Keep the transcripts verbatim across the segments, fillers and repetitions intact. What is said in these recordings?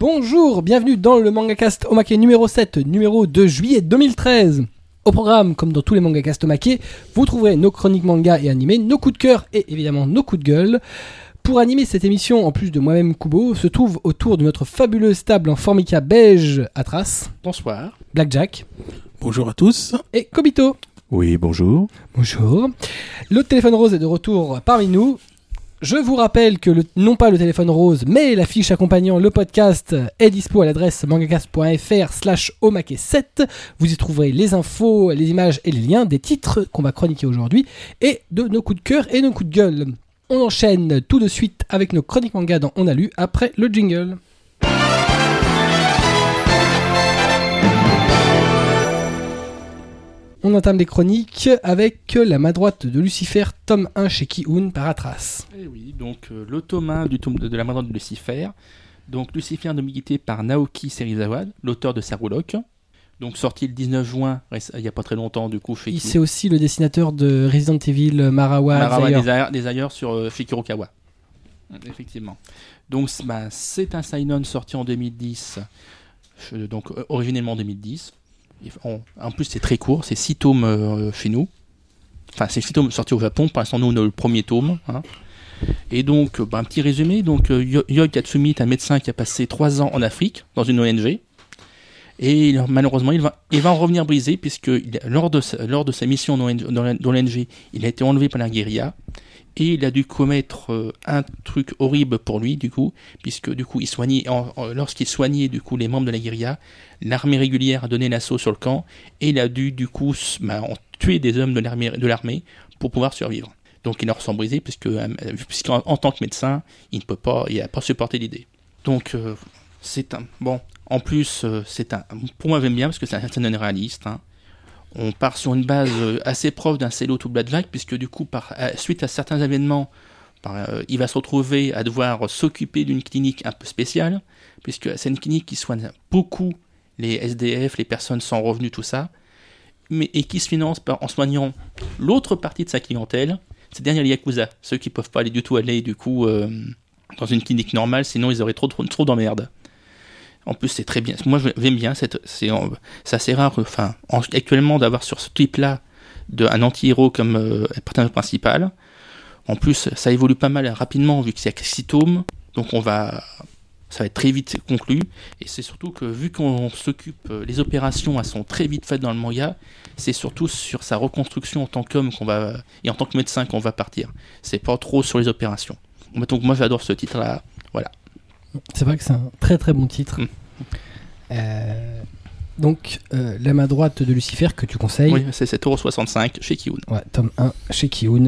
Bonjour, bienvenue dans le MangaCast Omake numéro sept, numéro de juillet deux mille treize. Au programme, comme dans tous les MangaCast Omake, vous trouverez nos chroniques manga et animés, nos coups de cœur et évidemment nos coups de gueule. Pour animer cette émission, en plus de moi-même Kubo, se trouve autour de notre fabuleuse table en formica beige Atras. Bonsoir. Blackjack. Bonjour à tous. Et Kobito. Oui, bonjour. Bonjour. Le téléphone rose est de retour parmi nous. Je vous rappelle que le, non pas le téléphone rose, mais la fiche accompagnant le podcast est dispo à l'adresse mangacast.fr slash omake sept. Vous y trouverez les infos, les images et les liens des titres qu'on va chroniquer aujourd'hui et de nos coups de cœur et nos coups de gueule. On enchaîne tout de suite avec nos chroniques manga dans On a lu après le jingle. On entame les chroniques avec La main droite de Lucifer, tome un chez Ki-un par Atras. Et oui, donc euh, le tome un du tome de, de La main droite de Lucifer. Donc Lucifer nommé par Naoki Serizawa, l'auteur de Sarulok. Donc sorti le dix-neuf juin, il n'y a pas très longtemps du coup. Chez Il c'est aussi le dessinateur de Resident Evil, Marawa, Marawa Desire. des ailleurs sur euh, Fikirukawa. Effectivement. Donc bah, c'est un seinen sorti en deux mille dix, euh, donc euh, originellement en deux mille dix. On, en plus c'est très court, c'est six tomes euh, chez nous. Enfin c'est six tomes sortis au Japon, pour l'instant nous on a le premier tome. Hein. Et donc bah, un petit résumé, donc euh, Yoi Katsumi est un médecin qui a passé trois ans en Afrique dans une O N G. Et malheureusement il va, il va en revenir brisé puisque il, lors, de sa, lors de sa mission dans l'O N G, il a été enlevé par la guérilla. Et il a dû commettre euh, un truc horrible pour lui, du coup, puisque du coup, il soignait, en, en, lorsqu'il soignait du coup les membres de la guérilla, l'armée régulière a donné l'assaut sur le camp, et il a dû du coup bah, tuer des hommes de l'armée, de l'armée pour pouvoir survivre. Donc il a ressent brisé, puisque, euh, puisqu'en en tant que médecin, il ne peut pas, il n'a pas supporté l'idée. Donc euh, c'est un bon. En plus, euh, c'est un. Pour moi, j'aime bien parce que c'est un scénario réaliste. Hein. On part sur une base assez proche d'un Sailor to Blood Vague, puisque du coup, par, suite à certains événements, par, euh, il va se retrouver à devoir s'occuper d'une clinique un peu spéciale, puisque c'est une clinique qui soigne beaucoup les S D F, les personnes sans revenus, tout ça, mais, et qui se finance par, en soignant l'autre partie de sa clientèle, c'est-à-dire les Yakuza, ceux qui ne peuvent pas aller du tout aller du coup, euh, dans une clinique normale, sinon ils auraient trop, trop, trop d'emmerdes. En plus, c'est très bien. Moi, j'aime bien. Cette, c'est, c'est assez rare, enfin, en, actuellement, d'avoir sur ce type-là de, un anti-héros comme euh, personnage principal. En plus, ça évolue pas mal rapidement vu qu'il y a six tomes. Donc, on va, ça va être très vite conclu. Et c'est surtout que vu qu'on s'occupe, les opérations elles sont très vite faites dans le manga. C'est surtout sur sa reconstruction en tant qu'homme qu'on va et en tant que médecin qu'on va partir. C'est pas trop sur les opérations. Donc, moi, j'adore ce titre-là. Voilà. C'est vrai que c'est un très très bon titre. Mmh. Euh, donc, euh, La main droite de Lucifer que tu conseilles. Oui, c'est sept euros soixante-cinq chez Ki-un. Ouais, tome un chez Ki-un.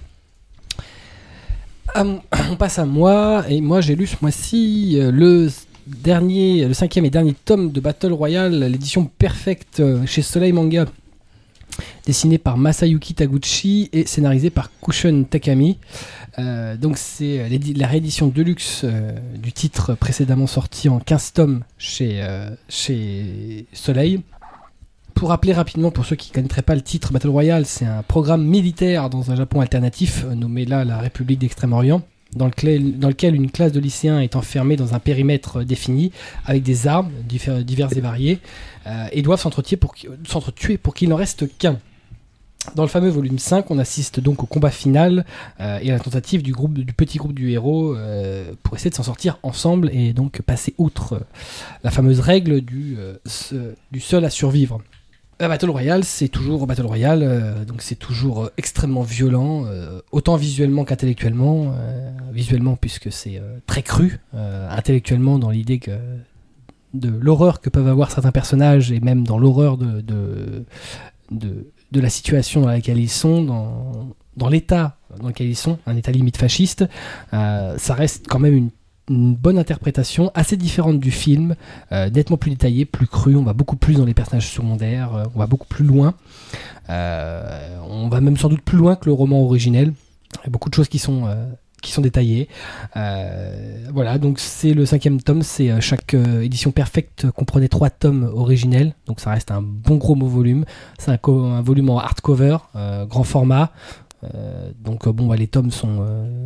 Ah, on passe à moi, et moi j'ai lu ce mois-ci euh, le dernier, le cinquième et dernier tome de Battle Royale, l'édition perfecte euh, chez Soleil Manga, dessiné par Masayuki Taguchi et scénarisé par Kushun Takami. Euh, donc c'est la réédition deluxe euh, du titre précédemment sorti en quinze tomes chez, euh, chez Soleil. Pour rappeler rapidement, pour ceux qui ne connaîtraient pas le titre, Battle Royale, c'est un programme militaire dans un Japon alternatif, nommé là la République d'Extrême-Orient, dans lequel, dans lequel une classe de lycéens est enfermée dans un périmètre défini, avec des armes divers, diverses et variées, euh, et doivent s'entretuer pour, s'entretuer pour qu'il n'en reste qu'un. Dans le fameux volume cinq, on assiste donc au combat final euh, et à la tentative du, groupe, du petit groupe du héros euh, pour essayer de s'en sortir ensemble et donc passer outre euh, la fameuse règle du, euh, ce, du seul à survivre. La Battle Royale, c'est toujours Battle Royale, euh, donc c'est toujours euh, extrêmement violent, euh, autant visuellement qu'intellectuellement. Euh, visuellement puisque c'est euh, très cru, euh, intellectuellement dans l'idée que de l'horreur que peuvent avoir certains personnages et même dans l'horreur de, de, de de la situation dans laquelle ils sont, dans, dans l'état dans lequel ils sont, un état limite fasciste, euh, ça reste quand même une, une bonne interprétation, assez différente du film, euh, nettement plus détaillée, plus crue, on va beaucoup plus dans les personnages secondaires, euh, on va beaucoup plus loin, euh, on va même sans doute plus loin que le roman originel, il y a beaucoup de choses qui sont... Euh, qui sont détaillés. Euh, voilà, donc c'est le cinquième tome, c'est euh, chaque euh, édition perfecte comprenait trois tomes originels, donc ça reste un bon gros mot volume. C'est un, co- un volume en hardcover, euh, grand format. Euh, donc euh, bon, bah, les tomes sont euh,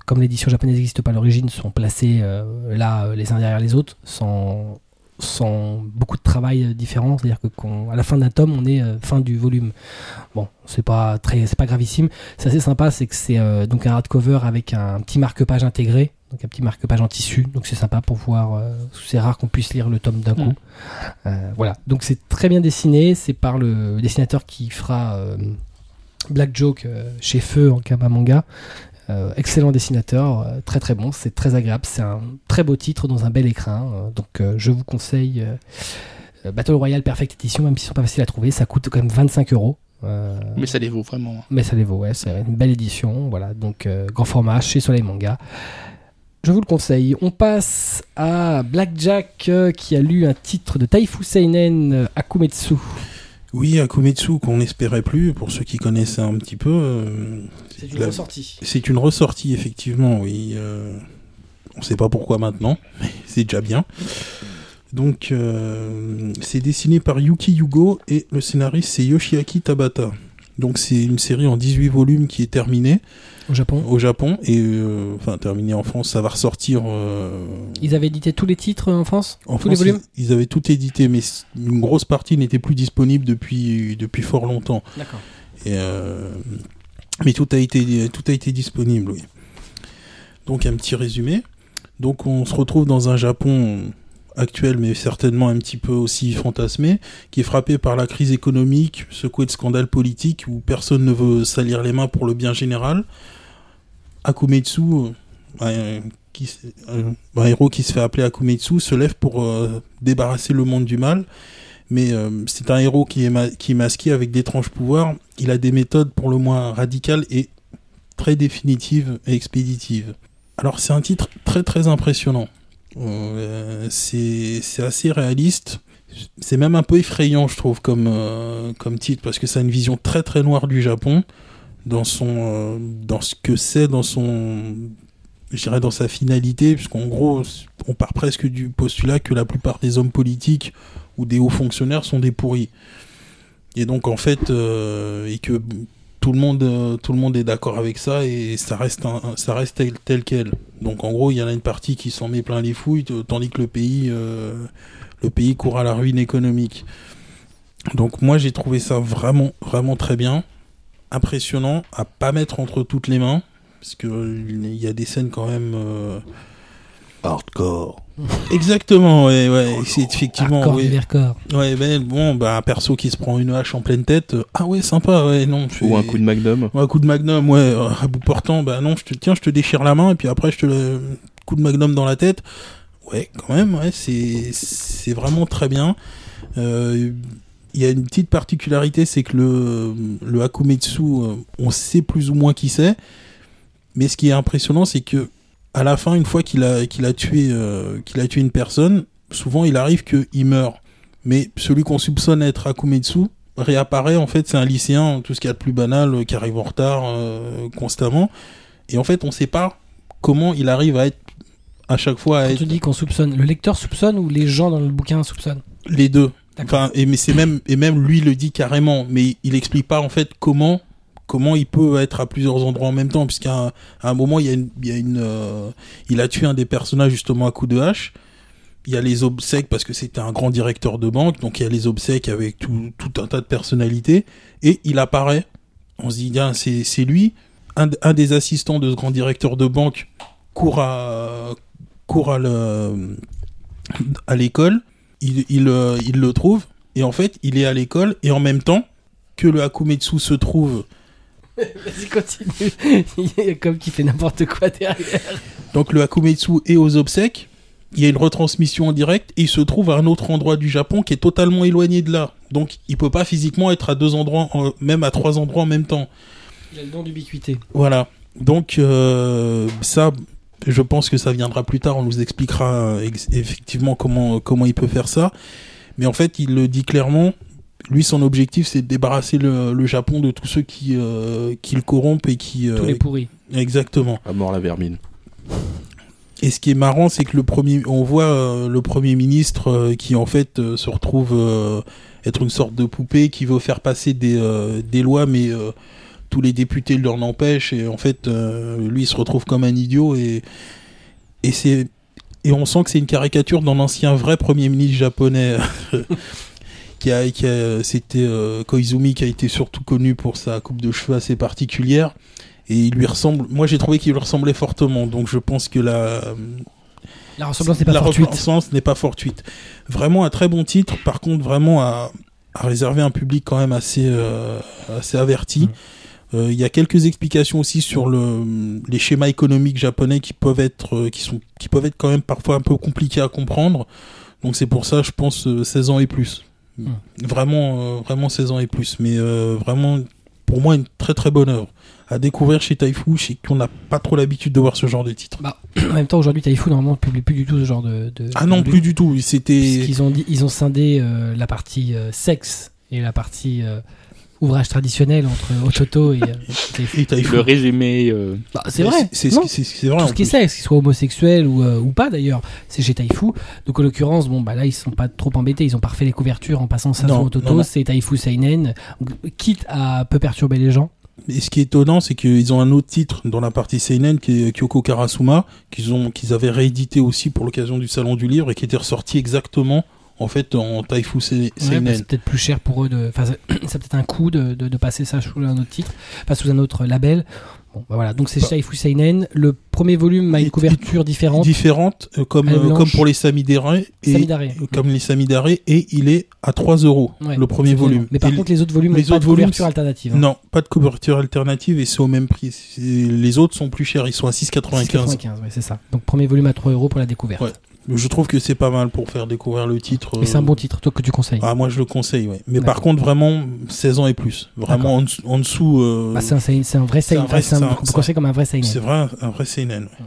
comme l'édition japonaise n'existe pas à l'origine, sont placés euh, là, euh, les uns derrière les autres, sans, sans beaucoup de travail euh, différent. C'est-à-dire que qu'à la fin d'un tome, on est euh, fin du volume. Bon, c'est pas très, c'est pas gravissime. C'est assez sympa, c'est que c'est euh, donc un hardcover avec un petit marque-page intégré, donc un petit marque-page en tissu. Donc c'est sympa pour voir. Euh, c'est rare qu'on puisse lire le tome d'un coup. Mmh. Euh, voilà. Donc c'est très bien dessiné. C'est par le dessinateur qui fera euh, Black Joke euh, chez Feu en Kama Manga. Euh, excellent dessinateur, euh, très très bon, c'est très agréable, c'est un très beau titre dans un bel écrin, euh, donc euh, je vous conseille euh, Battle Royale Perfect Edition, même s'ils sont pas faciles à trouver, ça coûte quand même vingt-cinq euros. Euh, mais ça les vaut vraiment. Mais ça les vaut, ouais, c'est une belle édition, voilà, donc euh, grand format chez Soleil Manga. Je vous le conseille. On passe à Blackjack euh, qui a lu un titre de Taifu Seinen, euh, Akumetsu. Oui, Akumetsu qu'on n'espérait plus, pour ceux qui connaissaient un petit peu. Euh, c'est une la... ressortie. C'est une ressortie, effectivement, oui. Euh, on ne sait pas pourquoi maintenant, mais c'est déjà bien. Donc, euh, c'est dessiné par Yuki Yugo et le scénariste, c'est Yoshiaki Tabata. Donc, c'est une série en dix-huit volumes qui est terminée. Au Japon. Au Japon, et euh, enfin terminée en France, ça va ressortir. Euh... Ils avaient édité tous les titres en France, en tous France, les volumes. Ils, ils avaient tout édité, mais une grosse partie n'était plus disponible depuis depuis fort longtemps. D'accord. Et euh... mais tout a été tout a été disponible, oui. Donc un petit résumé. Donc on se retrouve dans un Japon actuel, mais certainement un petit peu aussi fantasmé, qui est frappé par la crise économique, secoué de scandales politiques, où personne ne veut salir les mains pour le bien général. Akumetsu, euh, qui, euh, un héros qui se fait appeler Akumetsu, se lève pour euh, débarrasser le monde du mal, mais euh, c'est un héros qui est, ma- qui est masqué avec d'étranges pouvoirs. Il a des méthodes pour le moins radicales et très définitives et expéditives. Alors c'est un titre très très impressionnant. Euh, c'est, c'est assez réaliste. C'est même un peu effrayant, je trouve, comme, euh, comme titre, parce que ça a une vision très très noire du Japon, dans son, euh, dans ce que c'est, dans son, je dirais dans sa finalité, puisqu'en gros, on part presque du postulat que la plupart des hommes politiques ou des hauts fonctionnaires sont des pourris. Et donc en fait, euh, et que tout le monde, euh, tout le monde est d'accord avec ça, et ça reste, un, ça reste tel, tel quel. Donc en gros, il y en a une partie qui s'en met plein les fouilles, t- tandis que le pays, euh, le pays court à la ruine économique. Donc moi, j'ai trouvé ça vraiment, vraiment très bien. Impressionnant, à pas mettre entre toutes les mains, parce que il y a des scènes quand même euh... hardcore. Exactement, ouais, ouais, c'est effectivement. Hardcore, ouais. Hardcore. Ouais, ben bon, bah un perso qui se prend une hache en pleine tête, euh, ah ouais, sympa, ouais, non. Je Ou un coup de magnum. Ou un coup de magnum, ouais, euh, à bout portant, bah non, je te tiens, je te déchire la main et puis après je te le coup de magnum dans la tête. Ouais, quand même, ouais, c'est c'est vraiment très bien. Euh, Il y a une petite particularité, c'est que le, le Akumetsu, euh, on sait plus ou moins qui c'est, mais ce qui est impressionnant, c'est que à la fin, une fois qu'il a, qu'il a tué, euh, qu'il a tué une personne, souvent il arrive qu'il meurt. Mais celui qu'on soupçonne être Akumetsu réapparaît, en fait, c'est un lycéen, tout ce qu'il y a de plus banal, euh, qui arrive en retard euh, constamment. Et en fait, on ne sait pas comment il arrive à être, à chaque fois, à Quand être... tu dis qu'on soupçonne, le lecteur soupçonne ou les gens dans le bouquin soupçonnent? Les deux. D'accord. Enfin, et mais c'est même et même lui le dit carrément, mais il explique pas en fait comment comment il peut être à plusieurs endroits en même temps, puisqu'à un, à un moment il y a une, il y a une euh, il a tué un des personnages justement à coup de hache. Il y a les obsèques parce que c'était un grand directeur de banque, donc il y a les obsèques avec tout tout un tas de personnalités et il apparaît. On se dit bien c'est c'est lui. Un, un des assistants de ce grand directeur de banque court à court à le, à l'école. Il, il, euh, il le trouve, et en fait, il est à l'école, et en même temps que le Akumetsu se trouve... Vas-y, continue. Il y a comme qui fait n'importe quoi derrière. Donc le Akumetsu est aux obsèques, il y a une retransmission en direct, et il se trouve à un autre endroit du Japon qui est totalement éloigné de là. Donc il peut pas physiquement être à deux endroits, en, même à trois endroits en même temps. Il a le don d'ubiquité. Voilà. Donc euh, ça... Je pense que ça viendra plus tard, on nous expliquera euh, ex- effectivement comment, comment il peut faire ça. Mais en fait, il le dit clairement, lui, son objectif, c'est de débarrasser le, le Japon de tous ceux qui, euh, qui le corrompent et qui... Euh, Tous les pourris. Exactement. À mort la vermine. Et ce qui est marrant, c'est que le premier, on voit euh, le Premier ministre euh, qui, en fait, euh, se retrouve euh, être une sorte de poupée qui veut faire passer des, euh, des lois, mais... Euh, tous les députés l'en empêchent et en fait euh, lui il se retrouve comme un idiot et et c'est et on sent que c'est une caricature d'un ancien vrai premier ministre japonais qui a qui a c'était euh, Koizumi, qui a été surtout connu pour sa coupe de cheveux assez particulière et il lui ressemble, moi j'ai trouvé qu'il lui ressemblait fortement, donc je pense que la La ressemblance n'est pas la fortuite. ressemblance n'est pas fortuite. Vraiment un très bon titre, par contre vraiment à, à réserver un public quand même assez, euh, assez averti. Il mmh. euh, y a quelques explications aussi sur le, les schémas économiques japonais qui peuvent être, euh, qui sont, qui peuvent être quand même parfois un peu compliqués à comprendre. Donc c'est pour ça, je pense, euh, seize ans et plus. Mmh. Vraiment, euh, vraiment seize ans et plus. Mais euh, vraiment, pour moi, une très très bonne œuvre à découvrir chez Taifu, chez qui on n'a pas trop l'habitude de voir ce genre de titre. Bah, en même temps, aujourd'hui, Taifu, normalement, ne publie plus du tout ce genre de... de ah non, de plus du tout. C'était... Ils ont, dit, ils ont scindé euh, la partie euh, sexe et la partie euh, ouvrage traditionnel entre Ototo et, euh, et Taifu. Le résumé... Euh... Bah, c'est vrai. C'est, c'est, c'est, c'est vrai. Tout ce qui est sexe, qu'il soit homosexuel ou, euh, ou pas d'ailleurs, c'est chez Taifu. Donc en l'occurrence, bon, bah là, ils sont pas trop embêtés. Ils ont pas refait les couvertures en passant ça sur Ototo. C'est Taifu Seinen. Quitte à peu perturber les gens. Et ce qui est étonnant, c'est qu'ils ont un autre titre dans la partie seinen qui est Kyoko Karasuma, qu'ils ont, qu'ils avaient réédité aussi pour l'occasion du salon du livre et qui était ressorti exactement en fait en Taifu Seinen. Ouais, bah c'est peut-être plus cher pour eux de, enfin, c'est peut-être un coût de, de, de passer ça sous un autre titre, pas sous un autre label. Bon, bah voilà, donc c'est bah. Taifu Seinen. Le premier volume a une couverture différente. Différente, euh, comme, euh, comme pour les Samidare. Et, Samidare. Euh, comme les Samidare, et il est à trois euros, ouais, le premier volume. Mais par et contre, les autres volumes n'ont pas de couverture alternative. Hein. Non, pas de couverture alternative et c'est au même prix. C'est... Les autres sont plus chers, ils sont à six quatre-vingt-quinze. six quatre-vingt-quinze, ouais, c'est ça. Donc premier volume à trois euros pour la découverte. Ouais. Je trouve que c'est pas mal pour faire découvrir le titre. Mais c'est un bon titre, toi que tu conseilles. Ah, moi je le conseille, ouais. Mais D'accord. par contre, vraiment, seize ans et plus. Vraiment en, en dessous. Euh... Bah, c'est, un, c'est un vrai seinen. C'est un, c'est un, un, c'est conseille comme un vrai seinen. C'est vrai, un vrai seinen. Ouais.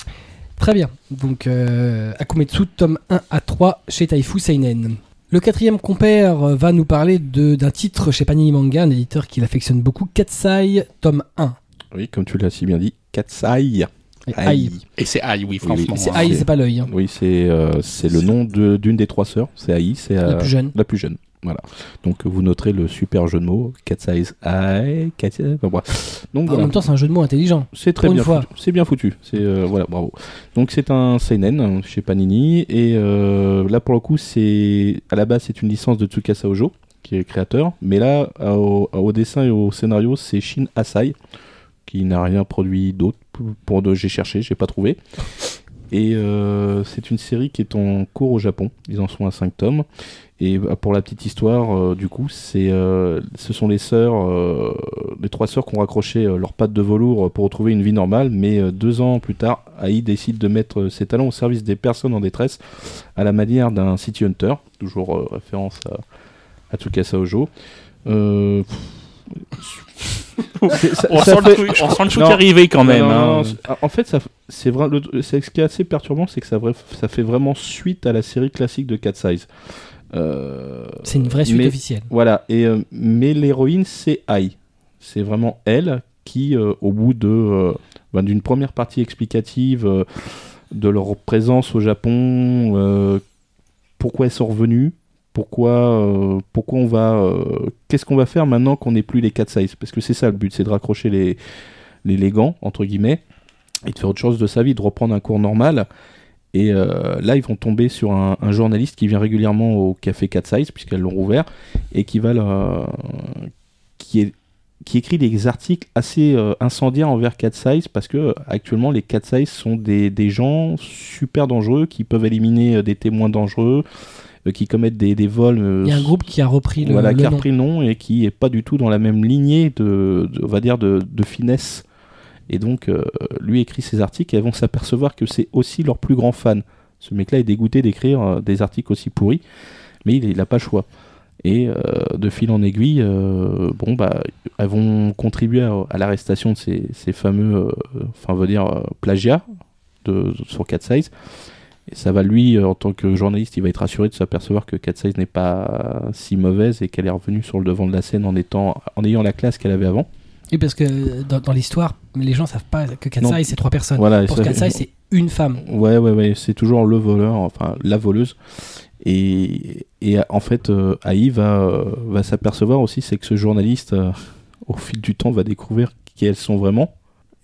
Très bien. Donc, euh, Akumetsu, tome un à trois chez Taifu Seinen. Le quatrième compère va nous parler de, d'un titre chez Panini Manga, un éditeur qu'il affectionne beaucoup, Katsai, tome un. Oui, comme tu l'as si bien dit, Katsai. Et Ai. Et c'est Ai, oui, franchement. Oui, c'est Ai, c'est, c'est pas l'œil. Hein. Oui, c'est, euh, c'est le nom de, d'une des trois sœurs. C'est Ai, c'est euh, la plus jeune. La plus jeune. Voilà. Donc vous noterez le super jeu de mots. Katsai Ai. Katsai. Enfin, voilà. Donc, ah, voilà. En même temps, c'est un jeu de mots intelligent. C'est très bien foutu. C'est bien foutu. C'est, euh, voilà, bravo. Donc c'est un seinen chez Panini. Et euh, là, pour le coup, c'est à la base, c'est une licence de Tsukasa Ojo, qui est le créateur. Mais là, au, au dessin et au scénario, c'est Shin Asai, qui n'a rien produit d'autre. Pour de, j'ai cherché, j'ai pas trouvé. Et euh, c'est une série qui est en cours au Japon. Ils en sont à cinq tomes. Et pour la petite histoire, euh, du coup, c'est, euh, ce sont les sœurs, euh, les trois sœurs qui ont raccroché euh, leurs pattes de velours pour retrouver une vie normale. Mais euh, deux ans plus tard, Ai décide de mettre ses talents au service des personnes en détresse à la manière d'un City Hunter. Toujours euh, référence à, à Tsukasa Ojo. Euh, ça, on, ça sent fait... truc, on sent le truc arriver quand même. Non, non, hein. non, en fait, ça, c'est vrai, le, c'est, ce qui est assez perturbant, c'est que ça, ça fait vraiment suite à la série classique de Katsai. Euh, c'est une vraie suite mais, officielle. Voilà, et, euh, mais l'héroïne, c'est Ai. C'est vraiment elle qui, euh, au bout de, euh, ben, d'une première partie explicative euh, de leur présence au Japon, euh, pourquoi elles sont revenues, Pourquoi, euh, pourquoi on va, euh, qu'est-ce qu'on va faire maintenant qu'on n'est plus les Katsai ? Parce que c'est ça le but, c'est de raccrocher les, les, les gants, entre guillemets, et de faire autre chose de sa vie, de reprendre un cours normal. Et euh, là, ils vont tomber sur un, un journaliste qui vient régulièrement au café Katsai, puisqu'elles l'ont rouvert, et qui va leur, qui, est, qui écrit des articles assez euh, incendiaires envers Katsai, parce que actuellement, les Katsai sont des, des gens super dangereux, qui peuvent éliminer des témoins dangereux, qui commettent des, des vols. Euh, Il y a un groupe qui a repris le, voilà, le qui a nom. repris le nom et qui est pas du tout dans la même lignée de, de on va dire de, de finesse. Et donc euh, lui écrit ses articles et elles vont s'apercevoir que c'est aussi leur plus grand fan. Ce mec-là est dégoûté d'écrire euh, des articles aussi pourris, mais il, il a pas le choix. Et euh, de fil en aiguille, euh, bon bah elles vont contribuer à, à l'arrestation de ces, ces fameux, euh, enfin on va dire euh, plagiats de, de, sur Katsai. Et ça va lui, en tant que journaliste, il va être rassuré de s'apercevoir que Katsai n'est pas si mauvaise et qu'elle est revenue sur le devant de la scène en, étant, en ayant la classe qu'elle avait avant. Oui, parce que dans, dans l'histoire, les gens ne savent pas que Katsai, c'est trois personnes. Voilà, Pour Katsai, c'est une femme. Ouais, ouais, ouais, c'est toujours le voleur, enfin la voleuse. Et, et en fait, euh, Ai va, euh, va s'apercevoir aussi, c'est que ce journaliste, euh, au fil du temps, va découvrir qui elles sont vraiment.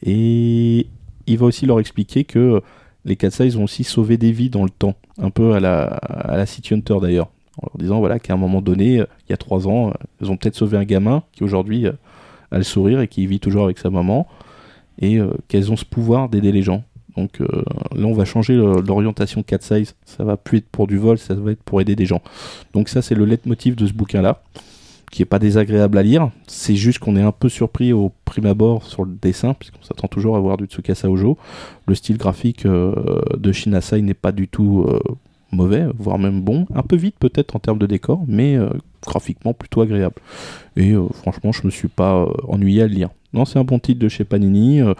Et il va aussi leur expliquer que les Cat's Eyes ont aussi sauvé des vies dans le temps, un peu à la, à la City Hunter d'ailleurs, en leur disant voilà, qu'à un moment donné, il y a trois ans, elles ont peut-être sauvé un gamin qui aujourd'hui a le sourire et qui vit toujours avec sa maman, et euh, qu'elles ont ce pouvoir d'aider les gens. Donc euh, là, on va changer le, l'orientation Cat's Eyes. Ça va plus être pour du vol, ça va être pour aider des gens. Donc ça, c'est le leitmotiv de ce bouquin-là, qui est pas désagréable à lire. C'est juste qu'on est un peu surpris au prime abord sur le dessin, puisqu'on s'attend toujours à voir du Tsukasa Ojo. Le style graphique euh, de Shin Asai n'est pas du tout euh, mauvais, voire même bon. Un peu vite peut-être en termes de décor, mais euh, graphiquement plutôt agréable. Et euh, franchement, je me suis pas euh, ennuyé à le lire. Non, c'est un bon titre de chez Panini. Euh,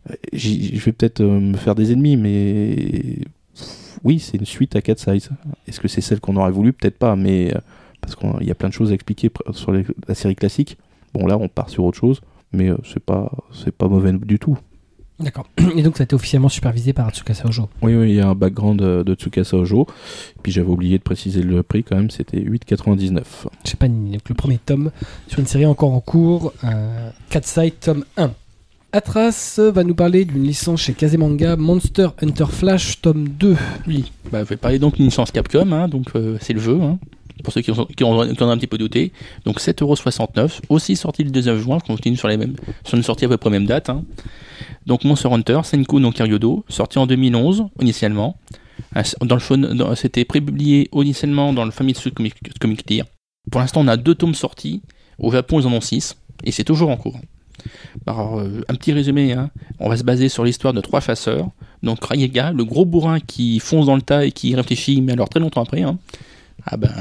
je vais peut-être euh, me faire des ennemis, mais oui, c'est une suite à Cat's Eyes. Est-ce que c'est celle qu'on aurait voulu? Peut-être pas, mais... Euh, parce qu'il y a plein de choses à expliquer sur les, la série classique. Bon, là, on part sur autre chose, mais euh, c'est pas, c'est pas mauvais du tout. D'accord. Et donc, ça a été officiellement supervisé par Tsukasa Ojo. Oui, oui, il y a un background de, de Tsukasa Ojo. Puis j'avais oublié de préciser le prix quand même, c'était huit virgule quatre-vingt-dix-neuf. Je sais pas, donc le premier tome sur une série encore en cours, euh, Cat's Eye tome un. Atras va nous parler d'une licence chez Kazemanga, Monster Hunter Flash tome deux. Oui, bah, je vais parler donc d'une licence Capcom, hein, donc euh, c'est le jeu, hein, pour ceux qui ont, qui, ont, qui ont un petit peu douté. Donc sept euros soixante-neuf, aussi sorti le dix-neuf juin, on continue sur, les mêmes, sur une sortie à peu près même date. Hein. Donc Monster Hunter, Senku no Kyoryodo, sorti en deux mille onze initialement. Dans le phone, dans, c'était prépublié initialement dans le Famitsu Comic, Comic Tier. Pour l'instant, on a deux tomes sortis. Au Japon, ils en ont six, et c'est toujours en cours. Alors, euh, un petit résumé, hein. On va se baser sur l'histoire de trois chasseurs. Donc Rayega, le gros bourrin qui fonce dans le tas et qui réfléchit, mais alors très longtemps après. Hein. Ah ben,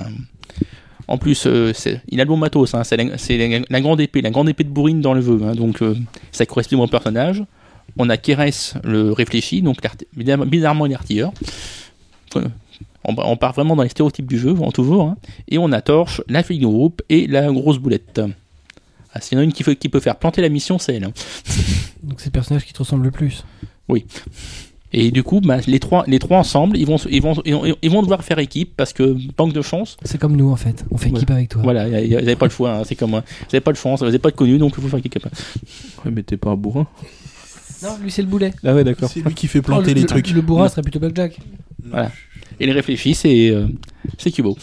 en plus, euh, c'est, il a le bon matos. Hein. C'est, la, c'est la, la grande épée, la grande épée de bourrine dans le vœu. Hein. Donc euh, ça correspond au personnage. On a Keres, le réfléchi, donc bizarrement l'artilleur. On, on part vraiment dans les stéréotypes du jeu, en toujours. Hein. Et on a Torche, la fille du groupe et la grosse boulette. Ah, s'il y en a une qui, fait, qui peut faire planter la mission, c'est elle. Hein. Donc c'est le personnage qui te ressemble le plus. Oui. Et du coup, bah, les, trois, les trois ensemble, ils vont, ils, vont, ils vont devoir faire équipe parce que manque de chance. C'est comme nous en fait, on fait équipe ouais. avec toi. Voilà, vous n'avez pas le choix, hein. C'est comme moi. Vous n'avez pas de chance, vous n'êtes pas de connu, donc il faut faire équipe. Ouais, mais t'es pas un bourrin. Non, lui c'est le boulet. Ah ouais, d'accord. C'est lui qui fait planter oh, le, les le, trucs. Le bourrin serait plutôt Blackjack. Voilà. Et les réfléchis, c'est, euh, c'est Kubo.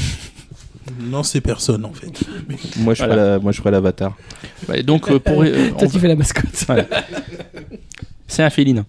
Non, c'est personne en fait. Mais... Moi, je voilà. ferai la, moi, je ferai l'avatar. Ouais, donc, euh, pour. Euh, Toi, tu fais la mascotte. Voilà. C'est un féline.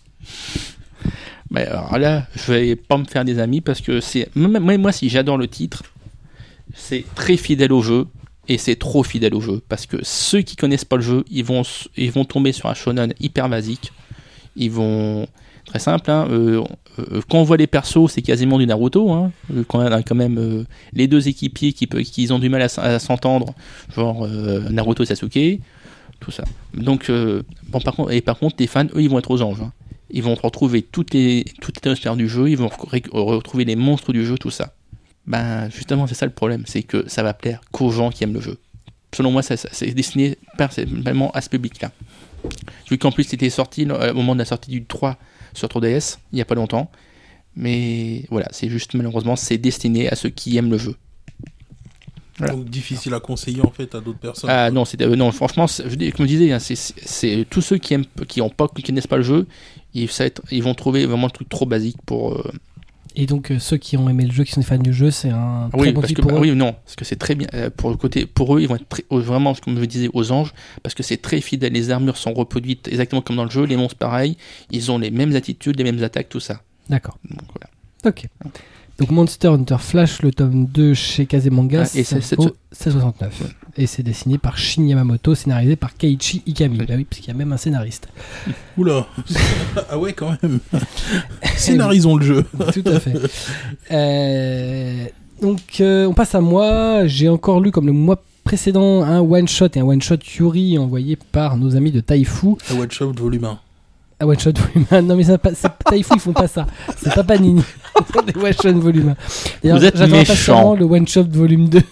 Mais alors là, je vais pas me faire des amis parce que c'est. Moi, moi, si j'adore le titre, c'est très fidèle au jeu et c'est trop fidèle au jeu parce que ceux qui connaissent pas le jeu, ils vont, ils vont tomber sur un shonen hyper basique. Ils vont. Très simple, hein, euh, euh, quand on voit les persos, c'est quasiment du Naruto. Hein, quand on a quand même euh, les deux équipiers qui, peut, qui ont du mal à, à s'entendre, genre euh, Naruto et Sasuke, tout ça. Donc, euh, bon, par contre, et par contre, les fans, eux, ils vont être aux anges. Hein. Ils vont retrouver toutes les toutes les atmosphères du jeu, ils vont re- retrouver les monstres du jeu, tout ça. Ben, justement, c'est ça le problème, c'est que ça va plaire qu'aux gens qui aiment le jeu. Selon moi, ça, ça, c'est destiné personnellement à ce public-là. Vu qu'en plus, c'était sorti au moment de la sortie du trois sur trois D S, il n'y a pas longtemps. Mais voilà, c'est juste malheureusement, c'est destiné à ceux qui aiment le jeu. Voilà. Donc difficile à conseiller en fait à d'autres personnes. Ah non, c'est, euh, non franchement, c'est, je, comme je disais, hein, c'est, c'est, c'est tous ceux qui aiment, qui ont pas, qui connaissent pas le jeu, ils, ça être, ils vont trouver vraiment le truc trop basique pour. Euh... Et donc euh, ceux qui ont aimé le jeu, qui sont des fans du jeu, c'est un très oui, bon parce titre que, pour bah, eux. oui, non, parce que c'est très bien euh, pour le côté, pour eux, ils vont être très, vraiment, comme je disais, aux anges, parce que c'est très fidèle. Les armures sont reproduites exactement comme dans le jeu, les monstres pareil, ils ont les mêmes attitudes, les mêmes attaques, tout ça. D'accord. Donc, voilà. Ok. Donc Monster Hunter Flash, le tome deux chez Kazemanga, Ah, et c'est, c'est c'est, au seize soixante-neuf. Ouais. Et c'est dessiné par Shin Yamamoto, scénarisé par Keiichi Ikami. Oui. Bah oui, parce qu'il y a même un scénariste. Oula. Ah ouais, quand même. Scénarisons le jeu. Tout à fait. Euh, donc euh, on passe à moi. J'ai encore lu comme le mois précédent un one shot et un one shot Yuri envoyé par nos amis de Taifu. Un one shot volume un. Un one shot volume un. Non mais ça, c'est Taifu, ils font pas ça. C'est pas Panini. Ils font des one shot volume un. D'ailleurs, vous êtes j'attends méchant. impatiemment le one shot volume deux.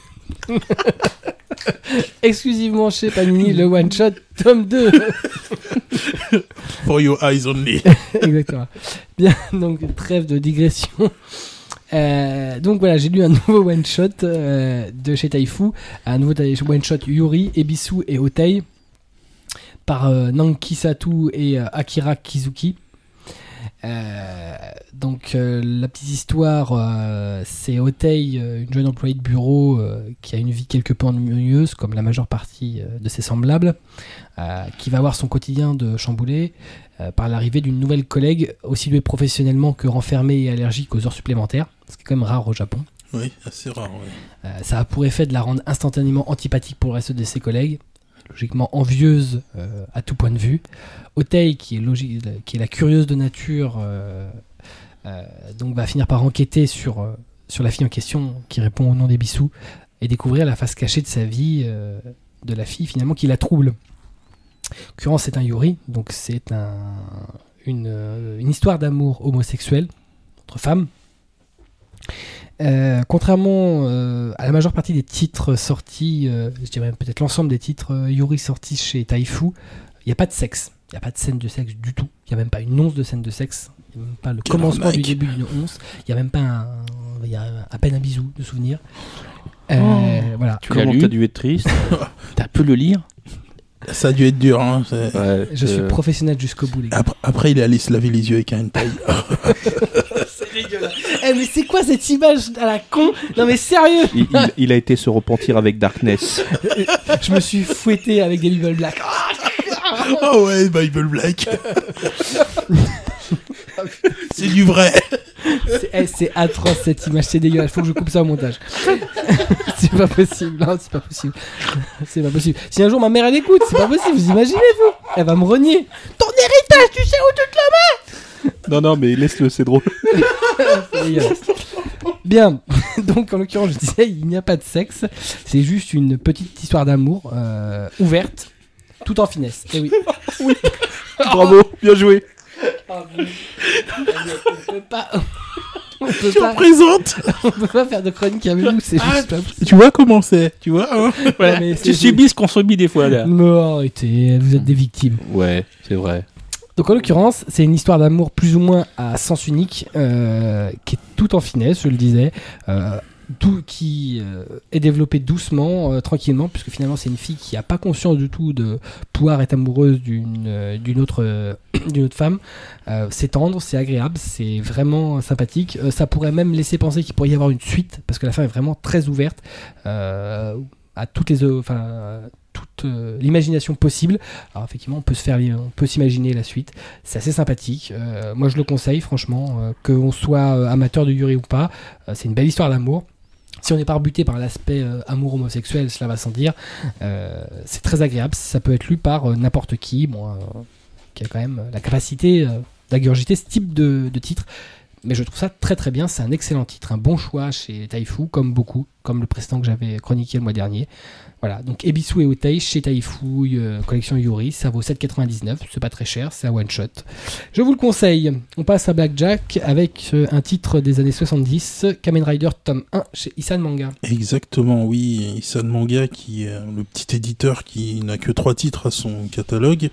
Exclusivement chez Panini, le one shot tome deux. For your eyes only. Exactement. Bien, donc trêve de digression. Euh, donc voilà, j'ai lu un nouveau one shot euh, de chez Taifu, un nouveau one shot Yuri, Ebisu et Otei par euh, Nanki Sato et euh, Akira Kizuki. Euh, donc euh, la petite histoire, euh, c'est Otei, euh, une jeune employée de bureau euh, qui a une vie quelque peu ennuyeuse comme la majeure partie euh, de ses semblables, euh, qui va voir son quotidien de chamboulé euh, par l'arrivée d'une nouvelle collègue aussi douée professionnellement que renfermée et allergique aux heures supplémentaires, ce qui est quand même rare au Japon. Oui, assez rare, oui. Euh, ça a pour effet de la rendre instantanément antipathique pour le reste de ses collègues, logiquement envieuse euh, à tout point de vue. Otei, qui est, logique, qui est la curieuse de nature, euh, euh, donc va finir par enquêter sur, euh, sur la fille en question qui répond au nom d'Ebisu et découvrir la face cachée de sa vie, euh, de la fille finalement qui la trouble. En l'occurrence, c'est un Yuri, donc c'est un, une, euh, une histoire d'amour homosexuel entre femmes. Euh, contrairement euh, à la majeure partie des titres sortis, euh, je dirais même peut-être l'ensemble des titres euh, Yuri sortis chez Taifu, il n'y a pas de sexe, il n'y a pas de scène de sexe du tout, il n'y a même pas une once de scène de sexe, il n'y a même pas le Quel commencement arnaque. du début d'une once, il n'y a même pas un, il y a à peine un bisou de souvenir. Euh, Oh. voilà. Tu l'as Comment lu t'as dû être triste? T'as pu le lire? Ça a dû être dur, hein. c'est- Ouais, Je suis euh, professionnel jusqu'au bout, les gars. Après, après, il est allé se laver les yeux avec un hentai. C'est dégueulasse. Eh, mais c'est quoi cette image à la con? Non, mais sérieux! il, il- il a été se repentir avec Darkness. Je me suis fouetté avec des Bible Black. Oh ouais, Bible Black. C'est du vrai. C'est, eh, c'est atroce cette image, c'est dégueulasse. Faut que je coupe ça au montage. C'est pas possible, non, c'est pas possible. C'est pas possible. Si un jour ma mère elle écoute, c'est pas possible, vous imaginez vous? Elle va me renier. Ton héritage, tu sais où tu te le mets? Non, non, mais laisse-le, c'est drôle. C'est dégueulasse. Bien, donc en l'occurrence, je disais, il n'y a pas de sexe. C'est juste une petite histoire d'amour euh, ouverte, tout en finesse. Et oui. Bravo, bien joué. Ah, oui. On peut pas. On peut Je pas, représente. on peut pas faire de chronique avec nous, c'est juste pas possible. Tu vois comment c'est, tu vois, hein. Ouais, mais c'est- Tu subis ce qu'on subit des fois là. Mais arrêtez, vous êtes des victimes. Ouais, c'est vrai. Donc en l'occurrence, c'est une histoire d'amour plus ou moins à sens unique, euh, qui est tout en finesse, je le disais, euh, tout, qui euh, est développée doucement, euh, tranquillement, puisque finalement c'est une fille qui n'a pas conscience du tout de pouvoir être amoureuse d'une euh, d'une autre, euh, d'une autre femme. Euh, c'est tendre, c'est agréable, c'est vraiment sympathique. Euh, ça pourrait même laisser penser qu'il pourrait y avoir une suite, parce que la fin est vraiment très ouverte euh, à toutes les, euh, enfin, euh, toute euh, l'imagination possible. Alors effectivement, on peut se faire, on peut s'imaginer la suite. C'est assez sympathique. Euh, moi, je le conseille, franchement, euh, qu'on soit euh, amateur de Yuri ou pas. Euh, c'est une belle histoire d'amour. Si on n'est pas rebuté par l'aspect euh, amour homosexuel, cela va sans dire. Euh, c'est très agréable. Ça peut être lu par euh, n'importe qui, bon, euh, qui a quand même la capacité euh, d'ingurgiter ce type de, de titre. Mais je trouve ça très très bien. C'est un excellent titre, un bon choix chez Taifu, comme beaucoup, comme le précédent que j'avais chroniqué le mois dernier. Voilà, donc Ebisu et Otei chez Taifu, euh, collection Yuri, ça vaut sept quatre-vingt-dix-neuf, c'est pas très cher, c'est un one shot. Je vous le conseille. On passe à Blackjack avec euh, un titre des années soixante-dix, Kamen Rider tome un chez Isan Manga. Exactement, oui. Isan Manga, qui est le petit éditeur qui n'a que trois titres à son catalogue,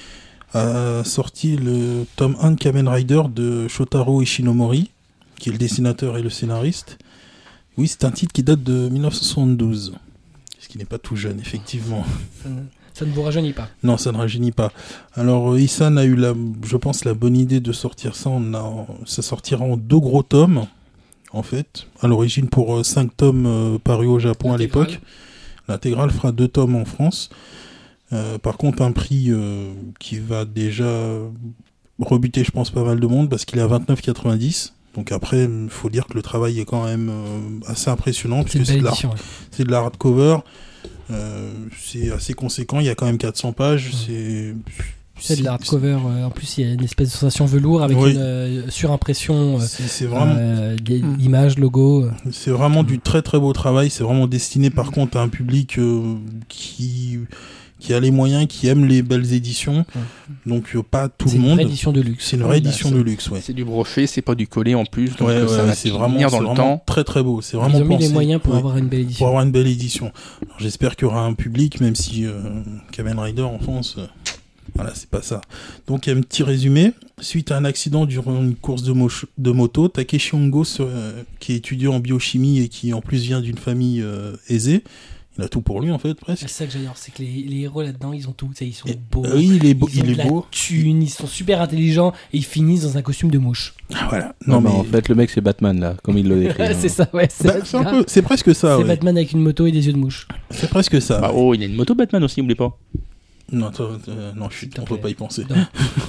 a sorti le tome un de Kamen Rider de Shotaro Ishinomori, qui est le dessinateur et le scénariste. Oui, c'est un titre qui date de mille neuf cent soixante-douze. Ce qui n'est pas tout jeune, effectivement. Ça ne, ça ne vous rajeunit pas. Non, ça ne rajeunit pas. Alors, euh, Isan a eu, la, je pense, la bonne idée de sortir ça. On a, ça sortira en deux gros tomes, en fait. À l'origine, pour euh, cinq tomes euh, parus au Japon à L'intégrale. l'époque. L'intégrale fera deux tomes en France. Euh, par contre, un prix euh, qui va déjà rebuter, je pense, pas mal de monde, parce qu'il est à vingt-neuf quatre-vingt-dix. Donc après, il faut dire que le travail est quand même euh, assez impressionnant, C'est une puisque c'est belle de, la, édition. Ouais. c'est de la hardcover. Euh, c'est assez conséquent, il y a quand même quatre cents pages. Ouais. C'est, C'est de la hardcover. euh, en plus, il y a une espèce de sensation velours avec Oui. une euh, surimpression euh, c'est, c'est vraiment, euh, des Mm. images, logos. euh. c'est vraiment du très très beau travail. C'est vraiment destiné par contre à un public euh, qui, qui a les moyens, qui aime les belles éditions. Ouais. Donc euh, pas tout C'est le une monde. vraie édition de luxe. C'est une Ouais, vraie bah, édition c'est- de luxe, ouais. C'est du broché, c'est pas du collé en plus, donc Ouais, euh, ouais, ça ouais, va c'est tenir vraiment, dans c'est le vraiment temps. très très beau. C'est Ils vraiment ont mis les pensé, moyens pour ouais, avoir une belle pour édition. avoir une belle édition. Alors, j'espère qu'il y aura un public, même si euh, Kamen Rider en France, euh, Voilà, c'est pas ça. Donc, il y a un petit résumé. Suite à un accident durant une course de, mo- de moto, Takeshi Hongo, euh, qui est étudiant en biochimie et qui en plus vient d'une famille euh, aisée, il a tout pour lui en fait, presque. C'est ça que j'adore, c'est que les, les héros là-dedans, ils ont tout. Ils sont Et, beaux. euh, oui, il est beau. Ils ont Il est de la beau. thune, ils sont super intelligents et ils finissent dans un costume de mouche. Ah, voilà. Non, Non, mais mais en fait, le mec, c'est Batman, là, comme il le décrit. hein. c'est ça, ouais. C'est, Bah, c'est, un peu, c'est presque ça. c'est Ouais. Batman avec une moto et des yeux de mouche. C'est presque ça. Bah, oh, il y a une moto Batman aussi, n'oubliez pas. Non, toi, euh, non, je suis, S'il te on peut plaît. pas y penser. Non.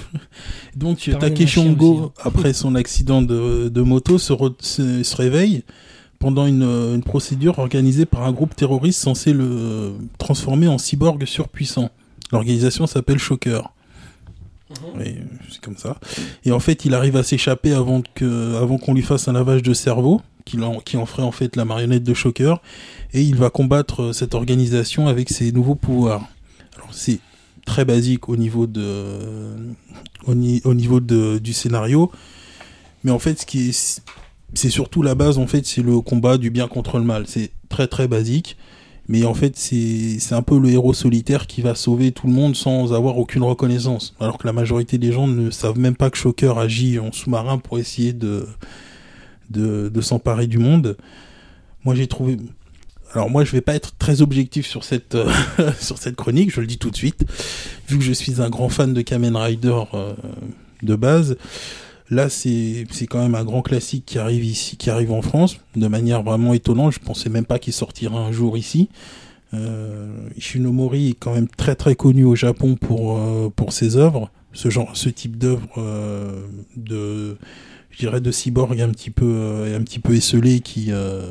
Donc Superman Takeshi est un chien Hongo, aussi, hein. après son accident de, de moto, se, re- se, se réveille pendant une, une procédure organisée par un groupe terroriste censé le euh, transformer en cyborg surpuissant. L'organisation s'appelle Shocker. Oui, c'est comme ça. Et en fait, il arrive à s'échapper avant, que, avant qu'on lui fasse un lavage de cerveau, qui en, qui en ferait en fait la marionnette de Shocker, et il va combattre cette organisation avec ses nouveaux pouvoirs. Alors c'est très basique au niveau de au, ni, au niveau de, du scénario, mais en fait ce qui est c'est surtout la base en fait, c'est le combat du bien contre le mal. C'est très très basique, mais en fait c'est c'est un peu le héros solitaire qui va sauver tout le monde sans avoir aucune reconnaissance, alors que la majorité des gens ne savent même pas que Shocker agit en sous-marin pour essayer de de, de s'emparer du monde. Moi j'ai trouvé Alors moi je vais pas être très objectif sur cette euh, sur cette chronique, je le dis tout de suite, vu que je suis un grand fan de Kamen Rider euh, de base. Là c'est c'est quand même un grand classique qui arrive ici, qui arrive en France de manière vraiment étonnante. Je pensais même pas qu'il sortirait un jour ici. Euh, Ishinomori est quand même très très connu au Japon pour euh, pour ses œuvres, ce genre, ce type d'œuvre euh, de, je dirais de cyborg un petit peu euh, un petit peu esselé qui euh,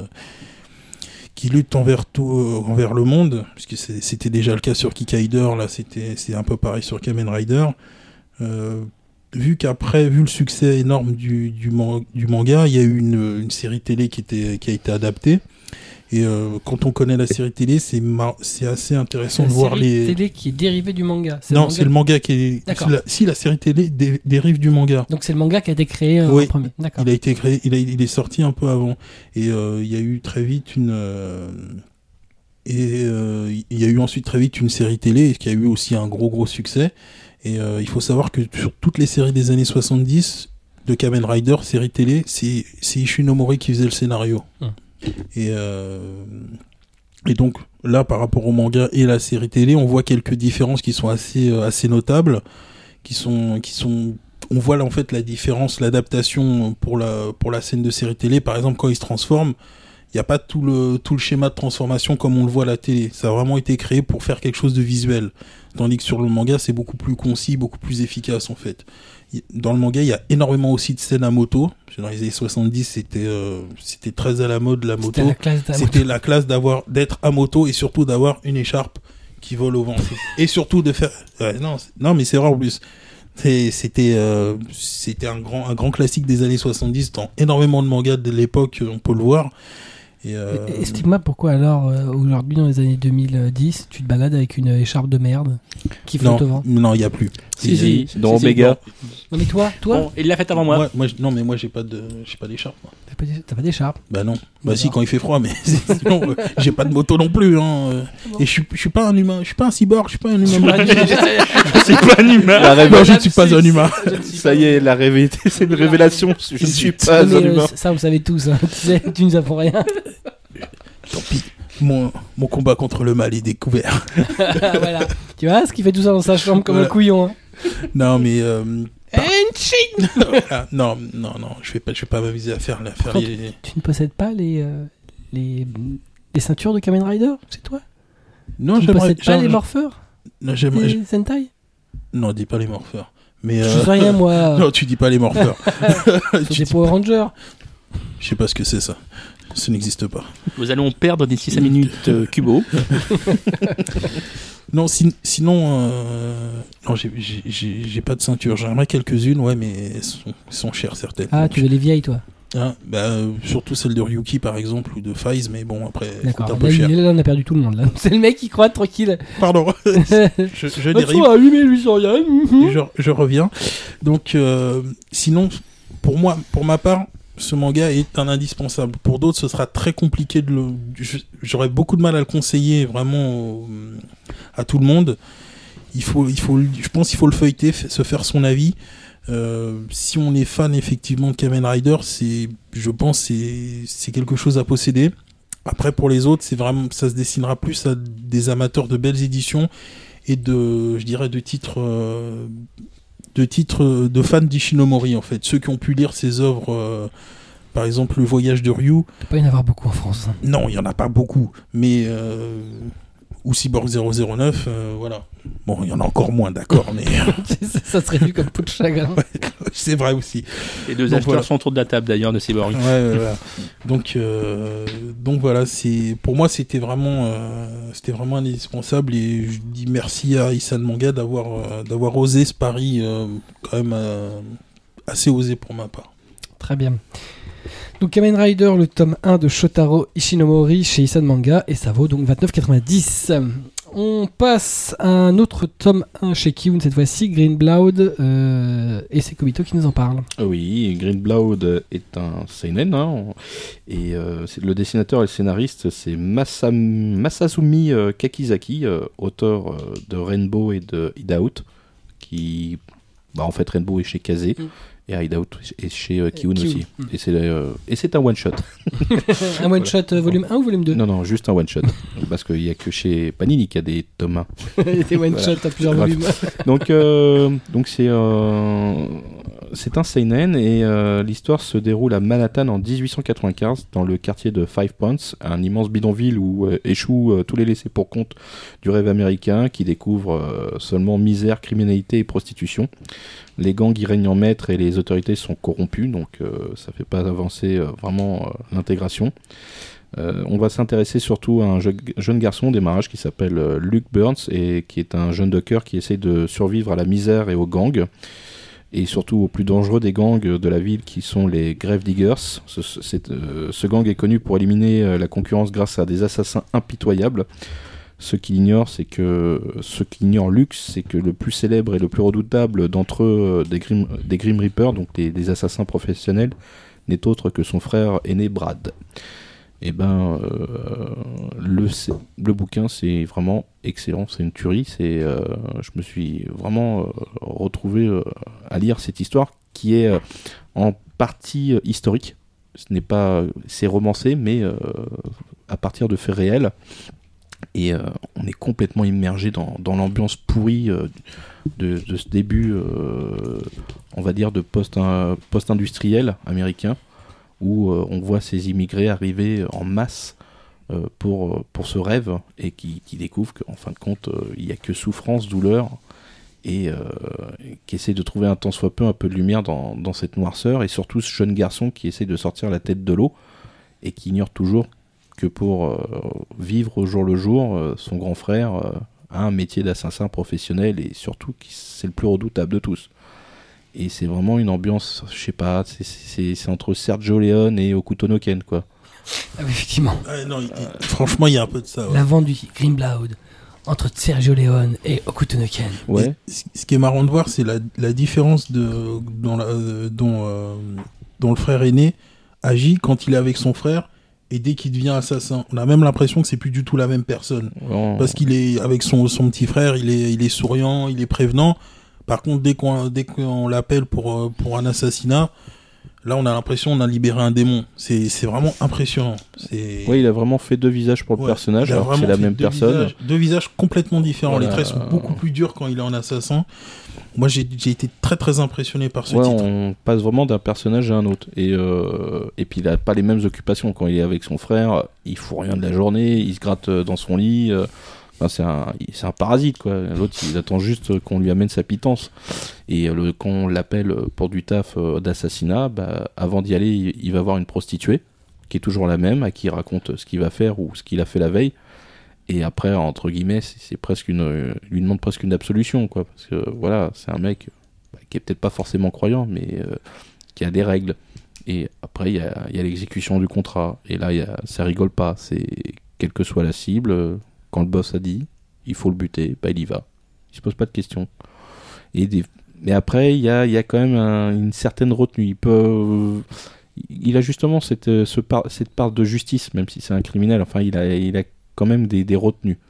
qui lutte envers tout, euh, envers le monde, puisque c'est, c'était déjà le cas sur Kikaider, là c'était c'est un peu pareil sur Kamen Rider. Euh, vu qu'après, vu le succès énorme du du, man, du manga, il y a eu une, une série télé qui était qui a été adaptée. Et euh, quand on connaît la série télé, c'est mar- c'est assez intéressant C'est de la voir série les. télé qui est dérivée du manga. C'est non, le manga c'est le manga qui est. D'accord. La... Si la série télé dé- dérive du manga. Donc c'est le manga qui a été créé euh, Oui. en premier. D'accord. Il a été créé, il, a, il est sorti un peu avant. Et euh, il y a eu très vite une. Euh, et euh, il y a eu ensuite très vite une série télé qui a eu aussi un gros gros succès. Et euh, il faut savoir que sur toutes les séries des années soixante-dix de Kamen Rider, série télé, c'est, c'est Ishinomori qui faisait le scénario. Hum. Et, euh, et donc là, par rapport au manga et la série télé, on voit quelques différences qui sont assez, euh, assez notables, qui sont, qui sont, on voit là en fait la différence, l'adaptation pour la, pour la scène de série télé. Par exemple, quand il se transforme, il n'y a pas tout le, tout le schéma de transformation comme on le voit à la télé. Ça a vraiment été créé pour faire quelque chose de visuel. Tandis que sur le manga, c'est beaucoup plus concis, beaucoup plus efficace en fait. Dans le manga, il y a énormément aussi de scènes à moto. Dans les années soixante-dix, c'était, euh, c'était très à la mode la moto. C'était la classe de la C'était moto. la classe d'avoir, d'être à moto et surtout d'avoir une écharpe qui vole au vent. Et surtout de faire... Ouais, non, c'est- non, mais c'est rare en plus. C'est- C'était, euh, c'était un grand, un grand classique des années soixante-dix. Dans énormément de mangas de l'époque, on peut le voir. Et, euh, Et- Explique-moi pourquoi alors, euh, aujourd'hui, dans les années deux mille dix, tu te balades avec une écharpe de merde qui flotte non, au vent. non, il y a plus. Si, Et- si, Dans si, si. Omega. Non mais toi, toi, Bon, il l'a fait avant moi. Moi, moi, je- non, mais moi, j'ai pas de, j'ai pas d'écharpe. moi. t'as pas d'é- t'as pas d'écharpe. Bah non. Bah D'accord. si, quand il fait froid, mais sinon, euh, j'ai pas de moto non plus. Hein. euh. Et je suis, je suis pas un humain, je suis pas un cyborg, je suis pas un humain. C'est pas un humain. La révé- Non, je ne suis pas un humain. Ça y est, la révé- c'est une révélation. Je ne suis pas Mais, un euh, humain. ça, vous savez tous. Hein. tu, sais, tu nous apprends rien. Tant pis. Mon, mon combat contre le mal est découvert. Voilà. Tu vois ce qui fait tout ça dans sa chambre comme Ouais. un couillon. Hein. Non, mais euh, Henshin. ah, non, non, non, je vais pas, je vais pas m'amuser à faire, la faire Contre- les. Tu ne possèdes pas les, euh, les, les ceintures de Kamen Rider, c'est toi? Non, Tu ne j'aimerais. possèdes pas j'aimerais- les morpheurs? Non, j'aimerais- Les Sentai? non, dis pas les morpheurs. Mais Je euh, sais rien, moi. non, tu dis pas les morpheurs. Sur Tu des dis- Power Rangers. Je sais pas ce que c'est ça. Ça n'existe pas. Nous allons perdre d'ici cinq minutes euh, Kubo. Non, sin- sinon, euh... non, j'ai, j'ai, j'ai j'ai pas de ceinture. J'aimerais quelques-unes, ouais, mais elles sont, elles sont chères certaines. Ah, Donc, tu veux les vieilles, toi? hein, bah, euh, surtout celle de Ryuki par exemple ou de Faiz, mais bon après, elles coûtent D'accord. un peu Là, cher. il- là, on a perdu tout le monde, là. C'est le mec qui croit tranquille. Pardon, je, je dérive. à huit mille huit cents yens. je, je reviens. Donc, euh, sinon, pour moi, pour ma part, ce manga est un indispensable. Pour d'autres, ce sera très compliqué de le. je- J'aurais beaucoup de mal à le conseiller vraiment au- à tout le monde. il faut, il faut, je pense qu'il faut le feuilleter, f- se faire son avis. Euh, si on est fan effectivement de Kamen Rider, c'est, je pense, c'est, c'est quelque chose à posséder. Après, pour les autres, c'est vraiment, ça se dessinera plus à des amateurs de belles éditions et de, je dirais, de titres, euh, de titres de fans d'Ishinomori en fait, ceux qui ont pu lire ses œuvres. Euh, par exemple, Le Voyage de Ryu. Il ne peut pas y en avoir beaucoup en France. Non, il n'y en a pas beaucoup, mais euh, ou Cyborg zéro zéro neuf, euh, voilà. Bon, il y en a encore moins, d'accord, mais Ça serait vu comme peau de chagrin. ouais, c'est vrai aussi. Les deux Donc, acheteurs voilà. sont autour de la table d'ailleurs de Cyborg. Ouais, ouais, voilà. Donc, euh, donc voilà, c'est pour moi c'était vraiment, euh, c'était vraiment indispensable et je dis merci à Issan Manga d'avoir, euh, d'avoir osé ce pari, euh, quand même euh, assez osé pour ma part. Très bien. Donc Kamen Rider, le tome un de Shotaro Ishinomori chez Issan Manga, et ça vaut donc vingt-neuf quatre-vingt-dix. On passe à un autre tome un chez Kiun, cette fois-ci, Green Blood, euh, et c'est Kobito qui nous en parle. Oui, Green Blood est un seinen, hein, et euh, c'est- le dessinateur et le scénariste, c'est Masa- Masazumi euh, Kakizaki, euh, auteur euh, de Rainbow et de Hideout, qui, bah, en fait, Rainbow est chez Kazé, Mm. et Hideout est chez euh, Kiun Kiun. aussi. Mm. Et c'est euh, et c'est un one-shot. Un one-shot euh, volume un ou volume deux? Non, non, juste un one-shot. Parce qu'il n'y a que chez Panini qu'il y a des tomes un. Il était one-shot à plusieurs Bref. volumes. Donc, euh, donc c'est, euh, c'est un seinen et euh, l'histoire se déroule à Manhattan en dix-huit cent quatre-vingt-quinze dans le quartier de Five Points, un immense bidonville où euh, échouent euh, tous les laissés pour compte du rêve américain qui découvre euh, seulement misère, criminalité et prostitution. Les gangs y règnent en maître et les autorités sont corrompues, donc euh, ça fait pas avancer euh, vraiment euh, l'intégration. Euh, on va s'intéresser surtout à un je- jeune garçon au démarrage qui s'appelle euh, Luke Burns et qui est un jeune docker qui essaie de survivre à la misère et aux gangs et surtout aux plus dangereux des gangs de la ville qui sont les Grave Diggers. Ce, ce- c'est, euh, ce gang est connu pour éliminer euh, la concurrence grâce à des assassins impitoyables. Ce qu'il ignore, c'est que ce qu'ignore Luke, c'est que le plus célèbre et le plus redoutable d'entre eux, euh, des Grim, des Grim Reapers, donc des, des assassins professionnels, n'est autre que son frère aîné Brad. Et ben, euh, le, c'est- le bouquin, c'est vraiment excellent, c'est une tuerie. C'est, euh, je me suis vraiment euh, retrouvé euh, à lire cette histoire qui est euh, en partie euh, historique. Ce n'est pas, c'est romancé, mais euh, à partir de faits réels. Et euh, on est complètement immergé dans, dans l'ambiance pourrie euh, de, de ce début, euh, on va dire, de post, post-industriel américain, où euh, on voit ces immigrés arriver en masse euh, pour, pour ce rêve, et qui, qui découvrent qu'en fin de compte, euh, il n'y a que souffrance, douleur, et euh, qui essaie de trouver un tant soit peu un peu de lumière dans, dans cette noirceur, et surtout ce jeune garçon qui essaie de sortir la tête de l'eau, et qui ignore toujours que pour euh, vivre au jour le jour, euh, son grand frère euh, a un métier d'assassin professionnel, et surtout qui- c'est le plus redoutable de tous. Et c'est vraiment une ambiance, je sais pas, c'est, c'est, c'est entre Sergio Leone et Hokuto no Ken, quoi. Ah oui, effectivement. Ouais, non, il- il- franchement, il y a un peu de ça. Ouais. L'avant du Green Blood, entre Sergio Leone et Hokuto no Ken. Ouais. Et ce ce qui est marrant de voir, c'est la, la différence de, dans la, euh, dont, euh, dont le frère aîné agit quand il est avec son frère et dès qu'il devient assassin. On a même l'impression que c'est plus du tout la même personne. Vraiment, Parce qu'il est avec son, son petit frère, il est, il est souriant, il est prévenant. Par contre, dès qu'on, dès qu'on l'appelle pour, euh, pour un assassinat, là, on a l'impression qu'on a libéré un démon. C'est, c'est vraiment impressionnant. C'est... ouais, il a vraiment fait deux visages pour le Ouais, personnage, il a alors que c'est vraiment la fait même deux personne. Visages, deux visages complètement différents. Voilà. Les traits sont beaucoup plus durs quand il est en assassin. Moi, j'ai, j'ai été très très impressionné par ce Ouais, titre. on passe vraiment d'un personnage à un autre. Et, euh, et puis il a pas les mêmes occupations. Quand il est avec son frère, il fout rien de la journée, il se gratte dans son lit. euh, Enfin, c'est un, c'est un parasite, quoi. L'autre, il attend juste qu'on lui amène sa pitance. Et le, quand on l'appelle pour du taf euh, d'assassinat, bah, avant d'y aller, il, il va voir une prostituée, qui est toujours la même, à qui il raconte ce qu'il va faire ou ce qu'il a fait la veille. Et après, entre guillemets, c'est, c'est presque une, il lui demande presque une absolution, quoi. Parce que voilà, c'est un mec bah, qui est peut-être pas forcément croyant, mais euh, qui a des règles. Et après, il y a, il y a l'exécution du contrat. Et là, il y a, ça rigole pas. C'est quelle que soit la cible. euh, Quand le boss a dit, il faut le buter, bah il y va. Il se pose pas de questions. Et des... Mais après, il y a, il y a quand même un- une certaine retenue. Il peut, il a justement cette, euh, ce par- cette part de justice, même si c'est un criminel. Enfin, il a, il a quand même des, des retenues.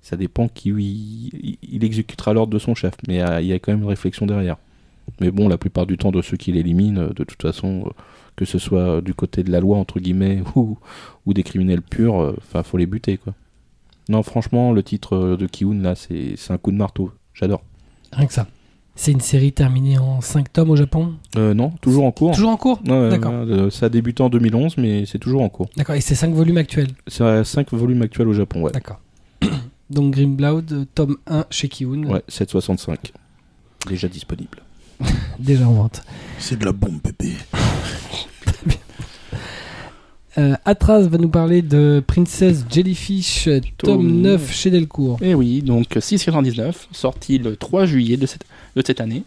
Ça dépend qui il, il exécutera l'ordre de son chef, mais euh, il y a quand même une réflexion derrière. Mais bon, la plupart du temps, de ceux qui l'éliminent, de toute façon, euh, que ce soit du côté de la loi, entre guillemets, ou, ou des criminels purs, enfin, euh, faut les buter, quoi. Non, franchement, le titre de Ki-hoon, là, c'est, c'est un coup de marteau. J'adore. Rien que ça. C'est une série terminée en cinq tomes au Japon ? euh, Non, toujours en cours. Toujours en cours ? Ouais, D'accord. Ouais, ça a débuté en deux mille onze, mais c'est toujours en cours. D'accord, et c'est cinq volumes actuels ? C'est cinq volumes actuels au Japon, ouais. D'accord. Donc Grimmblood, tome un chez Ki-hoon. Ouais, sept virgule soixante-cinq. Déjà disponible. Déjà en vente. C'est de la bombe, bébé. Euh, Atras va nous parler de Princess Jellyfish, tome Tome neuf chez Delcourt. Et oui, donc six virgule quatre-vingt-dix-neuf, sorti le trois juillet de cette, de cette année.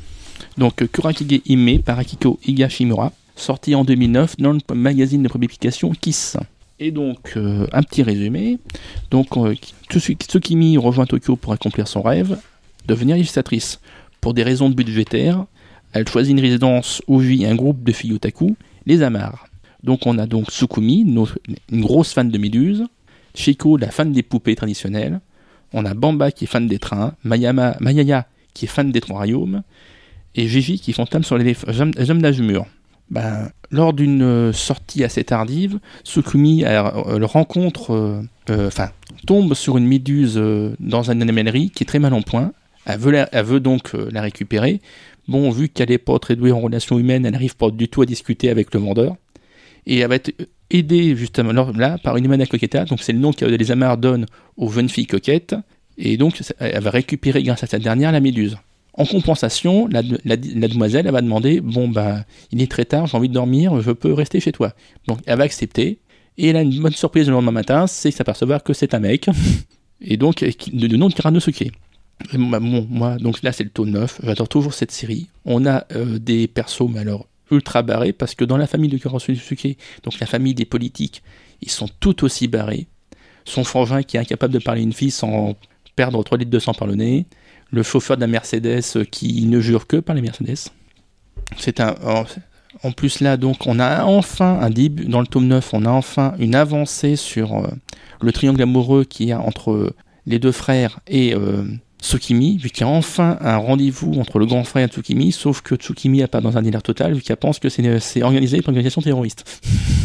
Donc Kurakige Hime par Akiko Higashimura, sorti en deux mille neuf dans le magazine de publication Kiss. Et donc, euh, un petit résumé. Donc, euh, Tsukimi rejoint Tokyo pour accomplir son rêve, devenir illustratrice. Pour des raisons de budgétaires, elle choisit une résidence où vit un groupe de filles otaku, les Amars. Donc on a donc Tsukumi, une grosse fan de Méduse, Shiko, la fan des poupées traditionnelles, on a Bamba qui est fan des trains, Mayama, Mayaya qui est fan des trois royaumes, et Gigi qui fantasme sur les hommes d'âge mûr. Ben, lors d'une sortie assez tardive, Tsukumi elle, elle rencontre, euh, euh, enfin, tombe sur une Méduse euh, dans une animalerie qui est très mal en point. Elle veut, la, elle veut donc euh, la récupérer. Bon, vu qu'elle n'est pas très douée en relations humaines, elle n'arrive pas du tout à discuter avec le vendeur. Et elle va être aidée justement là par une Imana Coqueta, donc c'est le nom que les Amars donnent aux jeunes filles coquettes, et donc elle va récupérer grâce à cette dernière la Méduse. En compensation, la, la, la demoiselle elle va demander, bon bah il est très tard, j'ai envie de dormir, je peux rester chez toi. Donc elle va accepter, et elle a une bonne surprise le lendemain matin, c'est s'apercevoir que c'est un mec, et donc de, de nom de Kuranosuke. Et bon, bah, bon, moi, donc là c'est le tome neuf, j'adore toujours cette série. On a euh, des persos, mais alors ultra barrés, parce que dans la famille de Kuranosuke, donc la famille des politiques, ils sont tout aussi barrés. Son frangin qui est incapable de parler à une fille sans perdre trois litres de sang par le nez, le chauffeur de la Mercedes qui ne jure que par les Mercedes. C'est un, en plus là, donc on a enfin un début, dans le tome neuf, on a enfin une avancée sur euh, le triangle amoureux qu'il y a entre les deux frères et euh, Tsukimi, vu qu'il y a enfin un rendez-vous entre le grand frère et Tsukimi, sauf que Tsukimi n'est pas dans un délire total, vu qu'elle pense que c'est, c'est organisé par une organisation terroriste.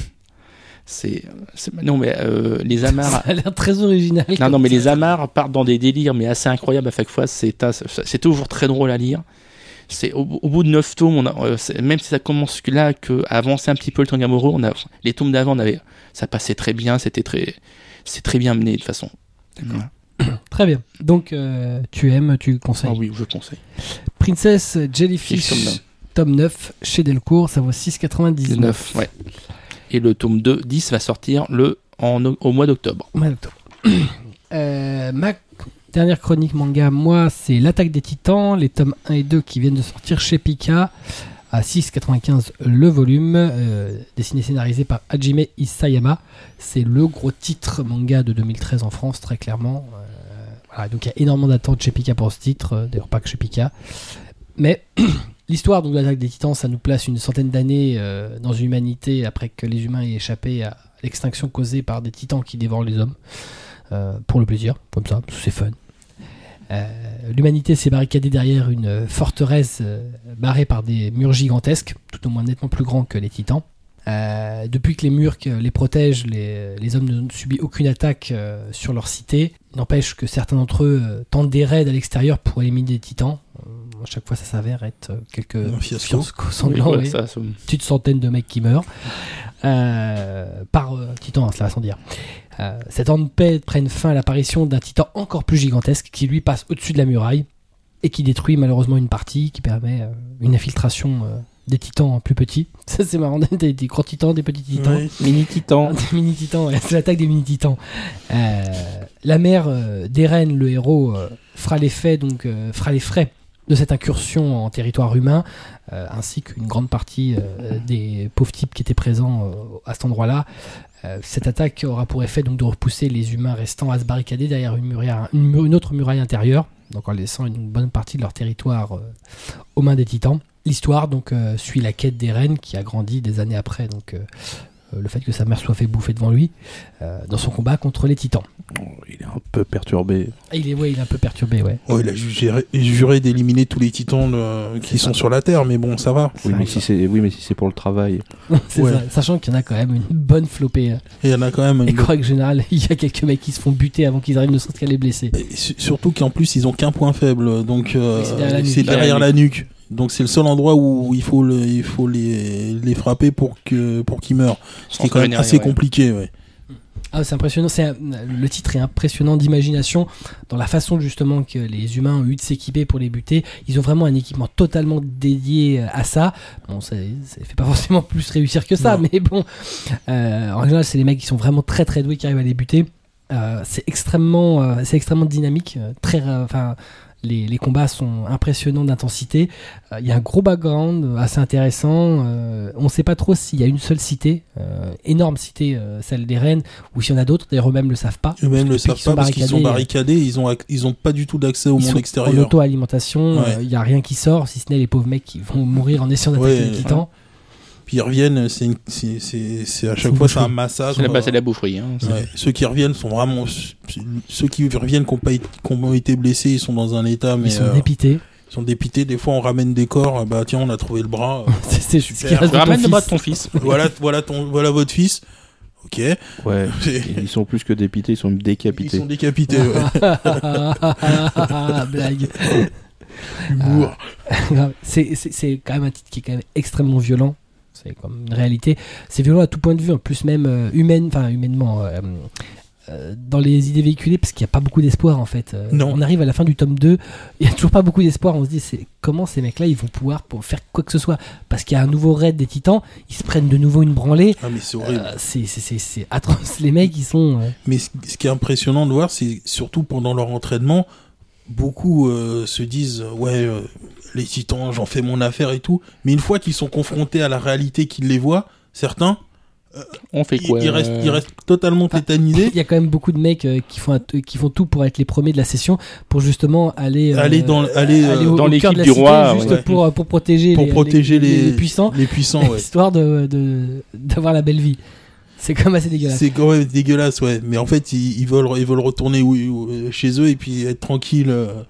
c'est, c'est... Non, mais euh, les Amars... Ça a l'air très original. Non, non, mais les Amars partent dans des délires, mais assez incroyables à chaque fois. C'est, c'est toujours très drôle à lire. C'est, au, au bout de neuf tomes, on a, euh, même si ça commence là, que, à avancer un petit peu le triangle amoureux, on a, les tomes d'avant, on avait, ça passait très bien, c'était très, c'est très bien mené de toute façon. D'accord. Très bien. Donc, euh, tu aimes, tu conseilles. Ah oui, je conseille. Princess Jellyfish, tome neuf, chez Delcourt, ça vaut six virgule quatre-vingt-dix-neuf. Ouais. Et le tome deux, dix, va sortir le, en, au mois d'octobre. Au mois d'octobre. euh, ma dernière chronique manga, moi, c'est L'Attaque des Titans, les tomes un et deux qui viennent de sortir chez Pika, à six virgule quatre-vingt-quinze le volume, euh, dessiné et scénarisé par Hajime Isayama. C'est le gros titre manga de deux mille treize en France, très clairement. Euh, voilà, donc il y a énormément d'attentes chez Pika pour ce titre, euh, d'ailleurs pas que chez Pika. Mais l'histoire donc, de l'Attaque des Titans, ça nous place une centaine d'années euh, dans une humanité après que les humains aient échappé à l'extinction causée par des titans qui dévorent les hommes. Euh, pour le plaisir, comme ça, c'est fun. Euh, l'humanité s'est barricadée derrière une forteresse euh, barrée par des murs gigantesques, tout au moins nettement plus grands que les titans. Euh, depuis que les murs les protègent, les, les hommes n'ont subi aucune attaque euh, sur leur cité. N'empêche que certains d'entre eux euh, tentent des raids à l'extérieur pour éliminer des titans. Euh, à chaque fois, ça s'avère être euh, quelques fiascos sanglants, oui, ouais, une petite centaine de mecs qui meurent euh, par euh, titan, hein, cela va sans dire. Euh, cette grande paix prenne fin à l'apparition d'un titan encore plus gigantesque qui lui passe au-dessus de la muraille et qui détruit malheureusement une partie qui permet euh, une infiltration euh, des titans plus petits. Ça c'est marrant, des, des gros titans, des petits titans. Oui. Mini titans. Des mini titans, ouais, c'est l'attaque des mini titans. Euh, la mère euh, d'Eren, le héros, euh, fera les faits, donc euh, fera les frais de cette incursion en territoire humain, euh, ainsi qu'une grande partie euh, des pauvres types qui étaient présents euh, à cet endroit-là. Euh, cette attaque aura pour effet donc de repousser les humains restants à se barricader derrière une, muraille, une, une autre muraille intérieure, donc en laissant une bonne partie de leur territoire euh, aux mains des titans. L'histoire donc euh, suit la quête d'Eren qui a grandi des années après, donc euh, le fait que sa mère soit fait bouffer devant lui euh, dans son combat contre les titans. Oh, il est un peu perturbé. Ah, il est, ouais, il est un peu perturbé, ouais. Oh, il a juré, juré d'éliminer tous les titans de- qui sont sur la Terre, mais bon, ça va. Oui, mais si c'est, oui, mais si c'est pour le travail. C'est Ouais. ça, sachant qu'il y en a quand même une bonne flopée. hein. Et il y en a quand même Et une... je crois qu'en général, il y a quelques mecs qui se font buter avant qu'ils arrivent, ne serait-ce qu'à les blesser. Et su- surtout qu'en plus, ils ont qu'un point faible, donc euh, Oui, c'est derrière la nuque. c'est derrière la nuque. Donc c'est le seul endroit où il faut, le, il faut les, les frapper pour que pour qu'ils meurent. Ce qui est quand même assez compliqué, ouais. Ah, c'est impressionnant. C'est un- le titre est impressionnant d'imagination dans la façon justement que les humains ont eu de s'équiper pour les buter. Ils ont vraiment un équipement totalement dédié à ça. Bon, ça, ça fait pas forcément plus réussir que ça, Non. mais bon. Euh, en général, c'est les mecs qui sont vraiment très très doués qui arrivent à les buter. Euh, c'est extrêmement, euh, c'est extrêmement dynamique. euh, Très, euh, enfin. Les, les combats sont impressionnants d'intensité. Il euh, y a un gros background assez intéressant. Euh, on ne sait pas trop s'il y a une seule cité, euh, énorme cité, euh, celle des reines, ou s'il y en a d'autres. D'ailleurs, eux-mêmes ne le savent pas. Eux-mêmes le Depuis savent qu'ils sont pas parce qu'ils sont barricadés, barricadés, ils ont, ac- ils ont pas du tout d'accès au ils monde sont en extérieur. auto-alimentation. Il Ouais. n'y a rien qui sort, si ce n'est les pauvres mecs qui vont mourir en essayant d'attaquer Ouais, les titans. Puis ils reviennent, c'est, une- c'est, c'est, c'est à C'est chaque une fois c'est un boucherie. massacre. C'est la base, c'est la boufferie. Hein. C'est- Ouais. Ceux qui reviennent sont vraiment ceux qui reviennent qui ont, pas, été- qui ont été blessés, ils sont dans un état mais Ils sont euh, dépités. ils sont dépités. Des fois on ramène des corps, bah tiens on a trouvé le bras. C'est c'est ce super. qui reste de ton Ramène le fils. bras de ton fils. voilà voilà ton voilà votre fils. Ok. Ouais. C'est- Ils sont plus que dépités, ils sont Ils décapités. sont décapités. Ouais. Blague. Humour. Grave. C'est c'est- c'est quand même un titre qui est quand même extrêmement violent. C'est comme une réalité. C'est violent à tout point de vue, en plus même euh, humaine, enfin humainement, euh, euh, dans les idées véhiculées, parce qu'il n'y a pas beaucoup d'espoir en fait. Euh, Non. On arrive à la fin du tome deux, il n'y a toujours pas beaucoup d'espoir. On se dit c'est comment ces mecs-là ils vont pouvoir pour faire quoi que ce soit, parce qu'il y a un nouveau raid des titans, ils se prennent de nouveau une branlée. Ah mais c'est horrible. Euh, c'est c'est- c'est- c'est atroce. Les mecs ils sont. euh, Mais ce, ce qui est impressionnant de voir, c'est surtout pendant leur entraînement, beaucoup euh, se disent ouais euh, les titans, j'en fais mon affaire et tout. Mais une fois qu'ils sont confrontés à la réalité, qu'ils les voient, certains, On fait ils, quoi ils restent, euh, ils restent totalement Ah, tétanisés. Il y a quand même beaucoup de mecs euh, qui, font un- qui font tout pour être les premiers de la session, pour justement aller, euh, Aller dans- aller, euh, au, dans au l'équipe cœur de la du cité, roi, juste ouais. pour, euh, pour protéger, Pour les, protéger les, les- les puissants, Les puissants, ouais. histoire de, de- d'avoir la belle vie. C'est quand même assez dégueulasse. C'est quand même dégueulasse, ouais. Mais en fait, ils, ils veulent, ils veulent retourner où- où- chez eux et puis être tranquilles. euh.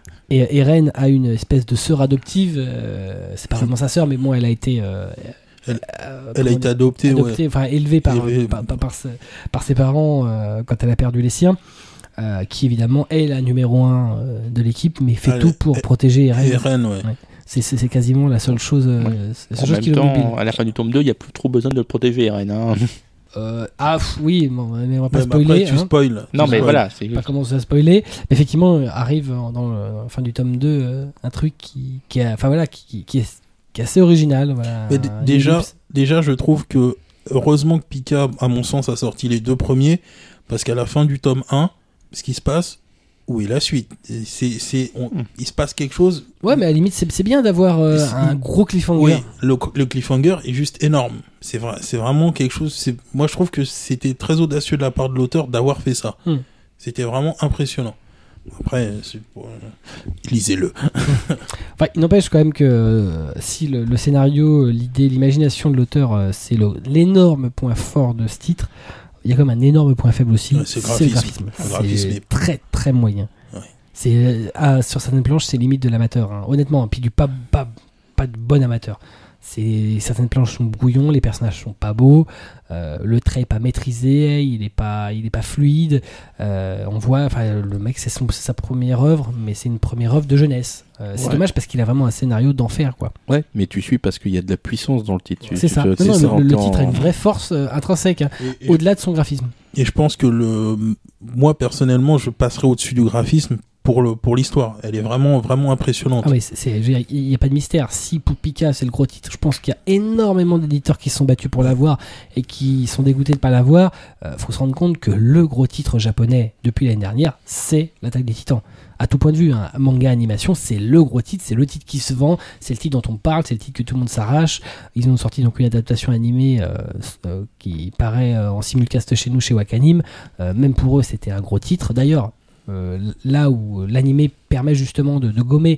Et Eren a une espèce de sœur adoptive. euh, c'est pas vraiment sa sœur, mais bon, elle a été. euh, Elle- euh, Elle a comment été dire, adoptée, ouais. adoptée, enfin élevée par, Élevée. par, par- par se- par ses parents euh, quand elle a perdu les siens, euh, qui évidemment est la numéro un euh, de l'équipe, mais fait Elle- tout pour elle- protéger Eren. Et Rennes, ouais. Ouais. C'est, c'est, c'est quasiment la seule chose, euh, c'est la En seule chose même qui le mobile. temps, à la fin du tome deux, il n'y a plus trop besoin de le protéger, Eren. Hein. Euh, ah pff, oui, bon, mais on va pas Même spoiler. après, tu hein. spoil. Non, Tu mais spoil. voilà. C'est... Pas commencer à spoiler. Effectivement, euh, arrive en- dans le- la fin du tome deux euh, un truc qui, qui, a- enfin, voilà, qui, qui est, qui est assez original. Voilà, Mais d- Un déjà, ellipse. déjà, je trouve que heureusement que Pika, à mon sens, a sorti les deux premiers, parce qu'à la fin du tome un, ce qui se passe, où est la suite Et c'est, c'est, on- Mm. Il se passe quelque chose. Ouais, mais à la limite, c'est, c'est bien d'avoir euh, C'est- un gros cliffhanger. Oui, le, le cliffhanger est juste énorme. C'est vrai, c'est vraiment quelque chose. C'est, moi, je trouve que c'était très audacieux de la part de l'auteur d'avoir fait ça. Mm. C'était vraiment impressionnant. Après, c'est pour- lisez-le. Enfin, il n'empêche quand même que euh, si le, le scénario, l'idée, l'imagination de l'auteur, euh, c'est le- l'énorme point fort de ce titre, il y a quand même un énorme point faible aussi. Ouais, c'est le le graphisme. graphisme. Le graphisme C'est est- très très moyen. Ouais. C'est euh, ah, sur certaines planches, c'est limite de l'amateur. hein. Honnêtement, puis du pas pas pas de bon amateur. C'est certaines planches sont brouillons, les personnages sont pas beaux, euh, le trait est pas maîtrisé, il est pas il est pas fluide. Euh, on voit, enfin le mec c'est son c'est sa première œuvre, mais c'est une première œuvre de jeunesse. Euh, c'est Ouais. dommage parce qu'il a vraiment un scénario d'enfer quoi. Ouais, mais tu suis parce qu'il y a de la puissance dans le titre. Tu- C'est tu ça. te- Non, c'est non, ça, le, le en- titre a une vraie force euh, intrinsèque, hein, Et, et- au-delà de son graphisme. et je pense que le, moi personnellement, je passerai au-dessus du graphisme pour le, pour l'histoire. Elle est vraiment, vraiment impressionnante. Ah oui, c'est, c'est- je veux dire, il n'y a pas de mystère. Si pour Pika c'est le gros titre, je pense qu'il y a énormément d'éditeurs qui se sont battus pour l'avoir et qui sont dégoûtés de ne pas l'avoir. Il faut se rendre compte que le gros titre japonais depuis l'année dernière, c'est l'Attaque des Titans. À tout point de vue, hein, manga animation, c'est le gros titre, c'est le titre qui se vend, c'est le titre dont on parle, c'est le titre que tout le monde s'arrache. Ils ont sorti donc une adaptation animée euh, euh, qui paraît euh, en simulcast chez nous, chez Wakanim. Euh, même pour eux, c'était un gros titre. D'ailleurs, euh, là où l'animé permet justement de, de gommer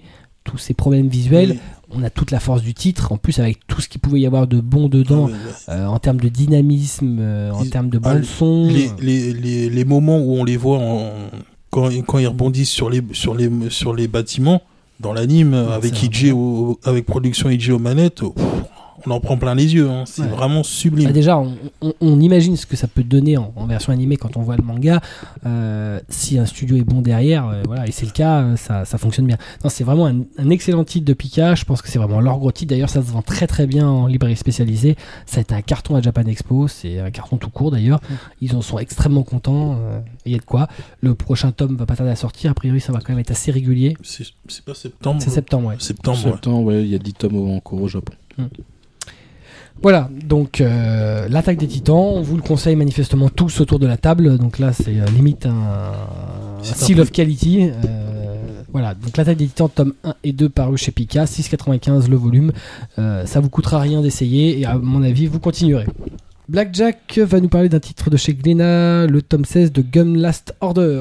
tous ces problèmes visuels, Oui. on a toute la force du titre, en plus avec tout ce qu'il pouvait y avoir de bon dedans, Ah ouais, ouais. euh, en termes de dynamisme, euh, en Ils- termes de ah, bande son. Les, les, les, les moments où on les voit en, quand, quand ils rebondissent sur les, sur les, sur les bâtiments, dans l'anime, Ouais, avec c'est I J au, avec production I J aux manettes, oh, on en prend plein les yeux. Hein. C'est Ouais. vraiment sublime. Bah déjà, on, on- on imagine ce que ça peut donner en, en version animée quand on voit le manga. Euh, si un studio est bon derrière, euh, voilà, et c'est le cas, euh, ça, ça fonctionne bien. Non, c'est vraiment un, un excellent titre de Pika. Je pense que c'est vraiment leur gros titre. D'ailleurs, ça se vend très très bien en librairie spécialisée. Ça a été un carton à Japan Expo. C'est un carton tout court d'ailleurs. Ils en sont extrêmement contents. euh, Il y a de quoi. Le prochain tome va pas tarder à sortir. A priori, ça va quand même être assez régulier. C'est c'est pas septembre. C'est septembre, ouais. Septembre, ouais. Septembre, ouais, il y a dix tomes en cours au Japon. Voilà, donc euh, l'attaque des titans, on vous le conseille manifestement tous autour de la table, donc là c'est euh, limite un, un C'est un seal peu- of quality. euh, voilà, donc l'attaque des titans, tome un et deux paru chez Pika, six virgule quatre-vingt-quinze le volume, euh, ça vous coûtera rien d'essayer et à mon avis vous continuerez. Blackjack va nous parler d'un titre de chez Glénat, le tome seize de Gun Last Order.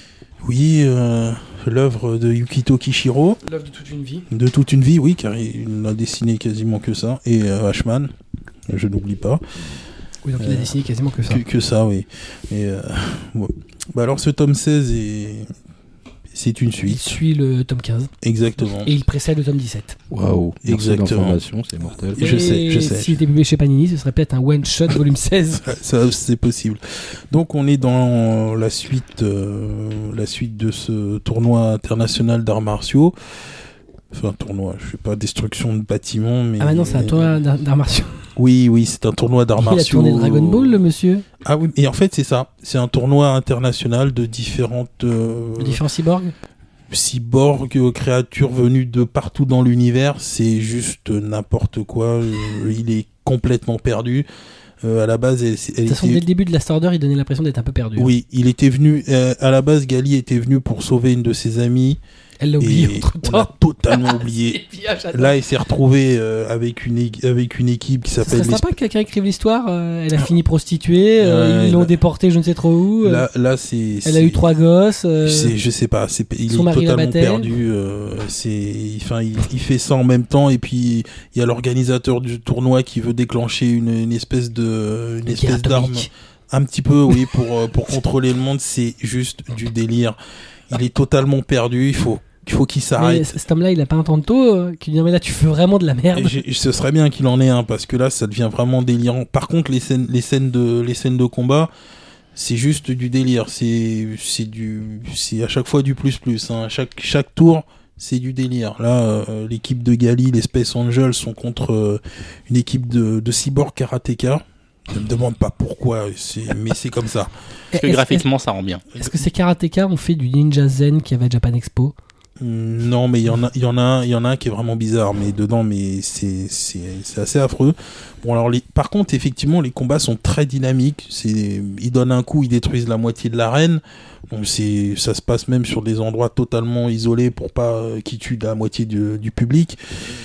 Oui, euh, l'œuvre de Yukito Kishiro, L'œuvre de toute une vie. de toute une vie, oui, car il n'a dessiné quasiment que ça, et euh, Ashman, je n'oublie pas. Oui, donc il a Euh, dessiné quasiment que ça. Que, que ça, oui. Et, euh, ouais. Bah alors ce tome seize, est... c'est une Il suite, suit le tome quinze exactement. et il précède le tome dix-sept. Waouh, merci Exactement. d'information, c'est mortel. Et je sais, je sais. S'il était publié chez Panini, ce serait peut-être un one-shot volume seize. Ça, ça, c'est possible. Donc on est dans la suite, euh, la suite de ce tournoi international d'arts martiaux. Enfin, tournoi, je sais pas, destruction de bâtiments, mais... Ah bah non, c'est un tournoi d'ar- d'arts martiaux. Oui, oui, c'est un tournoi d'arts Il a martiaux. tourné Dragon Ball, le monsieur. Ah oui, et en fait c'est ça. C'est un tournoi international de différentes euh, Le différent cyborg. cyborgs, euh, créatures venues de partout dans l'univers. C'est juste n'importe quoi. Euh, il est complètement perdu. Euh, à la base, elle, elle De toute façon, était- dès le début de Last Order, il donnait l'impression d'être un peu perdu. Oui, il était venu. euh, à la base, Gali était venu pour sauver une de ses amies. Elle l'a oublié et entre on l'a temps. totalement oublié. Là, il s'est retrouvé euh, avec une é- avec une équipe qui c'est s'appelle. les sympa que quelqu'un écrive l'histoire. euh, elle a fini prostituée. euh, Ouais, ils l'ont là- déportée, je ne sais trop où. euh, Là, là, c'est. elle a c'est- eu trois gosses. euh, C'est, je sais pas, c'est, il son est mari la totalement battait. perdu. euh, c'est, enfin, il, il fait ça en même temps et puis il y a l'organisateur du tournoi qui veut déclencher une, une espèce de, une une guerre espèce d'arme, atomique. un petit peu, oui, pour euh, pour contrôler le monde. C'est juste du délire. Il est totalement perdu. Il faut, il faut qu'il Mais s'arrête. c- cet homme-là, il a pas un tanto euh, qui lui dit mais là, tu fais vraiment de la merde. Et j'ai- ce serait bien qu'il en ait un parce que là, ça devient vraiment délirant. Par contre, les scènes, les scènes de, les scènes de combat, c'est juste du délire. C'est, c'est du, c'est à chaque fois du plus plus. Hein. Chaque, chaque tour, c'est du délire. Là, euh, l'équipe de Gali, les Space Angels, sont contre euh, une équipe de, de cyborg karatéka. Je me demande pas pourquoi, c'est, mais c'est comme ça. Parce que Est-ce- graphiquement, ça rend bien. Est-ce que ces karatékas ont fait du Ninja Zen qui avait à Japan Expo? Hum, Non, mais il y en a, il y en a un, il y en a un qui est vraiment bizarre, mais dedans, mais c'est, c'est, c'est assez affreux. Bon, alors, les, par contre, effectivement, les combats sont très dynamiques. C'est, ils donnent un coup, ils détruisent la moitié de l'arène. Donc, c'est, ça se passe même sur des endroits totalement isolés pour pas euh, qu'ils tuent la moitié du, du public.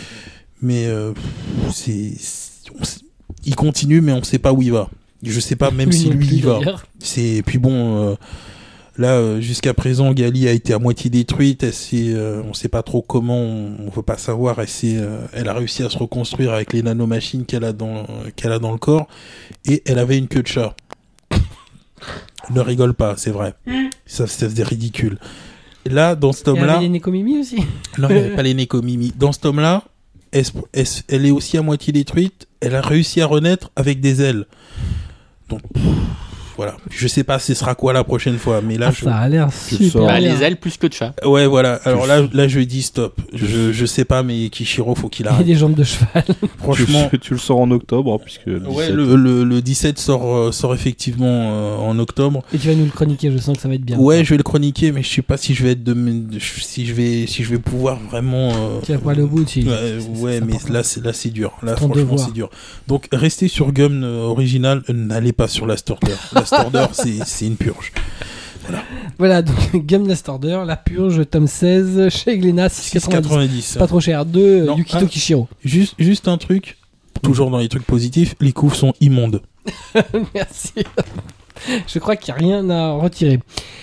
Mais euh, c'est, c'est- on sait- il continue, mais on sait pas où il va. Je sais pas même Lui si non lui plus, y va. d'ailleurs. C'est, et puis bon. Euh, Là, euh, jusqu'à présent, Gali a été à moitié détruite. Elle s'est, euh, on sait pas trop comment, on, on veut pas savoir. Elle s'est, euh, elle a réussi à se reconstruire avec les nanomachines qu'elle a dans, qu'elle a dans le corps. Et elle avait une queue de chat. Ne rigole pas, c'est vrai. Ça, ça faisait ridicule. Là, dans ce Il y tome-là, avait les Nekomimi aussi. non, il n'y avait pas les Nekomimi. Dans ce tome-là, elle, se- elle se- elle est aussi à moitié détruite. Elle a réussi à renaître avec des ailes. Donc, pff, voilà. Je sais pas ce sera quoi la prochaine fois, mais là, Ah, je... ça a l'air tu le super sors. Bah, bien. les ailes plus que de chat. Ouais, voilà. Alors là, là, je dis stop. Je, je sais pas, mais Kishiro, faut qu'il Il y a arrête. des jambes de cheval. Franchement. tu, tu le sors en octobre, puisque le Ouais, dix-sept. le, le, le dix-sept sort, euh, sort effectivement euh, en octobre. Et tu vas nous le chroniquer, je sens que ça va être bien. Ouais, je vais le chroniquer, mais je sais pas si je vais être de, de- si je vais, si je vais pouvoir vraiment. euh, Tu vas pas aller au bout, tu Ouais, c'est- ouais, c'est mais important. là c'est là c'est dur. Là ton franchement devoir. c'est dur. Donc restez sur Gum euh, original, euh, n'allez pas sur Last Order. Last Order c'est c'est une purge. Voilà, donc Game Last Order, La Purge, tome seize, chez Glénat, six six quatre-vingt-dix. quatre-vingt-dix. Pas trop cher. deux, Non, Yukito un- Kishiro. Juste juste un truc, toujours dans les trucs positifs, les couves sont immondes. Merci. Je crois qu'il n'y a rien à retirer.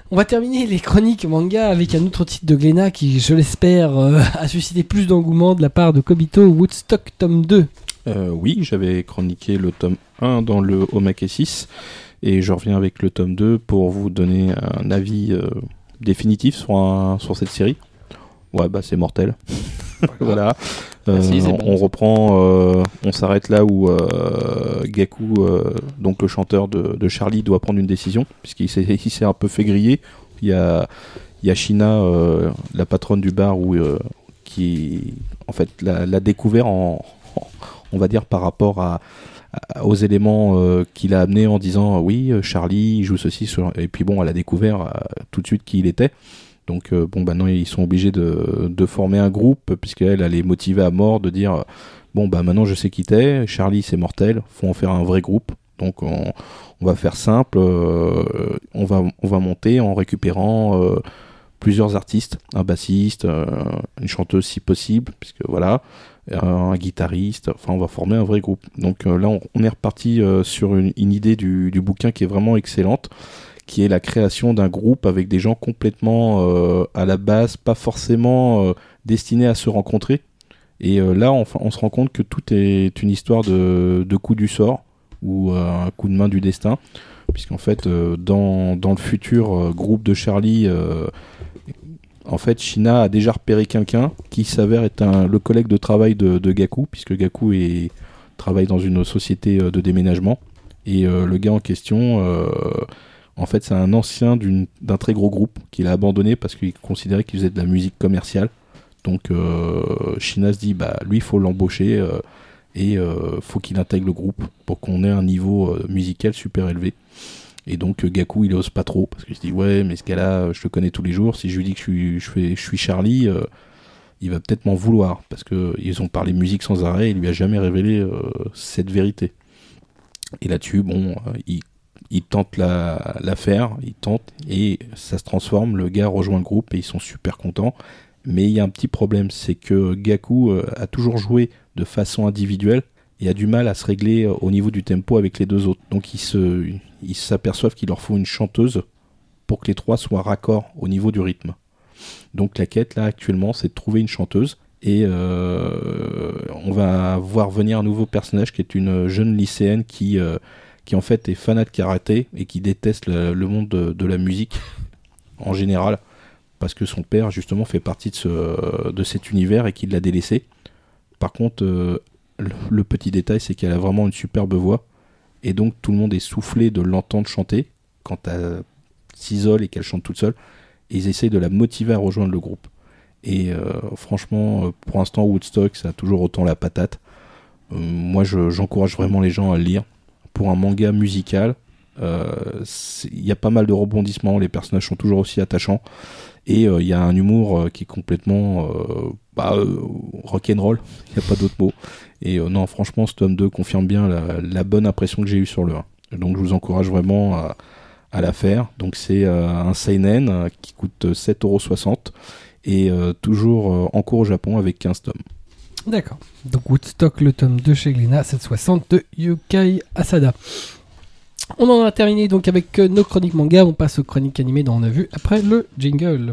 On va terminer les chroniques manga avec un autre titre de Glénat qui, je l'espère, euh, a suscité plus d'engouement de la part de Kobito, Woodstock tome deux. Euh, oui, j'avais chroniqué le tome un dans le Omake six et je reviens avec le tome deux pour vous donner un avis euh, définitif sur, un, sur cette série. Ouais, bah c'est mortel. Voilà. Euh, Merci, c'est on, bon. on reprend, euh, on s'arrête là où euh, Gaku, euh, donc le chanteur de, de Charlie, doit prendre une décision puisqu'il s'est, il s'est un peu fait griller. Il y a, il y a Shina, euh, la patronne du bar, où, euh, qui en fait l'a, l'a découvert en, en, on va dire par rapport à, à aux éléments euh, qu'il a amenés en disant euh, oui Charlie il joue ceci sur... et puis bon elle a découvert euh, tout de suite qui il était. Donc euh, bon, maintenant ils sont obligés de, de former un groupe puisqu'elle elle est motivée à mort de dire bon bah maintenant je sais qui t'es, Charlie c'est mortel, faut en faire un vrai groupe. Donc on, on va faire simple, euh, on va on va monter en récupérant euh, plusieurs artistes, un bassiste, euh, une chanteuse si possible, puisque voilà, un guitariste. Enfin on va former un vrai groupe. Donc euh, là on, on est reparti euh, sur une, une idée du, du bouquin qui est vraiment excellente, qui est la création d'un groupe avec des gens complètement euh, à la base, pas forcément euh, destinés à se rencontrer. Et euh, là, on, on se rend compte que tout est une histoire de, de coup du sort ou euh, un coup de main du destin, puisqu'en fait, euh, dans, dans le futur euh, groupe de Charlie, euh, en fait, Shina a déjà repéré quelqu'un qui s'avère être un, le collègue de travail de, de Gaku, puisque Gaku est, travaille dans une société euh, de déménagement. Et euh, le gars en question... Euh, En fait, c'est un ancien d'une, d'un très gros groupe qu'il a abandonné parce qu'il considérait qu'il faisait de la musique commerciale. Donc, euh, Shina se dit, bah, lui, il faut l'embaucher euh, et il euh, faut qu'il intègre le groupe pour qu'on ait un niveau euh, musical super élevé. Et donc, euh, Gaku, il ose pas trop parce qu'il se dit, ouais, mais ce gars-là, je le connais tous les jours. Si je lui dis que je suis, je fais, je suis Charlie, euh, il va peut-être m'en vouloir parce qu'ils ont parlé musique sans arrêt et il lui a jamais révélé euh, cette vérité. Et là-dessus, bon, euh, il il tente la, l'affaire, il tente et ça se transforme, le gars rejoint le groupe et ils sont super contents. Mais il y a un petit problème, c'est que Gaku euh, a toujours joué de façon individuelle et a du mal à se régler euh, au niveau du tempo avec les deux autres. Donc ils, se, ils s'aperçoivent qu'il leur faut une chanteuse pour que les trois soient raccords au niveau du rythme. Donc la quête là actuellement, c'est de trouver une chanteuse. Et euh, on va voir venir un nouveau personnage qui est une jeune lycéenne qui... Euh, qui en fait est fanat de karaté et qui déteste le, le monde de, de la musique en général, parce que son père justement fait partie de, ce, de cet univers et qu'il l'a délaissé. Par contre, euh, le, le petit détail, c'est qu'elle a vraiment une superbe voix, et donc tout le monde est soufflé de l'entendre chanter quand elle s'isole et qu'elle chante toute seule, et ils essayent de la motiver à rejoindre le groupe. Et euh, franchement, pour l'instant, Woodstock, ça a toujours autant la patate. Euh, moi, je, j'encourage vraiment les gens à le lire. Pour un manga musical, il euh, y a pas mal de rebondissements, les personnages sont toujours aussi attachants et il euh, y a un humour euh, qui est complètement euh, bah, euh, rock'n'roll, il n'y a pas d'autre mot. Et euh, non, franchement, ce tome deux confirme bien la, la bonne impression que j'ai eue sur le un. Donc je vous encourage vraiment à, à la faire. Donc c'est euh, un seinen euh, qui coûte sept euros soixante et euh, toujours euh, en cours au Japon avec quinze tomes. D'accord. Donc Woodstock, le tome deux chez Glénat, sept cent soixante de Yukai Asada. On en a terminé donc avec euh, nos chroniques manga. On passe aux chroniques animées dont on a vu après le jingle.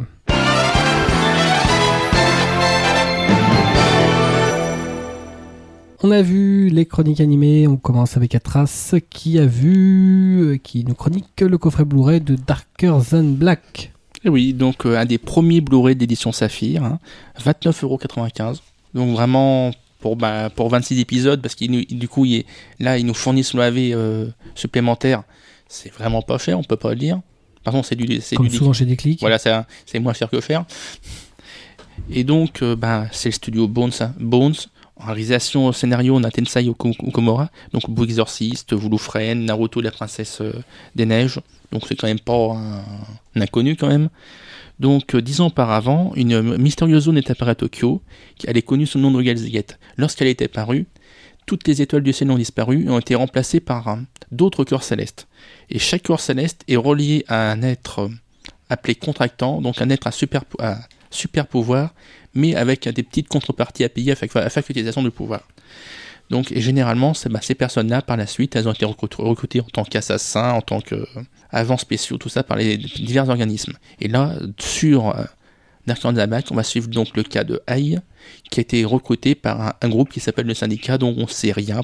On a vu les chroniques animées. On commence avec Atras qui a vu, euh, qui nous chronique le coffret Blu-ray de Darker Than Black. Et oui, donc euh, un des premiers Blu-ray d'édition Saphir, hein, vingt-neuf euros quatre-vingt-quinze. Donc vraiment pour, bah, pour vingt-six épisodes, parce que du coup, il est, là, ils nous fournissent l'O A V euh, supplémentaire. C'est vraiment pas cher, on peut pas le dire. Par contre, c'est du c'est Comme du souvent chez Déclic. Voilà, c'est, c'est moins cher que faire. Et donc, euh, bah, c'est le studio Bones. Hein, Bones. En réalisation au scénario, on a Tensai Okomura, donc Blue Exorcist, Voulou-Fren, Naruto, la princesse euh, des neiges. Donc c'est quand même pas un, un inconnu quand même. Donc, euh, dix ans auparavant, une mystérieuse zone est apparue à Tokyo. Elle est connue sous le nom de Hell's Gate. Lorsqu'elle était apparue, toutes les étoiles du ciel ont disparu et ont été remplacées par euh, d'autres cœurs célestes. Et chaque cœur céleste est relié à un être euh, appelé contractant, donc un être à super, à super pouvoir, mais avec euh, des petites contreparties à payer à chaque, à chaque utilisation de pouvoir. Donc, et généralement, c'est, bah, ces personnes-là, par la suite, elles ont été recrutées, recrutées en tant qu'assassins, en tant qu'agents spéciaux, tout ça, par les divers organismes. Et là, sur euh, Dark on the Back, on va suivre donc le cas de Ai, qui a été recruté par un, un groupe qui s'appelle le Syndicat, dont on ne sait rien.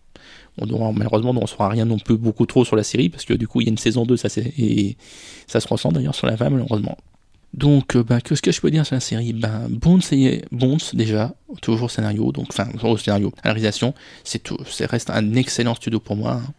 On doit, malheureusement, on ne saura rien non plus beaucoup trop sur la série, parce que du coup, il y a une saison deux, ça, c'est, et ça se ressent d'ailleurs sur la fin, malheureusement. Donc, euh, bah, qu'est-ce que je peux dire sur la série? Ben, Bones, c'est Bones déjà, toujours au scénario, donc, enfin, au scénario, à la réalisation, c'est tout, ça reste un excellent studio pour moi. Hein.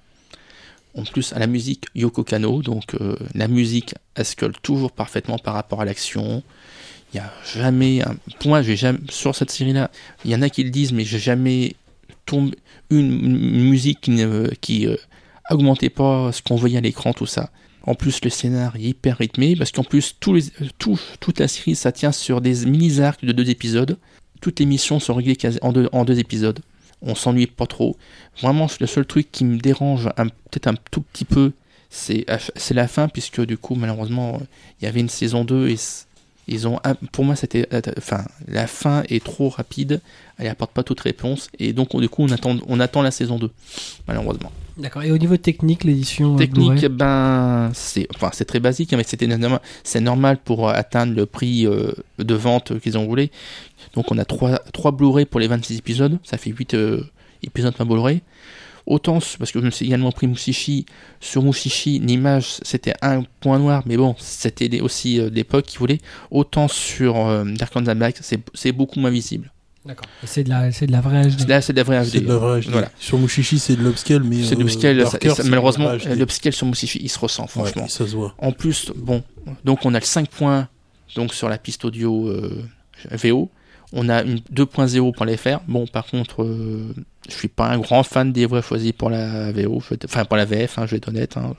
En plus, à la musique, Yoko Kanno, donc euh, la musique, elle se colle toujours parfaitement par rapport à l'action. Il n'y a jamais, un, pour moi, j'ai jamais, sur cette série-là, il y en a qui le disent, mais j'ai jamais tombé une, une musique qui ne, qui euh, augmentait pas ce qu'on voyait à l'écran, tout ça. En plus, le scénar est hyper rythmé, parce qu'en plus, tous les, tout, toute la série, ça tient sur des mini-arcs de deux épisodes. Toutes les missions sont réglées quasi en, deux, en deux épisodes. On s'ennuie pas trop. Vraiment, le seul truc qui me dérange un, peut-être un tout petit peu, c'est, c'est la fin, puisque du coup, malheureusement, il y avait une saison deux, et ils ont, pour moi, c'était, enfin, la fin est trop rapide, elle apporte pas toute réponse, et donc, du coup, on attend, on attend la saison deux, malheureusement. D'accord. Et au niveau technique, l'édition technique, Blu-ray ben c'est, enfin c'est très basique, mais c'était c'est normal pour atteindre le prix euh, de vente qu'ils ont voulu. Donc on a trois trois Blu-ray pour les vingt-six épisodes, ça fait huit euh, épisodes par Blu-ray. Autant parce que je me suis également pris Mushishi, sur Mushishi, l'image c'était un point noir, mais bon c'était aussi euh, l'époque qu'ils voulaient. Autant sur euh, Dark on the Black, c'est c'est beaucoup moins visible. D'accord. Et c'est de la, c'est de la vraie H D. Là, c'est de la vraie H D. C'est de la vraie H D. Voilà. Sur Mushishi, c'est de l'upscale, mais c'est de euh, l'upscale. Darker, ça, ça, malheureusement, de l'upscale sur Mushishi, il se ressent, franchement. Ouais, ça se voit. En plus, bon, donc on a le cinq points donc sur la piste audio euh, V O. On a une deux point zéro pour les F R. Bon, par contre, euh, je suis pas un grand fan des voix choisies pour la V O, enfin pour la V F, hein, je vais être honnête. Hein.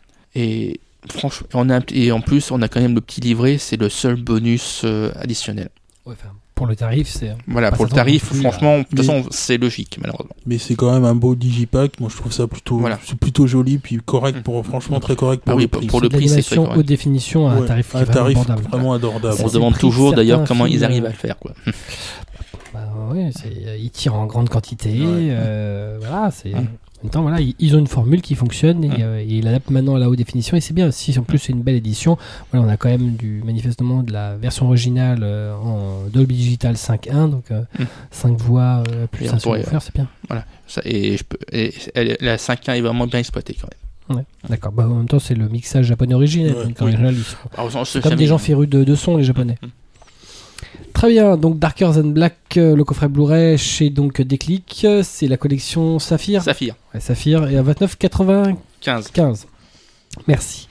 Et franchement, on a, et en plus, on a quand même le petit livret, c'est le seul bonus euh, additionnel. Ouais, enfin, pour le tarif, c'est. Voilà, pour le tarif, franchement, de toute façon, c'est logique, malheureusement. Mais c'est quand même un beau digipack. Moi, je trouve ça plutôt, voilà. c'est plutôt joli, puis correct pour, franchement, très correct pour ah oui, le prix. Pour le c'est prix, c'est très correct. Haute définition à un ouais, tarif, un tarif abordable. vraiment adorable. On se demande toujours, d'ailleurs, comment ils arrivent à le faire, quoi. Bah ouais, c'est, ils tirent en grande quantité. Ouais. Euh, voilà, c'est. Hum. En même temps, voilà, ils ont une formule qui fonctionne et, euh, et ils l'adaptent maintenant à la haute définition et c'est bien. Si en plus c'est une belle édition, voilà, on a quand même du manifestement de la version originale euh, en Dolby Digital cinq point un, donc euh, mm. cinq voix euh, plus un subwoofer, c'est bien. Voilà, ça, et, je peux, et elle, la cinq point un est vraiment bien exploitée quand même. Ouais, d'accord. Bah, en même temps, c'est le mixage japonais originel. Ouais, donc, oui. original, ils sont... Alors, on, on c'est comme des gens férus de, de son, les japonais. Mm. Très bien, donc Darker Than Black, euh, le coffret Blu-ray chez donc Déclic, c'est la collection Saphir. Saphir. Ouais, Saphir, et à vingt-neuf quatre-vingt-quinze. quinze. Merci.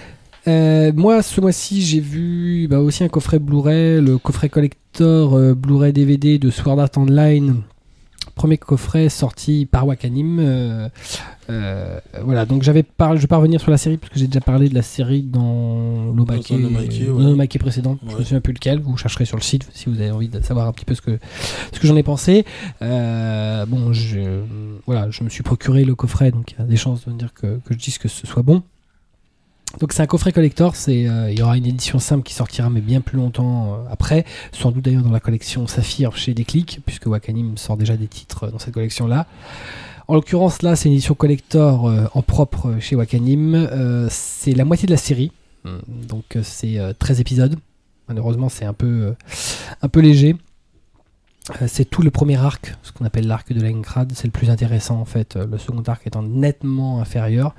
Euh, moi, ce mois-ci, j'ai vu bah, aussi un coffret Blu-ray, le coffret collector euh, Blu-ray D V D de Sword Art Online. Premier coffret sorti par Wakanim. Euh, euh, voilà, donc j'avais parlé, je vais pas revenir sur la série parce que j'ai déjà parlé de la série dans l'Omake ouais. ouais. précédent. Ouais. Je me souviens plus lequel. Vous chercherez sur le site si vous avez envie de savoir un petit peu ce que ce que j'en ai pensé. Euh, bon, je voilà, je me suis procuré le coffret, donc il y a des chances de me dire que, que je dise que ce soit bon. Donc c'est un coffret collector, c'est euh, il y aura une édition simple qui sortira mais bien plus longtemps euh, après, sans doute d'ailleurs dans la collection Saphir chez Déclic, puisque Wakanim sort déjà des titres euh, dans cette collection-là. En l'occurrence là, c'est une édition collector euh, en propre chez Wakanim, euh, c'est la moitié de la série, mmh. donc euh, c'est euh, treize épisodes. Malheureusement, c'est un peu euh, un peu léger. Euh, c'est tout le premier arc, ce qu'on appelle l'arc de Lengrad, c'est le plus intéressant en fait, le second arc étant nettement inférieur.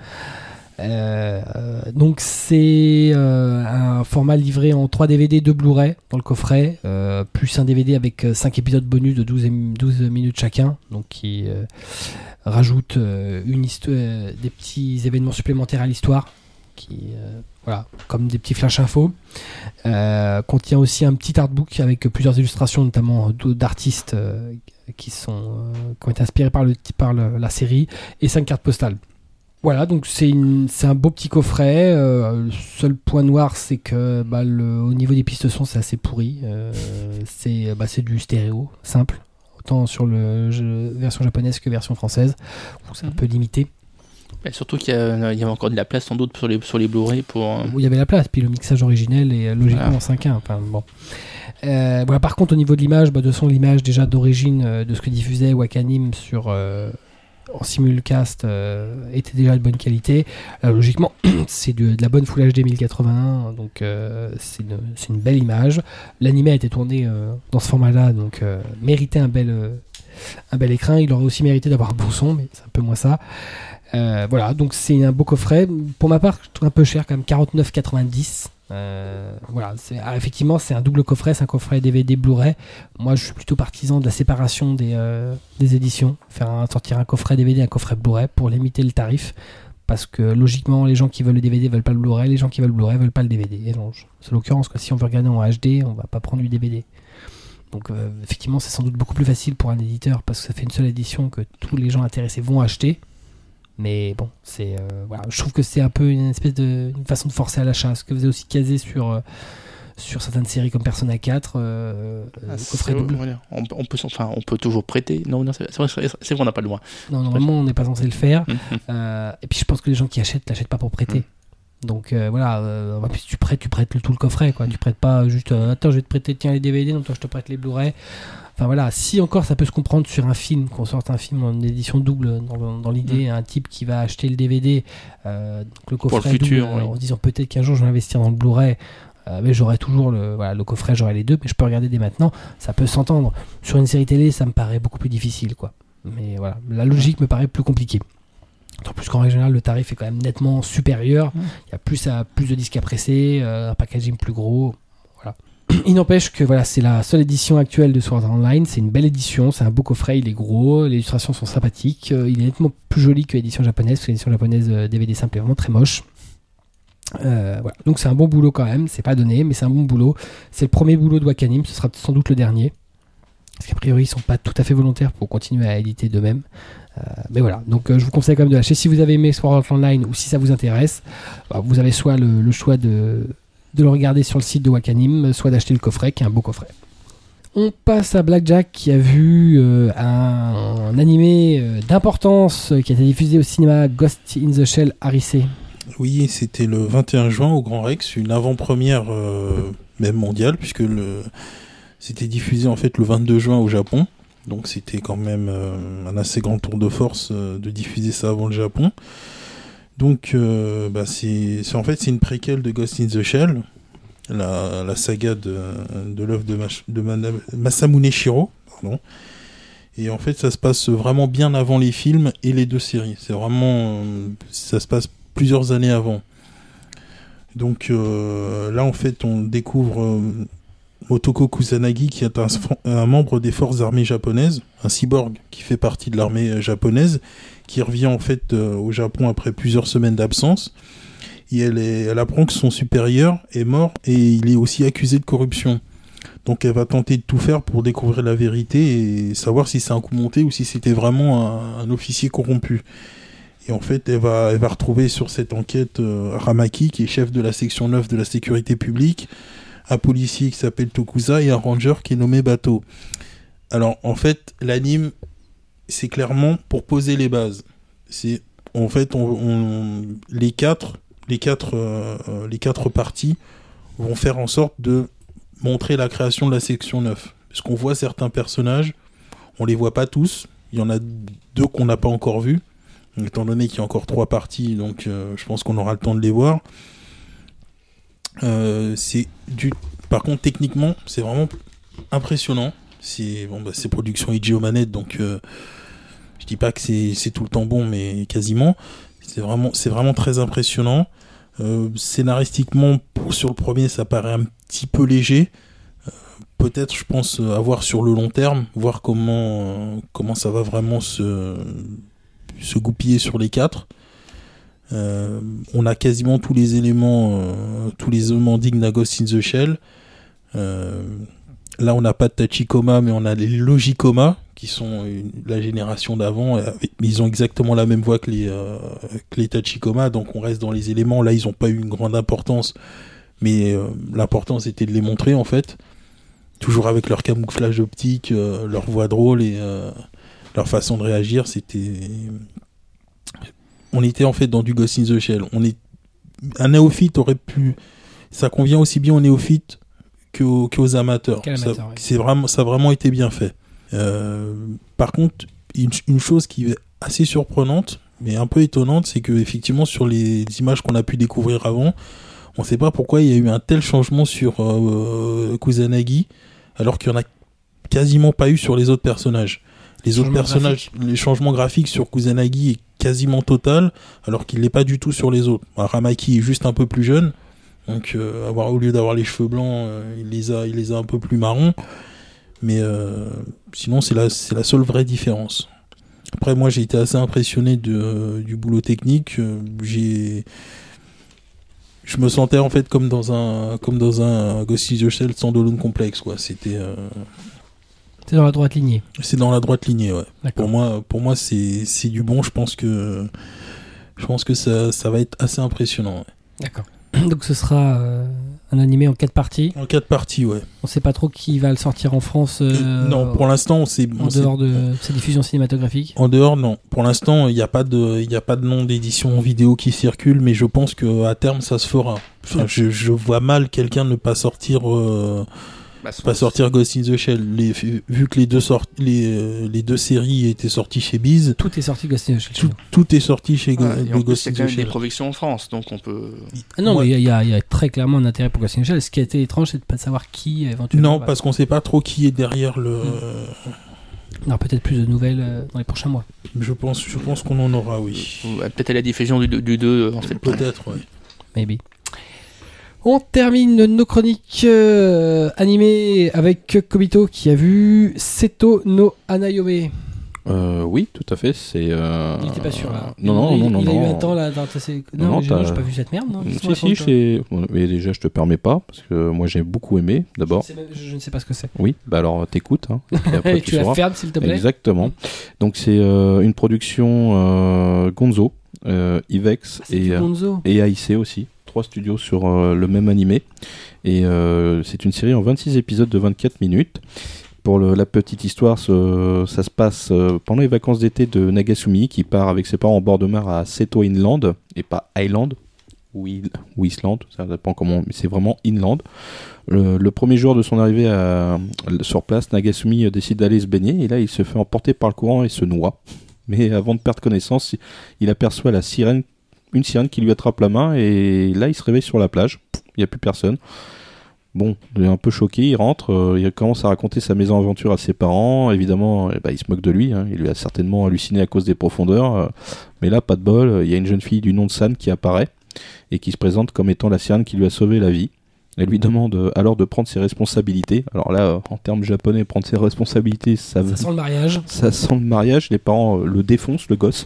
Euh, donc c'est euh, un format livré en trois D V D, deux Blu-ray dans le coffret, euh, plus un D V D avec cinq épisodes bonus de douze, douze minutes chacun, donc qui euh, rajoute euh, une histoire, euh, des petits événements supplémentaires à l'histoire, qui euh, voilà, comme des petits flash infos. Euh, contient aussi un petit artbook avec plusieurs illustrations, notamment d'artistes euh, qui sont euh, qui ont été inspirés par le par le, la série, et cinq cartes postales. Voilà, donc c'est, une, c'est un beau petit coffret. Euh, le seul point noir, c'est que bah, le, au niveau des pistes son, c'est assez pourri. Euh, c'est, bah, c'est du stéréo, simple. Autant sur la version japonaise que version française, où c'est un peu limité. Bah, surtout qu'il y, a, il y avait encore de la place sans doute sur les, sur les Blu-ray pour... euh, Où il y avait la place, puis le mixage originel est euh, logiquement Voilà. en cinq un. Enfin, bon. Euh, voilà, par contre, au niveau de l'image, bah, de son l'image déjà d'origine euh, de ce que diffusait Wakanim sur, euh, en simulcast euh, était déjà de bonne qualité. Euh, logiquement, c'est de, de la bonne Full H D mille quatre-vingt-un, donc euh, c'est une, c'est une belle image. L'animé a été tourné euh, dans ce format-là, donc euh, méritait un bel, euh, un bel écran. Il aurait aussi mérité d'avoir un bon son, mais c'est un peu moins ça. Euh, voilà, donc c'est un beau coffret. Pour ma part, je trouve un peu cher, quand même quarante-neuf quatre-vingt-dix. Euh, voilà, c'est, ah, effectivement, c'est un double coffret, c'est un coffret D V D Blu-ray. Moi, je suis plutôt partisan de la séparation des, euh, des éditions, faire un, sortir un coffret D V D, un coffret Blu-ray pour limiter le tarif. Parce que logiquement, les gens qui veulent le D V D veulent pas le Blu-ray, les gens qui veulent le Blu-ray veulent pas le D V D. Et non, je- c'est l'occurrence que si on veut regarder en H D, on va pas prendre du D V D. Donc euh, effectivement, c'est sans doute beaucoup plus facile pour un éditeur parce que ça fait une seule édition que tous les gens intéressés vont acheter. Mais bon, c'est euh, voilà, je trouve que c'est un peu une espèce de une façon de forcer à l'achat. Ce que vous avez aussi casé sur euh, sur certaines séries comme Persona quatre, euh, ah, euh, c'est- coffret double. voilà. on, on peut, enfin, on peut toujours prêter. Non, non, c'est, c'est vrai, c'est, c'est vrai, on n'a pas le droit. Non, normalement, on n'est pas censé le faire. Hum, hum. Euh, et puis je pense que les gens qui achètent l'achètent pas pour prêter. Donc euh, voilà, euh, en plus tu prêtes, tu prêtes le, tout le coffret, quoi. Tu prêtes pas juste euh, attends, je vais te prêter tiens les D V D, donc toi je te prête les Blu-ray. Enfin voilà, si encore ça peut se comprendre sur un film, qu'on sorte un film en édition double, dans, dans l'idée, un type qui va acheter le D V D, euh, donc le coffret Pour le futur, double, oui. en se disant peut-être qu'un jour je vais investir dans le Blu-ray. Euh, mais j'aurai toujours le, voilà, le coffret, j'aurai les deux, mais je peux regarder dès maintenant, ça peut s'entendre. Sur une série télé, ça me paraît beaucoup plus difficile, quoi. Mais voilà, la logique me paraît plus compliquée. En plus qu'en régional, le tarif est quand même nettement supérieur. Il y a plus, à, plus de disques à presser, euh, un packaging plus gros. Voilà. Il n'empêche que voilà, c'est la seule édition actuelle de Sword Art Online. C'est une belle édition, c'est un beau coffret, il est gros, les illustrations sont sympathiques. Euh, il est nettement plus joli que l'édition japonaise, parce que l'édition japonaise euh, D V D simple est vraiment très moche. Euh, voilà. Donc c'est un bon boulot quand même, c'est pas donné, mais c'est un bon boulot. C'est le premier boulot de Wakanim, ce sera sans doute le dernier. Parce qu'a priori, ils sont pas tout à fait volontaires pour continuer à éditer d'eux-mêmes. Euh, mais voilà, donc euh, je vous conseille quand même de lâcher. Si vous avez aimé Sword Art Online ou si ça vous intéresse, bah, vous avez soit le, le choix de, de le regarder sur le site de Wakanim, soit d'acheter le coffret, qui est un beau coffret. On passe à Blackjack, qui a vu euh, un, un animé euh, d'importance euh, qui a été diffusé au cinéma, Ghost in the Shell Harissé. Oui, c'était le vingt et un juin au Grand Rex, une avant-première euh, même mondiale, puisque le... c'était diffusé en fait le vingt-deux juin au Japon. Donc c'était quand même euh, un assez grand tour de force euh, de diffuser ça avant le Japon. Donc euh, bah, c'est, c'est en fait c'est une préquelle de Ghost in the Shell, la, la saga de, de l'œuvre de, Mas- de Mana- Masamune Shirow. Pardon. Et en fait ça se passe vraiment bien avant les films et les deux séries. C'est vraiment euh, ça se passe plusieurs années avant. Donc euh, là en fait on découvre euh, Motoko Kusanagi, qui est un, un membre des forces armées japonaises, un cyborg qui fait partie de l'armée japonaise, qui revient en fait euh, au Japon après plusieurs semaines d'absence. Et elle, est, elle apprend que son supérieur est mort et il est aussi accusé de corruption. Donc elle va tenter de tout faire pour découvrir la vérité et savoir si c'est un coup monté ou si c'était vraiment un, un officier corrompu. Et en fait, elle va, elle va retrouver sur cette enquête euh, Ramaki, qui est chef de la section neuf de la sécurité publique, un policier qui s'appelle Tokusa et un ranger qui est nommé Bato. Alors en fait l'anime c'est clairement pour poser les bases. C'est en fait on, on les quatre les quatre euh, les quatre parties vont faire en sorte de montrer la création de la section neuf. Parce qu'on voit certains personnages, on les voit pas tous. Il y en a deux qu'on n'a pas encore vus, étant donné qu'il y a encore trois parties, donc euh, je pense qu'on aura le temps de les voir. Euh, c'est du par contre techniquement c'est vraiment impressionnant. C'est bon bah c'est production Hideo Manette, donc euh, je dis pas que c'est c'est tout le temps bon, mais quasiment. C'est vraiment c'est vraiment très impressionnant. Euh, scénaristiquement pour, sur le premier ça paraît un petit peu léger. Euh, peut-être je pense à voir sur le long terme, voir comment euh, comment ça va vraiment se se goupiller sur les quatre. Euh, on a quasiment tous les éléments, euh, tous les éléments dignes d'un Ghost in the Shell. Euh, là, on n'a pas de Tachikoma, mais on a les Logikoma, qui sont une, la génération d'avant. Euh, mais ils ont exactement la même voix que les, euh, que les Tachikoma, donc on reste dans les éléments. Là, ils n'ont pas eu une grande importance, mais euh, l'important, c'était de les montrer, en fait. Toujours avec leur camouflage optique, euh, leur voix drôle et euh, leur façon de réagir, c'était... on était en fait dans du Ghost in the Shell. On est, un néophyte aurait pu, ça convient aussi bien aux néophytes qu'aux, qu'aux amateurs. Amateur, ça, oui. c'est vraiment, ça a vraiment été bien fait. Euh, par contre, une, une chose qui est assez surprenante, mais un peu étonnante, c'est que effectivement sur les images qu'on a pu découvrir avant, on ne sait pas pourquoi il y a eu un tel changement sur euh, Kusanagi, alors qu'il n'y en a quasiment pas eu sur les autres personnages. Les autres personnages, graphique. Les changements graphiques sur Kusanagi est quasiment total, alors qu'il l'est pas du tout sur les autres. Bah, Ramaki est juste un peu plus jeune, donc euh, avoir, au lieu d'avoir les cheveux blancs, euh, il les a, il les a un peu plus marrons. Mais euh, sinon, c'est la, c'est la seule vraie différence. Après, moi, j'ai été assez impressionné de, euh, du boulot technique. Euh, j'ai, je me sentais en fait comme dans un, comme dans un Ghost in the Shell standalone complexe, quoi. C'était. Euh... C'est dans la droite lignée. C'est dans la droite lignée, ouais. D'accord. Pour moi, pour moi, c'est, c'est du bon. Je pense que, je pense que ça, ça va être assez impressionnant. Ouais. D'accord. Donc ce sera euh, un animé en quatre parties. En quatre parties, ouais. On sait pas trop qui va le sortir en France. Euh, non, pour l'instant, on sait. En on dehors sait, de sa diffusion cinématographique. En dehors, non. Pour l'instant, il n'y a pas de, il y a pas de nom d'édition vidéo qui circule, mais je pense que à terme, ça se fera. Enfin, je, je vois mal quelqu'un ne pas sortir. Euh, Bah, pas sortir Ghost in the Shell. Les, vu que les deux, sort, les, euh, les deux séries étaient sorties chez Biz. Tout est sorti Ghost in the Shell. Tout, tout est sorti chez ah, Go, et en Ghost plus, in il y a quand the même des Shell. productions en France, donc on peut. Ah non, ouais. mais il y, y, y a très clairement un intérêt pour Ghost in the Shell. Ce qui a été étrange, c'est de ne pas savoir qui éventuellement. Non, va... parce qu'on ne sait pas trop qui est derrière le. Mmh. On aura peut-être plus de nouvelles euh, dans les prochains mois. Je pense, je pense qu'on en aura, oui. Ouais, peut-être à la diffusion du, du deux en septembre. Peut-être, oui. Maybe. On termine nos chroniques euh, animées avec Kobito qui a vu Seto no Hanayome. Euh, oui, tout à fait. C'est. Euh... Il était pas sûr là. Non, non, il, non, non. Il a non. eu un temps là. Dans... Non, non, mais j'ai, j'ai pas vu cette merde. Non si, si, c'est. Mais déjà, je te permets pas parce que moi j'ai beaucoup aimé. D'abord. Je, même... je ne sais pas ce que c'est. Oui, bah alors t'écoutes. Hein, et après, tu tu la sauras. fermes s'il te plaît. Exactement. Donc c'est euh, une production euh, Gonzo, euh, Ivex ah, et Gonzo. et A I C aussi. Trois studios sur euh, le même animé. Et euh, c'est une série en vingt-six épisodes de vingt-quatre minutes. Pour le, la petite histoire, ce, ça se passe euh, pendant les vacances d'été de Nagasumi, qui part avec ses parents en bord de mer à Seto Inland, et pas Island, ou, il, ou Island, ça dépend comment, mais c'est vraiment Inland. Le, le premier jour de son arrivée à, sur place, Nagasumi décide d'aller se baigner, et là il se fait emporter par le courant et se noie. Mais avant de perdre connaissance, il aperçoit la sirène, une sirène qui lui attrape la main, et là il se réveille sur la plage, il n'y a plus personne. Bon, il est un peu choqué, il rentre, euh, il commence à raconter sa mésaventure à ses parents, évidemment, eh ben, il se moque de lui, hein, il lui a certainement halluciné à cause des profondeurs, euh, mais là, pas de bol, il y a une jeune fille du nom de San qui apparaît, et qui se présente comme étant la sirène qui lui a sauvé la vie. Elle lui demande euh, alors de prendre ses responsabilités. Alors là, euh, en termes japonais, prendre ses responsabilités, ça, ça sent le mariage. Ça sent le mariage. Les parents euh, le défoncent, le gosse.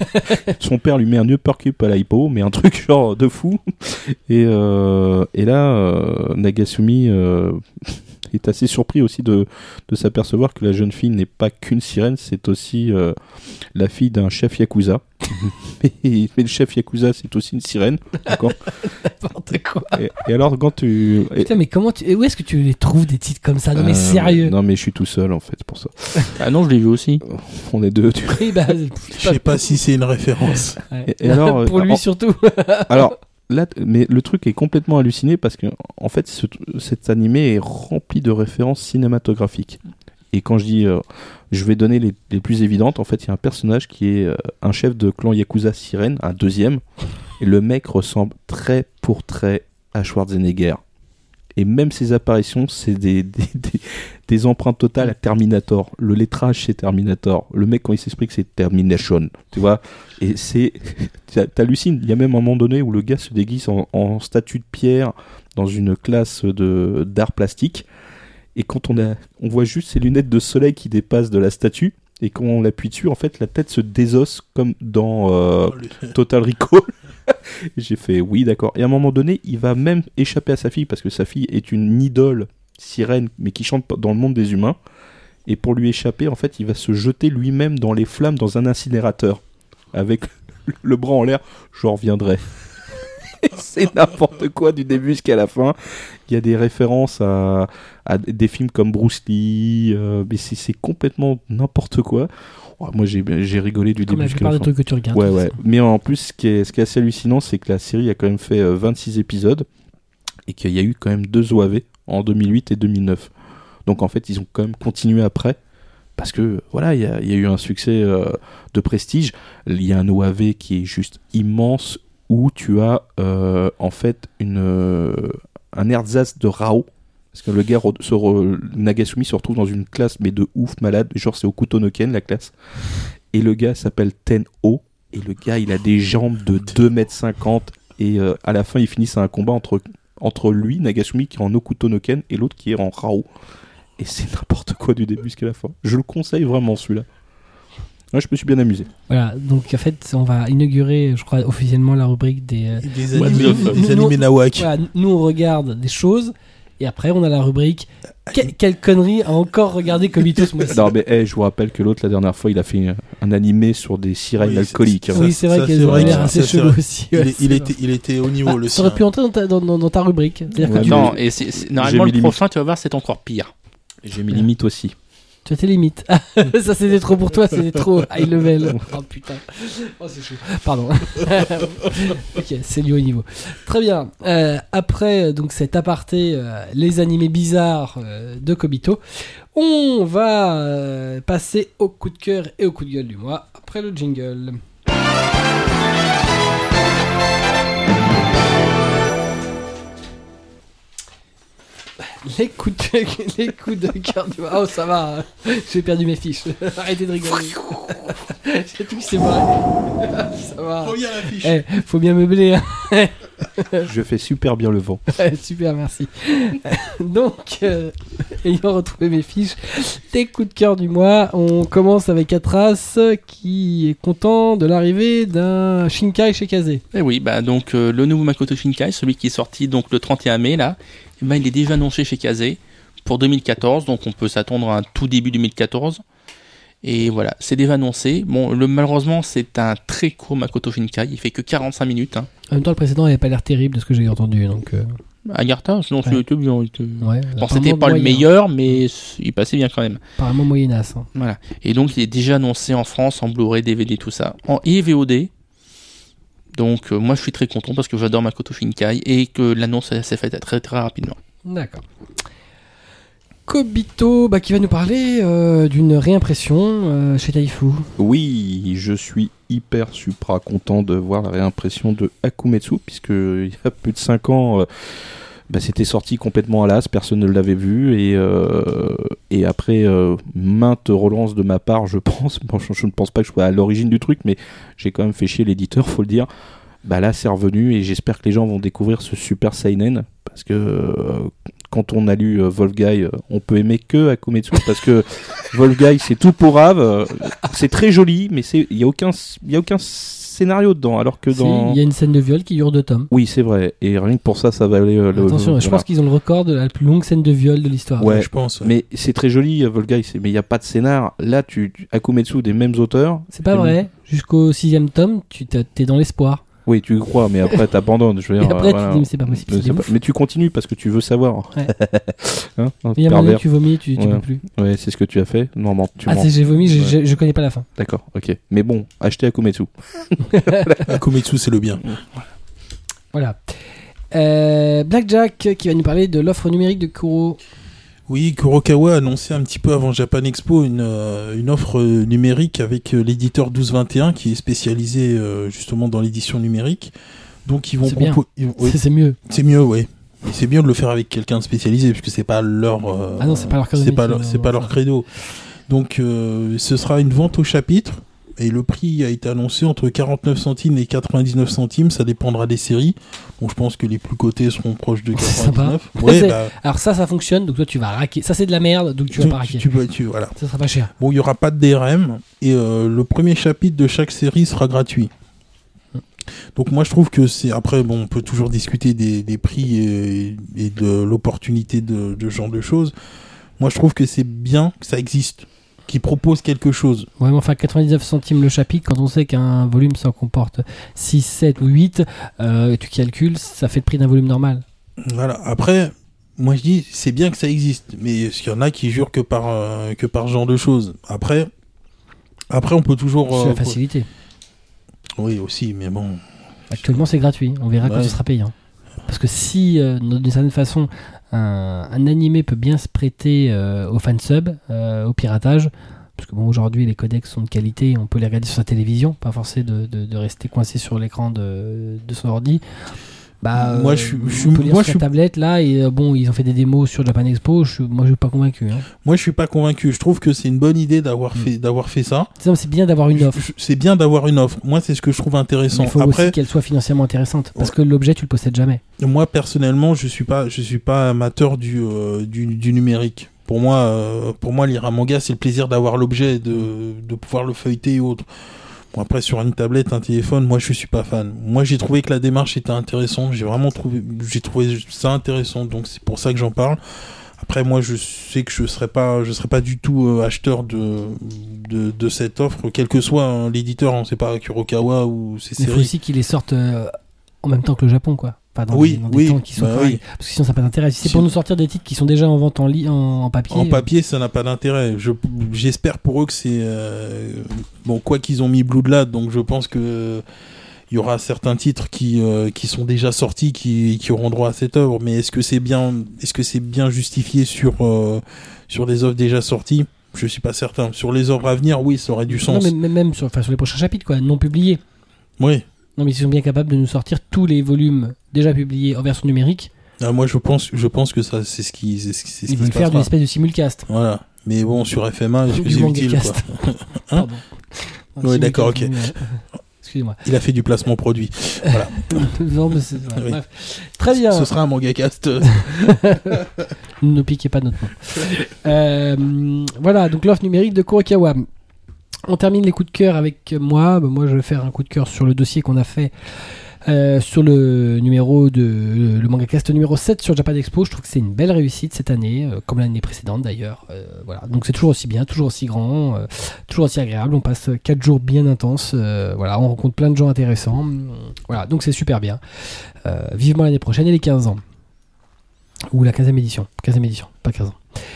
Son père lui met un uppercut à la hypo, mais un truc genre de fou. Et, euh, et là, euh, Nagasumi euh, est assez surpris aussi de, de s'apercevoir que la jeune fille n'est pas qu'une sirène, c'est aussi euh, la fille d'un chef yakuza. mais, mais le chef yakuza, c'est aussi une sirène. D'accord. N'importe quoi. Et, et alors, quand tu. Putain, mais comment tu. Où est-ce que tu les trouves des titres comme ça? Non, mais euh, sérieux. Non, mais je suis tout seul en fait, pour ça. Ah non, je l'ai vu aussi. On est deux. Tu... Oui, bah, je sais pas si c'est une référence. Ouais. Et, et alors, pour lui en... surtout. Alors. Là, mais le truc est complètement halluciné parce que en fait, ce, cet animé est rempli de références cinématographiques. Et quand je dis, euh, je vais donner les, les plus évidentes, en fait, il y a un personnage qui est euh, un chef de clan Yakuza Sirène, un deuxième, et le mec ressemble trait pour trait à Schwarzenegger. Et même ses apparitions, c'est des, des, des, des empreintes totales à Terminator. Le lettrage, c'est Terminator. Le mec, quand il s'explique, c'est Termination. Tu vois? Et c'est... T'hallucines. Il y a même un moment donné où le gars se déguise en, en statue de pierre dans une classe de, d'art plastique. Et quand on, a, on voit juste ses lunettes de soleil qui dépassent de la statue, et quand on l'appuie dessus, en fait, la tête se désosse comme dans euh, Total Recall. J'ai fait oui, d'accord. Et à un moment donné, il va même échapper à sa fille parce que sa fille est une idole sirène, mais qui chante dans le monde des humains. Et pour lui échapper, en fait, il va se jeter lui-même dans les flammes dans un incinérateur avec le bras en l'air. Je reviendrai. c'est n'importe quoi du début jusqu'à la fin. Il y a des références à, à des films comme Bruce Lee, euh, mais c'est, c'est complètement n'importe quoi. Oh, moi, j'ai, j'ai rigolé du Comme début la jusqu'à la plupart des fin. trucs que tu regardes. Ouais, de toute ouais. façon. Mais en plus, ce qui est, ce qui est assez hallucinant, c'est que la série a quand même fait euh, vingt-six épisodes et qu'il y a eu quand même deux O A V en deux mille huit et deux mille neuf. Donc en fait, ils ont quand même continué après parce que voilà, il y a, il y a eu un succès euh, de prestige. Il y a un O A V qui est juste immense où tu as euh, en fait une, euh, un ersatz de Rao. Parce que le gars, re, se re, Nagasumi se retrouve dans une classe, mais de ouf malade. Genre, c'est Hokuto no Ken, la classe. Et le gars s'appelle Ten-O. Et le gars, il a des jambes de deux mètres cinquante. Et euh, à la fin, ils finissent à un combat entre, entre lui, Nagasumi, qui est en Hokuto no Ken, et l'autre qui est en Rao. Et c'est n'importe quoi du début jusqu'à la fin. Je le conseille vraiment, celui-là. Ouais, je me suis bien amusé. Voilà, donc en fait, on va inaugurer, je crois, officiellement la rubrique des, euh, Des Ouais, animés, nous- des nous- animés nawak. voilà, nous on regarde des choses et après on a la rubrique que- quelle connerie a encore regardé Kobito ce mois-ci. Non, mais hey, je vous rappelle que l'autre, la dernière fois, il a fait un, un animé sur des sirènes Oui, alcooliques. c'est- hein. ça- Oui, c'est vrai ça, qu'elles c'est ont vrai l'air que- assez ça, c'est chelou vrai. aussi. Il, ouais, est- il c'est était, il était au niveau, Ah, le ça aurait sien. pu entrer dans ta, dans, dans- dans ta rubrique. C'est-à-dire que Ouais, tu, Non, et c'est, c'est- normalement, J'ai mis le limite. prochain, tu vas voir, c'est encore pire. J'ai mis limite aussi. tu as tes limites. Ça c'était trop pour toi, c'était trop high level. Oh putain. Oh c'est chaud. Pardon. Ok, c'est du haut niveau. Très bien. Euh, après donc cet aparté, euh, les animés bizarres euh, de Kobito, on va euh, passer au coup de cœur et au coup de gueule du mois après le jingle. Les coups de, les coups de cœur du mois. Oh, ça va, hein. J'ai perdu mes fiches. Arrêtez de rigoler. J'ai tout qui s'est barré. Ça va. Reviens à la fiche. Eh, faut bien meubler. Hein. Je fais super bien le vent. Super, merci. Donc, euh, ayant retrouvé mes fiches, les coups de cœur du mois, on commence avec Atras qui est content de l'arrivée d'un Shinkai chez Kazé. Et oui, bah donc euh, le nouveau Makoto Shinkai, celui qui est sorti donc le trente et un mai là, eh ben, il est déjà annoncé chez Kazé pour deux mille quatorze, donc on peut s'attendre à un tout début deux mille quatorze. Et voilà, c'est déjà annoncé. Bon, le, malheureusement, c'est un très court Makoto Shinkai, il fait que quarante-cinq minutes. Hein. En même temps, le précédent n'avait pas l'air terrible de ce que j'ai entendu. Donc, euh, Agartha, sinon Ouais. c'était bien. il était- ouais, Bon, apparemment c'était pas le moyen. meilleur, mais il passait bien quand même. Apparemment moyenasse. Hein. Voilà. Et donc, il est déjà annoncé en France, en Blu-ray, D V D, tout ça, en et V O D. Donc, euh, moi, je suis très content parce que j'adore Makoto Shinkai et que l'annonce elle, s'est faite très très rapidement. D'accord. Kobito, bah, qui va nous parler euh, d'une réimpression euh, chez Taifu. Oui, je suis hyper supra content de voir la réimpression de Akumetsu, puisque il y a plus de cinq ans, euh, bah, c'était sorti complètement à l'as, personne ne l'avait vu, et, euh, et après euh, maintes relances de ma part, je pense, bon, je, je ne pense pas que je sois à l'origine du truc, mais j'ai quand même fait chier l'éditeur, faut le dire. Bah là, c'est revenu, et j'espère que les gens vont découvrir ce super seinen, parce que euh, quand on a lu euh, Wolfguy, euh, on peut aimer que Akumetsu, parce que Wolfguy, c'est tout pour Rave, euh, c'est très joli, mais il n'y a, aucun- y a aucun scénario dedans, alors que Si, dans... il y a une scène de viol qui dure deux tomes. Oui, c'est vrai, et rien que pour ça, ça valait euh, le... Attention, le- je voilà. pense qu'ils ont le record de la plus longue scène de viol de l'histoire. Ouais, je pense. ouais. mais c'est très joli, euh, Volgai, c'est- mais il n'y a pas de scénar. Là, tu, tu- Akumetsu, des mêmes auteurs. C'est pas Et vrai. Jusqu'au sixième tome, tu t'as- t'es dans l'espoir. Oui, tu y crois, mais après, t'abandonnes. Je veux Et dire, après, euh, voilà. tu te dis, mais c'est pas possible. Mais, c'est c'est des pas- ouf. mais tu continues parce que tu veux savoir. Ouais. Hein, un Il y a un moment donné, pervers. tu vomis, tu, tu Ouais. peux plus. Ouais, c'est ce que tu as fait. Non, non, tu Ah, mens. c'est j'ai vomi, je, Ouais. je, je connais pas la fin. D'accord, ok. Mais bon, achetez Akumetsu. Akumetsu, c'est le bien. Voilà. Euh, Blackjack qui va nous parler de l'offre numérique de Kuro. Oui, Kurokawa a annoncé un petit peu avant Japan Expo une, euh, une offre euh, numérique avec euh, l'éditeur douze vingt et un qui est spécialisé euh, justement dans l'édition numérique. Donc ils vont C'est bien. compo- ils- oui, C'est c'est mieux. c'est mieux, oui. Et c'est bien de le faire avec quelqu'un de spécialisé puisque c'est pas leur euh, Ah non, c'est pas leur cœur de c'est pas métier, leur, non, c'est non, pas ça. leur credo. Donc euh, ce sera une vente au chapitre et le prix a été annoncé entre quarante-neuf centimes et quatre-vingt-dix-neuf centimes, ça dépendra des séries. Bon, je pense que les plus cotées seront proches de C'est sympa. quatre-vingt-dix-neuf. Ouais, C'est- bah, Alors ça, ça fonctionne, donc toi tu vas raquer. Ça c'est de la merde, donc tu vas pas raquer. tu, peux- tu- voilà. Ça sera pas cher. Bon, il y aura pas de D R M et euh, le premier chapitre de chaque série sera gratuit. Donc moi je trouve que c'est après bon on peut toujours discuter des, des prix et, et de l'opportunité de, de ce genre de choses. Moi je trouve que c'est bien que ça existe. qui propose quelque chose. Ouais, mais enfin, quatre-vingt-dix-neuf centimes le chapitre, quand on sait qu'un volume ça comporte six, sept ou huit, euh, tu calcules, ça fait le prix d'un volume normal. Voilà. Après, moi je dis, c'est bien que ça existe, mais il y en a qui jurent que par, euh, que par ce genre de choses. Après, après on peut toujours... C'est euh, la facilité. Oui, aussi, mais bon... Actuellement, c'est gratuit. On verra quand Ouais. ce sera payant. Parce que si, euh, d'une certaine façon, un, un animé peut bien se prêter euh, au fansub, euh, au piratage, parce que bon, aujourd'hui, les codecs sont de qualité, on peut les regarder sur sa télévision, pas forcé de, de, de rester coincé sur l'écran de, de son ordi. Bah, Moi, euh, je suis- on je suis- peut lire moi, sur je suis- la tablette, là, et euh, bon, ils ont fait des démos sur Japan Expo, je, suis- moi, je suis pas convaincu. Hein. Moi, je suis pas convaincu. Je trouve que c'est une bonne idée d'avoir Mm. fait, d'avoir fait ça. C'est c'est bien d'avoir une offre. Je- je- C'est bien d'avoir une offre. Moi, c'est ce que je trouve Mais intéressant. il faut Après, aussi qu'elle soit financièrement intéressante, parce Ouais. que l'objet, tu le possèdes jamais. moi, personnellement, je suis pas, je suis pas amateur du, euh, du, du numérique. Pour moi, euh, pour moi, lire un manga, c'est le plaisir d'avoir l'objet, de, de pouvoir le feuilleter et autres. Bon, après, sur une tablette, un téléphone, moi, je suis pas fan. Moi, j'ai trouvé que la démarche était intéressante. J'ai vraiment trouvé, j'ai trouvé ça intéressant. Donc, c'est pour ça que j'en parle. Après, moi, je sais que je serais pas, je serais pas du tout euh, acheteur de, de, de cette offre, quel que soit hein, l'éditeur. On sait pas Kurokawa ou ses Mais il faut séries. aussi qu'ils les sortent euh, en même temps que le Japon, quoi. Pas dans Oui, des, dans des oui, temps qui sont bah pareils. oui. Parce que sinon, ça n'a pas d'intérêt. Si c'est Si- pour nous sortir des titres qui sont déjà en vente en, li- en, en papier. En papier, ça n'a pas d'intérêt. Je, j'espère pour eux que c'est euh, bon, quoi qu'ils ont mis Bloodlad, donc je pense que il y aura certains titres qui euh, qui sont déjà sortis qui, qui auront droit à cette œuvre. Mais est-ce que c'est bien, est-ce que c'est bien justifié sur euh, sur des œuvres déjà sorties? Je suis pas certain. Sur les œuvres à venir, oui, ça aurait du non, sens. mais mais même sur, enfin, sur les prochains chapitres, quoi, non publiés. Oui. Non, mais ils sont bien capables de nous sortir tous les volumes déjà publiés en version numérique. Ah, moi, je pense, je pense que ça, c'est ce qui, c'est ce qui, c'est ce Ils qui veulent se faire passera. d'une espèce de simulcast. Voilà. Mais bon, sur F M A, est-ce que Du c'est manga utile, quoi? cast. Hein Pardon. Un Ouais, d'accord, simulcast, ok. oui, ouais. Excusez-moi. Il a fait du placement produit. Voilà. Non, mais c'est- ouais, Oui. bref. Très bien. Ce sera un manga cast. Ne piquez pas notre nom. Euh, voilà, donc l'offre numérique de Kurokawa. On termine les coups de cœur avec moi. Bah, moi, je vais faire un coup de cœur sur le dossier qu'on a fait euh, sur le numéro de le, le manga cast numéro sept sur Japan Expo. Je trouve que c'est une belle réussite cette année, euh, comme l'année précédente d'ailleurs. Euh, voilà, donc c'est toujours aussi bien, toujours aussi grand, euh, toujours aussi agréable. On passe quatre jours bien intenses. Euh, voilà, on rencontre plein de gens intéressants. Voilà, donc c'est super bien. Euh, vivement l'année prochaine et les quinze ans. Ou la quinzième édition. quinzième édition, pas quinze ans.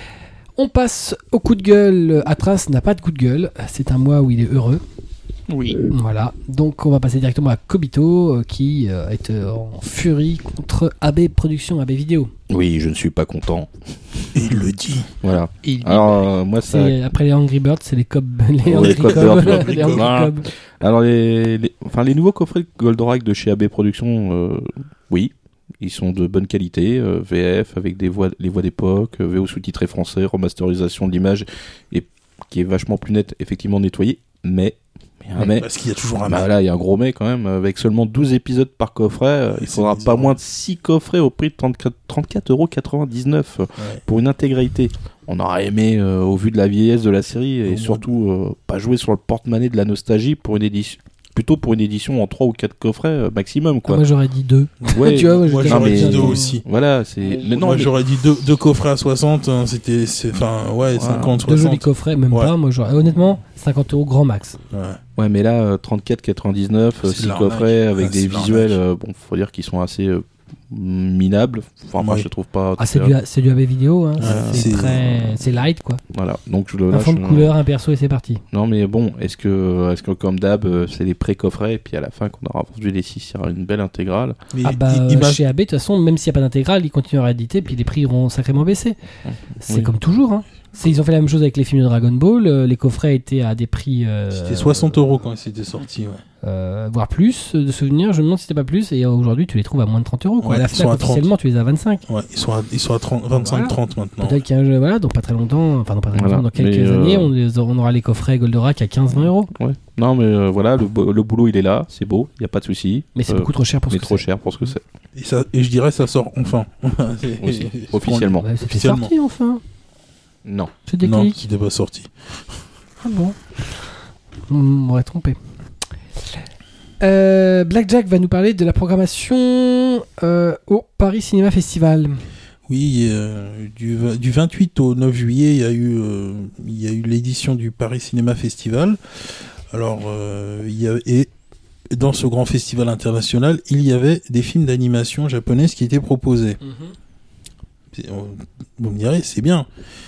On passe au coup de gueule. Atras n'a pas de coup de gueule. C'est un mois où il est heureux. Oui. Voilà. Donc on va passer directement à Kobito euh, qui euh, est euh, en furie contre A B Productions, A B Vidéo. Oui, je ne suis pas content. Et il le dit. Voilà. Il- Alors, euh, moi, ça. C'est, après les Angry Birds, c'est les Cob. Les Ouais, Angry les Cob Cob. Birds, les Angry voilà. Cob. Alors, les, les, enfin, les nouveaux coffrets Goldorak de chez A B Productions, euh, oui, ils sont de bonne qualité. euh, V F avec des voix, les voix d'époque, euh, V O sous-titré français, remasterisation de l'image, et qui est vachement plus nette, effectivement nettoyée, mais. mais, un mais Parce qu'il y a toujours un bah mal. là, il y a un gros mais quand même, avec seulement douze épisodes par coffret, euh, il c'est faudra bizarre. pas moins de six coffrets au prix de trente-quatre euros quatre-vingt-dix-neuf Ouais. pour une intégralité. On aurait aimé, euh, au vu de la vieillesse de la série, Au et moins. surtout euh, pas jouer sur le porte-monnaie de la nostalgie pour une édition, plutôt pour une édition en trois ou quatre coffrets euh, maximum, Ah, quoi. moi j'aurais dit deux. Ouais, Tu vois, moi, Moi, j'étais- j'aurais mais- dit deux aussi. Voilà, c'est. Mais non, Moi, mais- j'aurais dit deux, deux coffrets à soixante. hein, c'était, c'est, enfin, ouais, cinquante, Deux jolis soixante. coffrets, même Ouais. pas. Moi, j'aurais, honnêtement, cinquante euros grand max. Ouais. Ouais, mais là, euh, trente-quatre quatre-vingt-dix-neuf, C'est de six l'arnaque. coffrets avec Ouais, des c'est de visuels, l'arnaque. euh, bon, faut dire qu'ils sont assez euh, minables. Enfin, moi, Ouais. je les trouve pas. Ah, c'est très- du, c'est du A B vidéo. Hein. Ouais, c'est, c'est- très, c'est light, quoi. Voilà, donc je le Un lâche. fond de euh, couleur, un perso et c'est parti. Non, mais bon, est-ce que, est-ce que comme d'hab, euh, c'est les pré-coffrets, et puis à la fin, qu'on aura vendu les six, il y aura une belle intégrale. Mais Ah bah, il, il m'a- chez A B, de toute façon, même s'il n'y a pas d'intégrale, ils continueront à éditer, puis les prix iront sacrément baisser. C'est Oui. comme toujours. Hein. C'est, ils ont fait la même chose avec les films de Dragon Ball. euh, les coffrets étaient à des prix. euh, C'était soixante euros quand c'était sorti. Ouais. euh, voire plus euh, de souvenirs. Je me demande si c'était pas plus. Et euh, aujourd'hui, tu les trouves à moins de trente euros. Quoi. Ouais, À la ils sont Fnac, à trente. officiellement, tu les as à vingt-cinq. Ouais, ils sont à, ils sont à trente, vingt-cinq, Voilà. trente maintenant. Peut-être qu'il y a un jeu, voilà, dans pas très longtemps, enfin dans pas très Voilà. longtemps, dans quelques Mais, euh, années, on, les aura- on aura les coffrets Goldorak à quinze vingt euros. Ouais. Non, mais euh, voilà, le, bo- le boulot, il est là, c'est beau, il n'y a pas de souci. Mais c'est Euh, beaucoup trop cher pour ce mais que trop c'est. cher pour ce que c'est. Et, ça, et je dirais ça sort enfin. C'est- Aussi, c'est- officiellement. Ouais, c'était Officiellement. sorti enfin. Non. C'est des Non, clics. c'était pas sorti. Ah bon. On m'aurait trompé. Euh, Blackjack va nous parler de la programmation euh, au Paris Cinéma Festival. Oui, euh, du, v- du vingt-huit au neuf juillet, il y a eu, euh, il y a eu l'édition du Paris Cinéma Festival. Alors, euh, il y a, et dans ce grand festival international, il y avait des films d'animation japonaises qui étaient proposés. C'est- on- Vous me direz, c'est bien.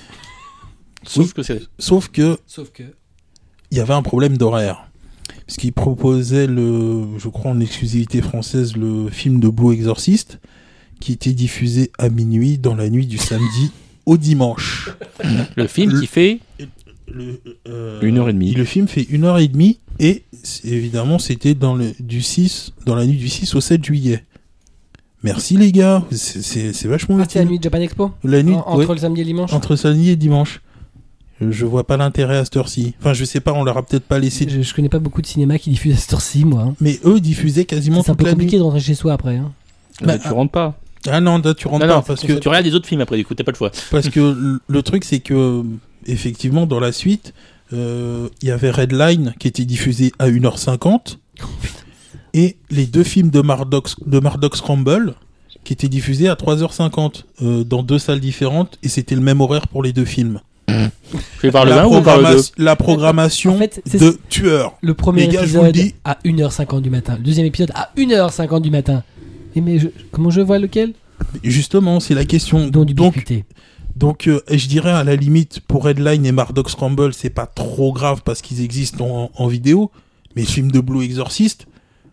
Sauf Oui. que c'est. Sauf que Sauf que. il y avait un problème d'horaire. Parce qu'ils proposaient, le, je crois en exclusivité française, le film de Blue Exorcist, qui était diffusé à minuit dans la nuit du samedi au dimanche. Le film Le- qui fait. Le, euh, Une heure et demie. Le film fait une heure et demie et c'est- évidemment c'était dans, le, du six, dans la nuit du six au sept juillet. Merci les gars, c'est, c'est, c'est vachement Ah, c'est la utile. nuit de Japan Expo La nuit, En- Entre ouais, le samedi et le dimanche entre samedi et dimanche. Je vois pas l'intérêt à cette heure-ci. Enfin, je sais pas, on leur a peut-être pas laissé. je, je connais pas beaucoup de cinéma qui diffuse à cette heure-ci, moi. hein. Mais eux diffusaient quasiment C'est un toute peu la compliqué nuit. de rentrer chez soi après. hein. Bah, tu rentres pas. Ah non, là tu rentres Non, pas non, parce que tu regardes les autres films après, du coup, t'as pas le choix. parce que le- le truc c'est que effectivement dans la suite euh, il y avait Redline qui était diffusé à une heure cinquante et les deux films de Murdoch de Murdoch Scramble qui étaient diffusés à trois heures cinquante euh, dans deux salles différentes et c'était le même horaire pour les deux films. Je vais par le la, un ou par le deux programma- la programmation En fait, c'est- de tueurs. Le premier Les gars, je vous le épisode dis. à une heure cinquante du matin. Le deuxième épisode à une heure cinquante du matin. Et mais je- comment je vois lequel Justement, c'est la question. Donc, du Donc, biscuité. Donc, euh, je dirais à la limite, pour Redline et Murdoch Scramble, c'est pas trop grave parce qu'ils existent en, en vidéo. Mais le film de Blue Exorcist,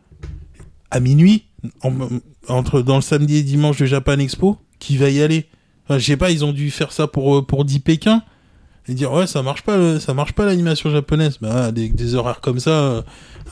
à minuit, en- entre dans le samedi et dimanche de Japan Expo, qui va y aller? Enfin, je sais pas, ils ont dû faire ça pour euh, pour dix Pékin et dire ouais, ça marche pas, euh, ça marche pas l'animation japonaise. Bah, des, des horaires comme ça, euh,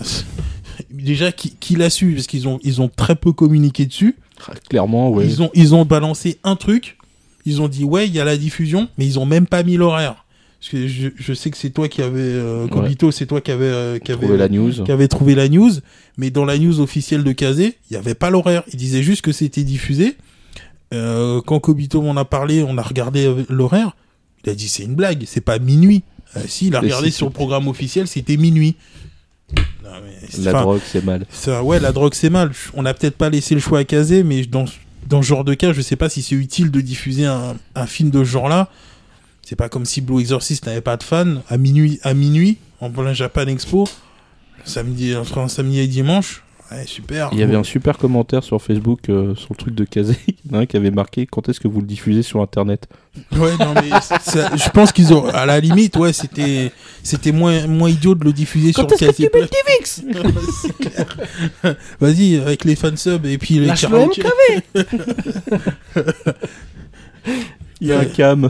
déjà qui, qui l'a su parce qu'ils ont ils ont très peu communiqué dessus. Clairement, ouais. Ils ont, ils ont balancé un truc. Ils ont dit, ouais, il y a la diffusion, mais ils ont même pas mis l'horaire. Parce que je, je sais que c'est toi qui avais, euh, Kobito, c'est toi qui avais, euh, qui avait, Trouver la news. qui avait trouvé la news. Mais dans la news officielle de Kazé, il y avait pas l'horaire. Il disait juste que c'était diffusé. Euh, quand Kobito m'en a parlé, on a regardé euh, l'horaire. Il a dit, c'est une blague, c'est pas minuit. Euh, si, il a Mais regardé si, sur si. le programme officiel, c'était minuit. Non, mais, La enfin, drogue, c'est mal. ça, ouais, la drogue c'est mal. On n'a peut-être pas laissé le choix à Kazé, mais dans, dans ce genre de cas, je sais pas si c'est utile de diffuser un, un film de ce genre-là. C'est pas comme si Blue Exorcist n'avait pas de fans. À minuit, à minuit, en plein Japan Expo, samedi, entre un samedi et dimanche. Ouais, super. Il y avait un super commentaire sur Facebook euh, sur le truc de Kazé. Il y en a un qui avait marqué quand est-ce que vous le diffusez sur internet. Ouais, non, mais ça, je pense qu'ils ont, à la limite, ouais, c'était, c'était moins, moins idiot de le diffuser Quand sur est-ce que tu mets Kazé. le T V X C'est clair. Vas-y, avec les fansubs et puis les Lâche le karaokés. M K V. Il y a un cam.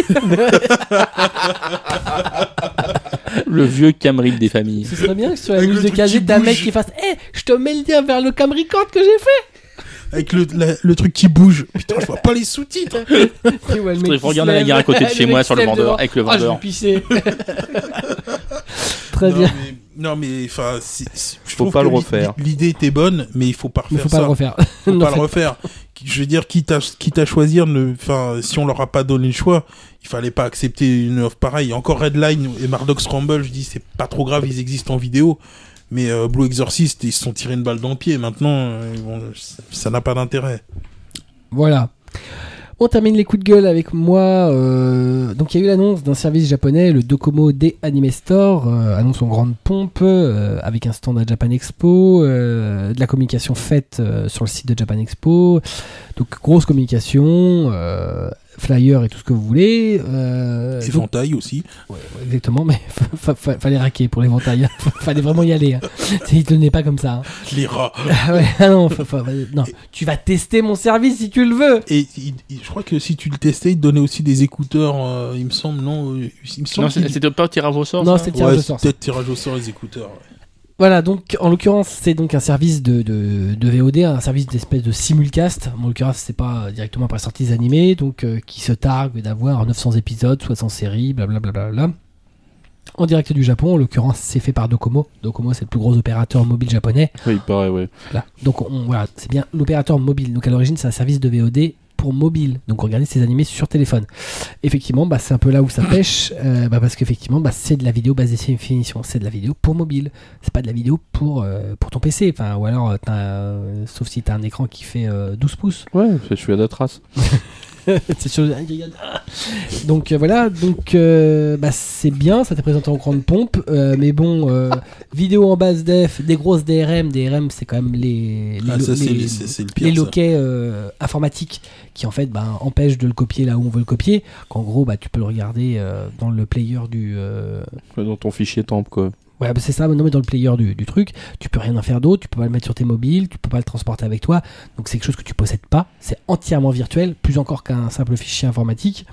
Le vieux Camril des familles. Ce serait bien que sur la Avec news le de truc Kazé, qui t'as un mec bouge. qui fasse Eh, je te mets le lien vers le camrecord que j'ai fait. Avec le, la- le truc qui bouge. Putain, je vois pas les sous-titres. Et ouais, le mec Il qui faut se regarder la lève. gare à côté de Le chez mec moi qui sur se le lève vendeur, devant. avec le Ah, je vais vendeur. pisser. Très non, bien. Mais, non, mais enfin, c'est- c'est- je Faut trouve pas que le l'i- refaire. L'idée était bonne, mais il faut pas Mais refaire faut ça. pas le refaire. Faut Non, pas fait- le refaire. Je veux dire, quitte à, quitte à choisir, ne, enfin, si on leur a pas donné le choix, il fallait pas accepter une offre pareille. Encore Redline et Murdoch Scramble, je dis, c'est pas trop grave, ils existent en vidéo. Mais euh, Blue Exorcist, ils se sont tirés une balle dans le pied. Maintenant, euh, bon, ça n'a pas d'intérêt. Voilà. On termine les coups de gueule avec moi. euh, Donc, il y a eu l'annonce d'un service japonais, le Docomo D Anime Store, euh, annonce en grande pompe, euh, avec un stand à Japan Expo, euh, de la communication faite euh, sur le site de Japan Expo. Donc, grosse communication, euh, flyer et tout ce que vous voulez. Euh, donc- Éventail aussi. Ouais, ouais, exactement, mais fa- fa- fallait raquer pour l'éventail. hein. Fallait vraiment y aller. Hein. C'est- Il te donnait pas comme ça. hein. Les rats. Ah ouais, ah non, fa- fa- non, tu vas tester mon service si tu le veux. Et il- il- je crois que si tu le testais, il te donnait aussi des écouteurs, euh, il me semble, non euh, Il me semble Non, c'est- qu'il- c'était pas au tirage au sort Non, ça c'était tirage Ouais, au sort. c'est peut-être tirage au sort les écouteurs. ouais. Voilà, donc en l'occurrence, c'est donc un service de, de, de V O D, un service d'espèce de simulcast. En l'occurrence, c'est pas directement par sorties animées, donc euh, qui se targue d'avoir neuf cents épisodes, soixante séries, blablabla. En direct du Japon, en l'occurrence, c'est fait par Docomo. Docomo, c'est le plus gros opérateur mobile japonais. Oui, il paraît, ouais. Voilà. Donc on, voilà, c'est bien l'opérateur mobile. Donc à l'origine, c'est un service de V O D pour mobile. Donc regardez ces animés sur téléphone. Effectivement, bah, c'est un peu là où ça pêche, euh, bah, parce qu'effectivement, bah, c'est de la vidéo basse définition. C'est de la vidéo pour mobile. C'est pas de la vidéo pour, euh, pour ton P C. Enfin, ou alors, t'as, euh, sauf si tu as un écran qui fait euh, douze pouces. Ouais, je suis à la trace. c'est sur donc euh, voilà, donc euh, bah, c'est bien, ça t'est présenté en grande pompe, euh, mais bon, euh, vidéo en basse def, des grosses D R M, D R M c'est quand même les les, Ah, ça, lo- c'est- les, c'est- c'est le pire, les ça. loquets euh, informatiques qui en fait bah, empêchent de le copier là où on veut le copier. Qu'en gros bah tu peux le regarder euh, dans le player du euh, Dans ton fichier temp, quoi. ouais, bah, c'est ça, non mais dans le player du, du truc, tu peux rien en faire d'autre, tu peux pas le mettre sur tes mobiles, tu peux pas le transporter avec toi, donc c'est quelque chose que tu possèdes pas, c'est entièrement virtuel, plus encore qu'un simple fichier informatique.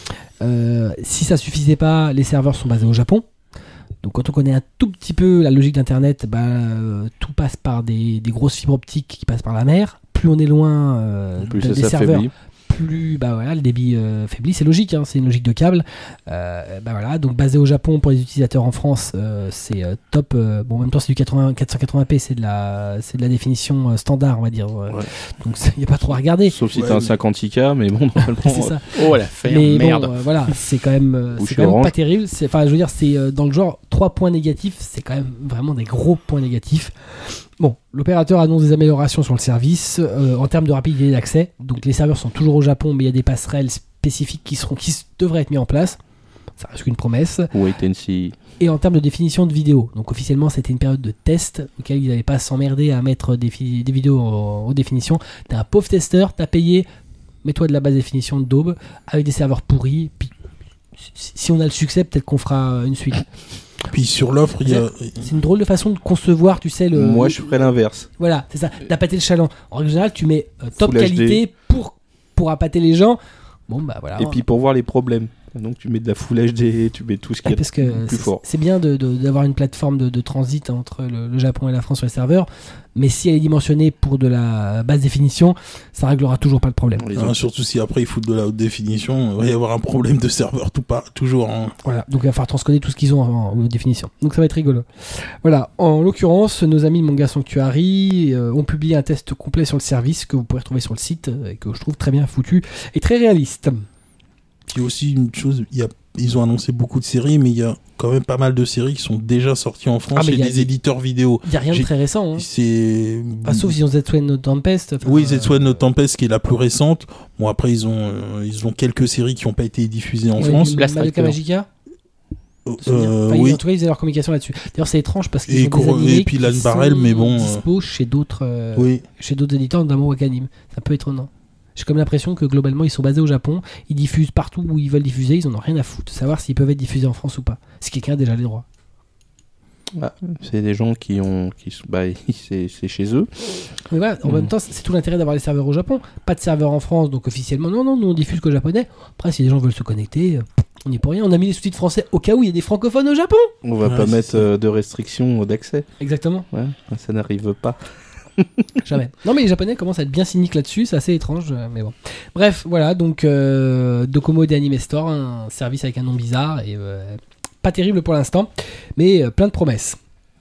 Euh, si ça suffisait pas, les serveurs sont basés au Japon, donc quand on connaît un tout petit peu la logique d'internet, bah, euh, tout passe par des, des grosses fibres optiques qui passent par la mer, plus on est loin euh, Plus de- ça des serveurs, s'affaiblit. plus bah voilà, le débit euh, faiblit, c'est logique, hein, c'est une logique de câble. Euh, bah voilà, donc basé au Japon pour les utilisateurs en France, euh, c'est euh, top. euh, bon, en même temps, c'est du quatre-vingts quatre cent quatre-vingts p, c'est de la, c'est de la définition euh, standard, on va dire. euh, Ouais. Donc il y a pas trop à regarder. Sauf si Ouais, t'as un mais- cinquante-six K, mais bon, normalement. C'est ça. Oh la ferme, Mais merde. bon, euh, voilà, c'est quand même, euh, Ou c'est chez quand même Orange. pas terrible. C'est, enfin, je veux dire, c'est euh, dans le genre trois points négatifs, c'est quand même vraiment des gros points négatifs. Bon, l'opérateur annonce des améliorations sur le service euh, en termes de rapidité d'accès. Donc les serveurs sont toujours au Japon, mais il y a des passerelles spécifiques qui seront, qui s- devraient être mis en place. Ça reste qu'une promesse. Wait and see. Et en termes de définition de vidéo, donc officiellement c'était une période de test auquel ils n'avaient pas à s'emmerder à mettre des, fi- des vidéos en haute définition. T'es un pauvre testeur, t'as payé, mets-toi de la basse définition de daube avec des serveurs pourris. Puis si si on a le succès, peut-être qu'on fera une suite. Puis sur l'offre, il y a. C'est une drôle de façon de concevoir, tu sais le. Moi, je ferais l'inverse. Voilà, c'est ça, d'appâter le chaland. En règle générale, tu mets euh, top Full H D. qualité pour pour appâter les gens. Bon bah voilà. Et puis pour voir les problèmes. Donc tu mets de la Full H D, tu mets tout ce qui Ouais, est parce que plus c'est- fort. c'est bien de- de- d'avoir une plateforme de, de transit entre le, le Japon et la France sur les serveurs, mais si elle est dimensionnée pour de la basse définition, ça réglera toujours pas le problème. Les Hein, autres. surtout si après ils foutent de la haute définition, il va y avoir un problème de serveur tout pas, toujours. Hein. Voilà, donc il va falloir transcoder tout ce qu'ils ont en, en haute définition. Donc ça va être rigolo. Voilà, en l'occurrence, nos amis de Manga Sanctuary euh, ont publié un test complet sur le service que vous pourrez retrouver sur le site euh, et que je trouve très bien foutu et très réaliste. Puis aussi une chose, il y a, ils ont annoncé beaucoup de séries, mais il y a quand même pas mal de séries qui sont déjà sorties en France Ah, mais chez il y a des des- éditeurs vidéo. Il n'y a rien de J'ai- très récent. Hein. C'est. Enfin, sauf s'ils ont Zetsuan No Tempest. enfin, Oui, euh, Zetsuan No Tempest qui est la plus récente. Bon après ils ont euh, ils ont quelques séries qui n'ont pas été diffusées en ouais, France. du Blast Madoka Factor. Magica. Euh, de souvenir. Enfin, ils- oui. En tout cas, ils faisaient leur communication là-dessus. D'ailleurs, c'est étrange parce qu'ils Et ont des Koro- animés et puis qui Lan sont Barrel, mais bon, euh, dispo chez d'autres euh, Oui. chez d'autres éditeurs, notamment Wakanim. C'est un peu étonnant. J'ai comme l'impression que globalement, ils sont basés au Japon, ils diffusent partout où ils veulent diffuser, ils en ont rien à foutre de savoir s'ils peuvent être diffusés en France ou pas. Si quelqu'un a déjà les droits. Ah, c'est des gens qui ont. Qui, sont- bah, c'est c'est chez eux. Mais voilà, en Mhm. même temps, c'est tout l'intérêt d'avoir les serveurs au Japon. Pas de serveurs en France, donc officiellement, non, non, nous on diffuse qu'au japonais. Après, si les gens veulent se connecter, euh, on n'y est pour rien. On a mis les sous-titres français au cas où il y a des francophones au Japon. On va Ouais, pas c'est mettre ça. euh, de restrictions d'accès. Exactement. Ouais, ça n'arrive pas. Jamais. Non, mais les Japonais commencent à être bien cyniques là-dessus, c'est assez étrange, euh, mais bon. Bref, voilà, donc euh, Docomo de Anime Store, un service avec un nom bizarre et euh, pas terrible pour l'instant, mais euh, plein de promesses.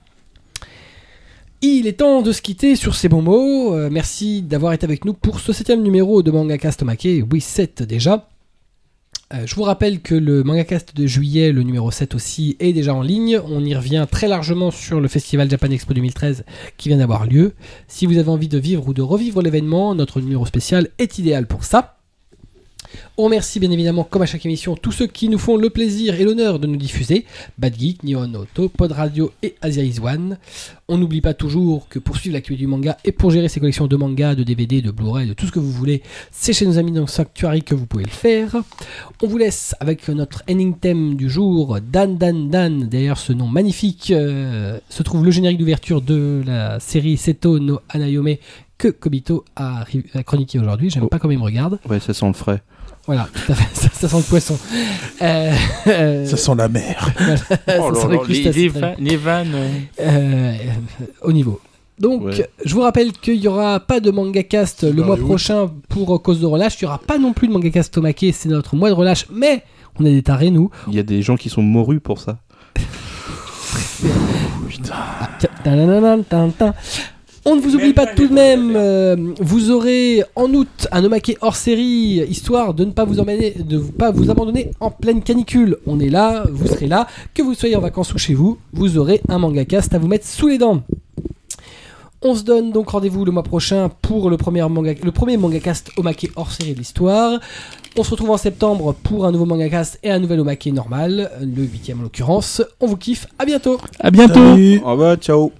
Il est temps de se quitter sur ces bons mots. Euh, merci d'avoir été avec nous pour ce septième numéro de Mangacast Make. Oui, sept déjà. Euh, je vous rappelle que le Mangacast de juillet, le numéro sept aussi, est déjà en ligne. On y revient très largement sur le Festival Japan Expo deux mille treize qui vient d'avoir lieu. Si vous avez envie de vivre ou de revivre l'événement, notre numéro spécial est idéal pour ça. On remercie bien évidemment, comme à chaque émission, tous ceux qui nous font le plaisir et l'honneur de nous diffuser. Bad Geek, Nihon Auto, Pod Radio et Asia Is One. On n'oublie pas toujours que pour suivre l'actualité du manga et pour gérer ses collections de mangas, de D V D, de Blu-ray, de tout ce que vous voulez, c'est chez nos amis dans Sanctuary que vous pouvez le faire. On vous laisse avec notre ending theme du jour, Dan Dan Dan. Derrière ce nom magnifique euh, se trouve le générique d'ouverture de la série Seto no Hanayome que Kobito a, ri- a chroniqué aujourd'hui. J'aime Oh. pas comme il me regarde. Ouais, ça sent le frais. Voilà, tout à fait, ça, ça sent le poisson. Euh, euh, Ça sent la mer. voilà, ça Oh là sent là, les les, crustacés, les très va- les vannes. euh, euh, au niveau. Donc, Ouais. je vous rappelle qu'il n'y aura pas de MangaCast le Bah, mois oui. prochain pour euh, cause de relâche. Il n'y aura pas non plus de MangaCast Tomake, c'est notre mois de relâche, mais on est des tarés, nous. Il y a des gens qui sont morus pour ça. Tiens, tadadadam, tin, tin. On ne vous oublie pas tout de même, euh, vous aurez en août un Omake hors série, histoire de ne pas vous emmener, de ne pas vous abandonner en pleine canicule. On est là, vous serez là, que vous soyez en vacances ou chez vous, vous aurez un MangaCast à vous mettre sous les dents. On se donne donc rendez-vous le mois prochain pour le premier manga, le premier mangacast Omake hors série de l'histoire. On se retrouve en septembre pour un nouveau mangacast et un nouvel Omake normal, le huitième en l'occurrence. On vous kiffe, à bientôt. À bientôt. Salut. Au revoir, ciao.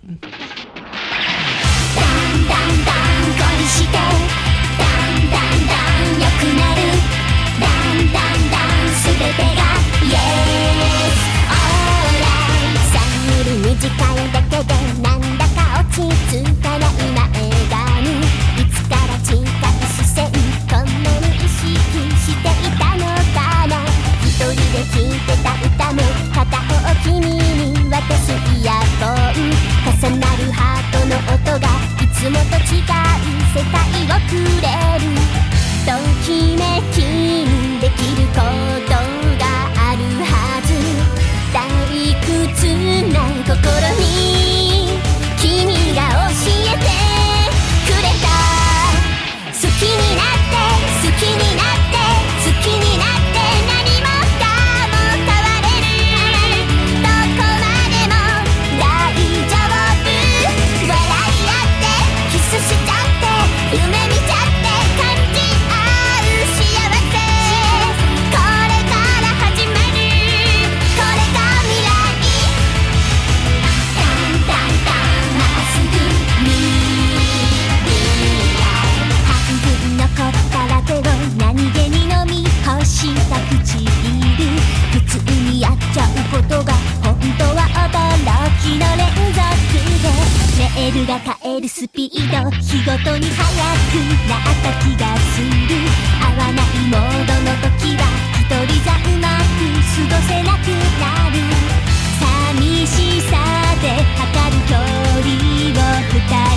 短いだけでなんだか落ち着かないな映画にいつから近い視線こんなに意識していたのかな一人で聴いてた歌も片方君に渡すイヤホン重なるハートの音がいつもと違う世界をくれるときめきにできることがあるはず退屈な心に君が教えてくれた好きになって好きになって好きになって何もかも変われるどこまでも大丈夫笑い合ってキスしちゃって夢見ちゃって感じ合う幸せこれから始まるこれが未来だんだんだんまっすぐ未来半分残ったラテを何気に飲み干した唇普通にやっちゃうことが本当は驚きの連続でメールが返るスピード日ごとに速くなった気がする合わないモードの時は一人じゃうまく過ごせなくなる寂しさで測る距離を二人